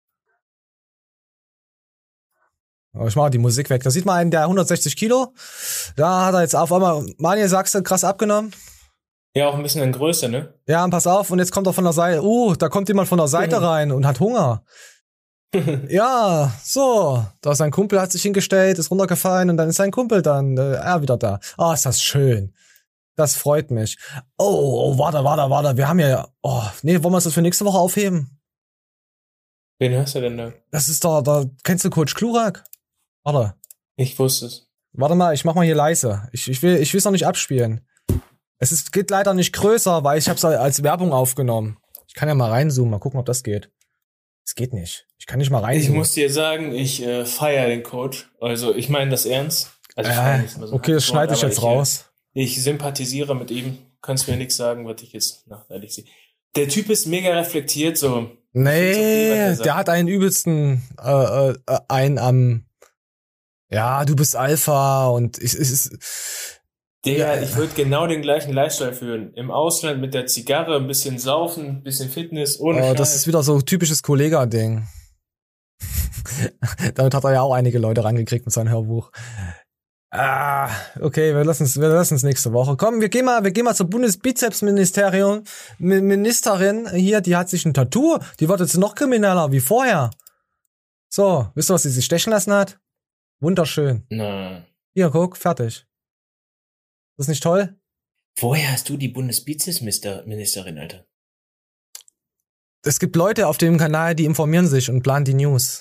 Ich mache die Musik weg. Da sieht man einen, der hundertsechzig Kilo. Da hat er jetzt auf einmal, Maniel, sagst du, krass abgenommen. Ja, auch ein bisschen in Größe, ne? Ja, und pass auf, und jetzt kommt er von der Seite. Uh, da kommt jemand von der Seite rein und hat Hunger. Ja, so. Da ist sein Kumpel, hat sich hingestellt, ist runtergefallen und dann ist sein Kumpel dann äh, er wieder da. Ah, oh, ist das schön. Das freut mich. Oh, oh, warte, warte, warte. Wir haben ja. Oh, nee, wollen wir das für nächste Woche aufheben? Wen hast du denn da? Das ist da, da kennst du Coach Klurak? Warte. Ich wusste es. Warte mal, ich mach mal hier leise. Ich, ich will, ich will es noch nicht abspielen. Es ist, geht leider nicht größer, weil ich hab's als Werbung aufgenommen. Ich kann ja mal reinzoomen, mal gucken, ob das geht. Es geht nicht. Ich kann nicht mal reinzoomen. Ich muss dir sagen, ich äh, feiere den Coach. Also ich meine das ernst. Also, ich äh, nicht so okay, das schneide ich jetzt ich, raus. Ich sympathisiere mit ihm. Kannst mir nichts sagen, was ich jetzt nachteilig sehe. Der Typ ist mega reflektiert, so. Nee, okay, der hat einen übelsten, äh, äh, einen am, ja, du bist Alpha und ich, ich, ich Digga, ich würde genau den gleichen Lifestyle führen. Im Ausland mit der Zigarre, ein bisschen saufen, ein bisschen Fitness, ohne Oh, Scheiß. das ist wieder so typisches Kollega-Ding. Damit hat er ja auch einige Leute rangekriegt mit seinem Hörbuch. Ah, okay, wir lassen es, wir lassen es nächste Woche. Komm, wir gehen mal, wir gehen mal zur Bundesbizepsministerium. Mi- Ministerin hier, die hat sich ein Tattoo. Die wird jetzt noch krimineller wie vorher. So, wisst ihr, was sie sich stechen lassen hat? Wunderschön. Na. Hier, guck, fertig. Ist das nicht toll? Woher hast du die Bundesbizepsministerin, Alter? Es gibt Leute auf dem Kanal, die informieren sich und planen die News.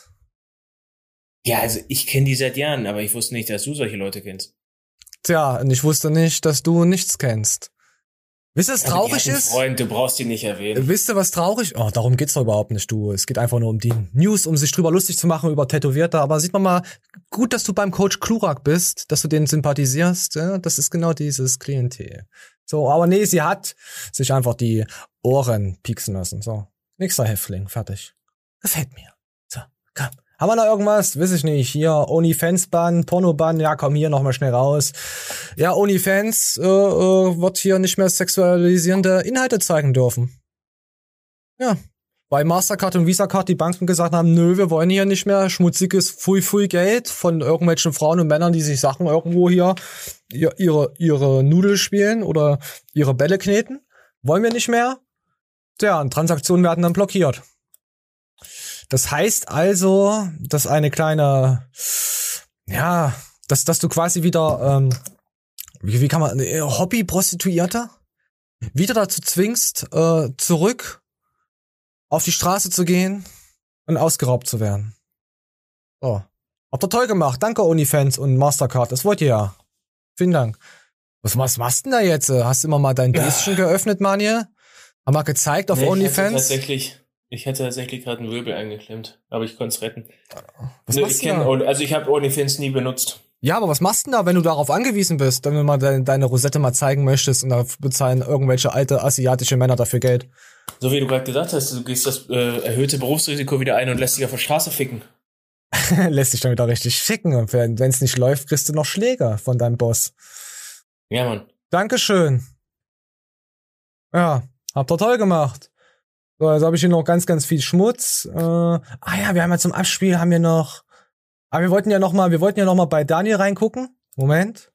Ja, also ich kenne die seit Jahren, aber ich wusste nicht, dass du solche Leute kennst. Tja, und ich wusste nicht, dass du nichts kennst. Wisst ihr, was Also die traurig hat einen ist? Freund, du brauchst die nicht erwähnen. Wisst ihr, was traurig? Oh, darum geht's doch überhaupt nicht, du. Es geht einfach nur um die News, um sich drüber lustig zu machen über Tätowierte. Aber sieht man mal, gut, dass du beim Coach Klurak bist, dass du den sympathisierst. Ja? Das ist genau dieses Klientel. So, aber nee, sie hat sich einfach die Ohren pieksen lassen. So, nächster Häftling, fertig. Gefällt mir. So, komm. Haben wir noch irgendwas? Weiß ich nicht. Hier, OnlyFans-Ban, Porno-Ban, ja, komm hier nochmal schnell raus. Ja, OnlyFans äh, äh, wird hier nicht mehr sexualisierende Inhalte zeigen dürfen. Ja, weil Mastercard und Visacard die Banken gesagt haben, nö, wir wollen hier nicht mehr schmutziges Pfui-Pfui-Geld von irgendwelchen Frauen und Männern, die sich Sachen irgendwo hier ihr, ihre ihre Nudel spielen oder ihre Bälle kneten. Wollen wir nicht mehr. Tja, und Transaktionen werden dann blockiert. Das heißt also, dass eine kleine, ja, dass, dass du quasi wieder, ähm, wie, wie kann man, äh, Hobby-Prostituierte wieder dazu zwingst, äh, zurück auf die Straße zu gehen und ausgeraubt zu werden. So. Habt ihr toll gemacht. Danke, OnlyFans und Mastercard. Das wollt ihr ja. Vielen Dank. Was, was machst du denn da jetzt? Hast du immer mal dein Bäschen geöffnet, Manje? Haben wir gezeigt auf Nee, OnlyFans? Ich hätte tatsächlich, ich hätte tatsächlich gerade einen Wirbel eingeklemmt, aber ich konnte es retten. Was Nö, machst ich du kenn, da? Only- also ich habe OnlyFans nie benutzt. Ja, aber was machst du denn da, wenn du darauf angewiesen bist, wenn du mal de deine Rosette mal zeigen möchtest und da bezahlen irgendwelche alte asiatische Männer dafür Geld? So wie du gerade gesagt hast, du gehst das äh, erhöhte Berufsrisiko wieder ein und lässt dich auf der Straße ficken. Lässt sich dann wieder richtig schicken. Und wenn es nicht läuft, kriegst du noch Schläge von deinem Boss. Ja, Mann. Dankeschön. Ja, habt ihr toll gemacht. So, jetzt habe ich hier noch ganz, ganz viel Schmutz. Äh, ah ja, wir haben ja zum Abspiel haben wir noch. Aber wir wollten ja noch mal, wir wollten ja noch mal bei Daniel reingucken. Moment.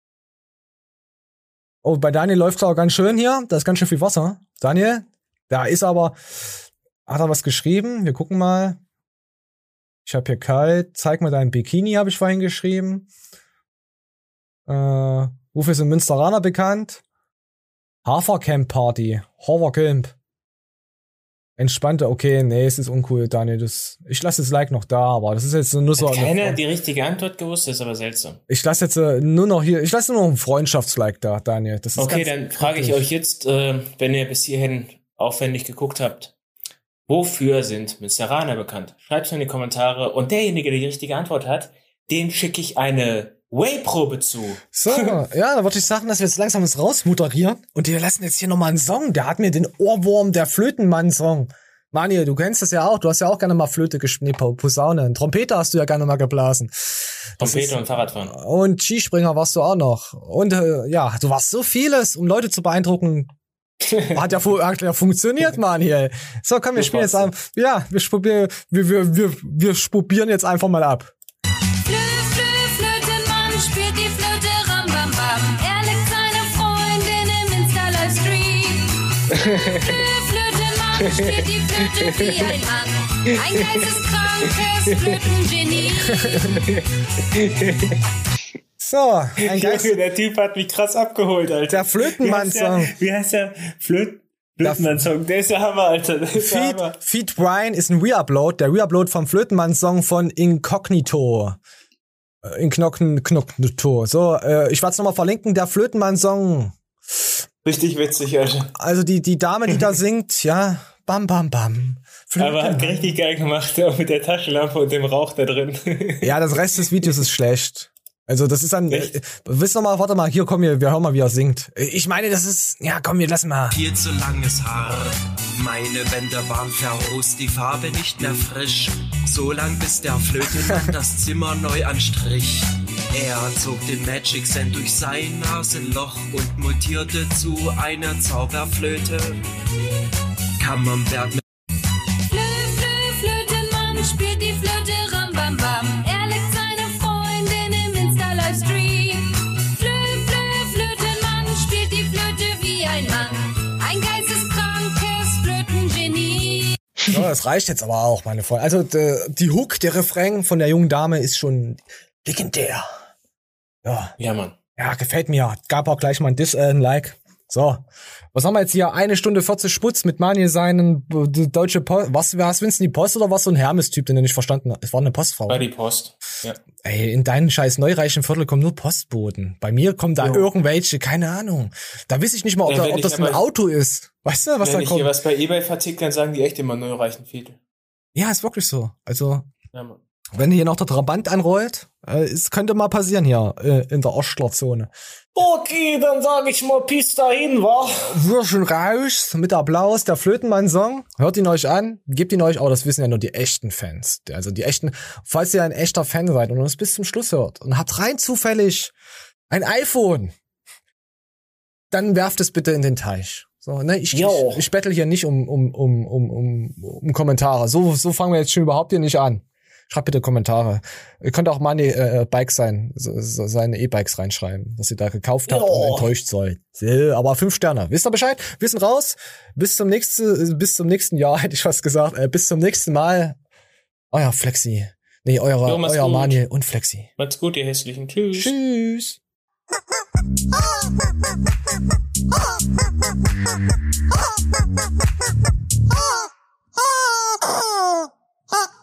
Oh, bei Daniel läuft's auch ganz schön hier. Da ist ganz schön viel Wasser. Daniel, da ist aber, hat er was geschrieben? Wir gucken mal. Ich habe hier kalt. Zeig mir dein Bikini, habe ich vorhin geschrieben. Äh, wofür sind Münsteraner bekannt? Hafercamp Party. Hafercamp. Entspannte, okay, nee, es ist uncool, Daniel. Das, ich lasse das Like noch da, aber das ist jetzt nur so. Hat eine keiner Fre- die richtige Antwort gewusst, das ist aber seltsam. Ich lasse jetzt äh, nur noch hier, ich lasse nur noch ein Freundschaftslike da, Daniel. Das ist Okay, ganz dann frage ich praktisch. euch jetzt, äh, wenn ihr bis hierhin aufwendig geguckt habt, wofür sind Münsteraner bekannt? Schreibt es in die Kommentare und derjenige, der die richtige Antwort hat, dem schicke ich eine Whey-Probe zu. So, ja, da würde ich sagen, dass wir jetzt langsam was rausmoderieren. Und wir lassen jetzt hier nochmal einen Song. Der hat mir den Ohrwurm, der Flötenmann-Song. Mani, du kennst das ja auch. Du hast ja auch gerne mal Flöte gespielt, nee, Posaune. Trompete hast du ja gerne mal geblasen. Das Trompete ist- und Fahrradfahren. Und Skispringer warst du auch noch. Und äh, ja, du warst so vieles, um Leute zu beeindrucken. Hat ja, fu- hat ja funktioniert, Mann, hier. So, komm, wir So spielen jetzt passt. einfach. Ja, wir probieren, wir, wir, wir, wir probieren jetzt einfach mal ab. Flötenmann spielt die Flöte ram bam bam. Er leckt seine Freundin im Insta-Livestream. Flötenmann spielt die Flöte wie ein Mann. Ein geisteskrankes Flötengenie. So, ein Geist. Junge, der Typ hat mich krass abgeholt, Alter. Der Flötenmann-Song. Wie heißt der? Flöt Flötenmann-Song. Der ist der Hammer, Alter. Der ist der Feed, Hammer. Feed Brian ist ein Reupload, der Reupload vom Flötenmann-Song von Incognito. Äh, Incognito. So, äh, ich werde es nochmal verlinken, der Flötenmann-Song. Richtig witzig, Alter. Also die, die Dame, die da singt, ja, bam, bam, bam. Aber hat richtig geil gemacht, auch mit der Taschenlampe und dem Rauch da drin. Ja, das Rest des Videos ist schlecht. Also das ist dann, äh, wisst ihr mal, warte mal, hier, komm, wir, wir hören mal, wie er singt. Ich meine, das ist, ja, komm, wir lassen mal. Viel zu langes Haar, meine Wände waren verrußt, die Farbe nicht mehr frisch. So lang bis der Flötenmann das Zimmer neu anstrich. Er zog den Magic Sand durch sein Nasenloch und mutierte zu einer Zauberflöte. Camembert mit Flö, Flö, Flötenmann spielt die Flöte Rambambam. Er leckt seine Freundin im Insta-Livestream. Flö, Flö, Flötenmann spielt die Flöte wie ein Mann. Ein geisteskrankes Flötengenie. So, das reicht jetzt aber auch, meine Freunde. Also de, die Hook, der Refrain von der jungen Dame ist schon legendär. Ja. Ja, Mann. Ja, gefällt mir. Gab auch gleich mal ein Diss, äh, ein Like. So. Was haben wir jetzt hier? Eine Stunde vierzig Sputz mit Manje seinen äh, deutsche Post. Was, was findest du, die Post oder was so ein Hermes-Typ, den du nicht verstanden hast? Es war eine Postfrau. War die Post, ja. Ey, in deinen scheiß neureichen Viertel kommen nur Postboten. Bei mir kommen da Jo. irgendwelche, keine Ahnung. Da weiß ich nicht mal, ob, Ja, da, wenn ob ich das ein aber- Auto ist. Weißt du, was Wenn da ich kommt? hier was bei eBay verticke, dann sagen die echt immer neureichen Viertel. Ja, ist wirklich so. Also, Ja, Mann. wenn hier noch der Trabant anrollt, äh, es könnte mal passieren hier äh, in der Ostlerzone. Okay, dann sage ich mal Peace dahin, wa? Wir schon raus mit Applaus, der Flötenmann-Song. Hört ihn euch an, gebt ihn euch, aber das wissen ja nur die echten Fans. Also die echten, falls ihr ein echter Fan seid und uns bis zum Schluss hört und habt rein zufällig ein iPhone, dann werft es bitte in den Teich. So, ne, ich, ich, ich bettel hier nicht um, um, um, um, um, um Kommentare. So, so fangen wir jetzt schon überhaupt hier nicht an. Schreibt bitte Kommentare. Ihr könnt auch Money äh, Bikes sein, so, so, seine E-Bikes reinschreiben, dass ihr da gekauft habt Jo. und enttäuscht seid. So, aber fünf Sterne. Wisst ihr Bescheid? Wir sind raus. Bis zum nächsten, bis zum nächsten Jahr, hätte ich fast gesagt. Äh, bis zum nächsten Mal. Euer Flexi. Nee, euer, Jo, mach's euer gut. Manuel und Flexi. Macht's gut, ihr Hässlichen. Tschüss. Tschüss. Ah!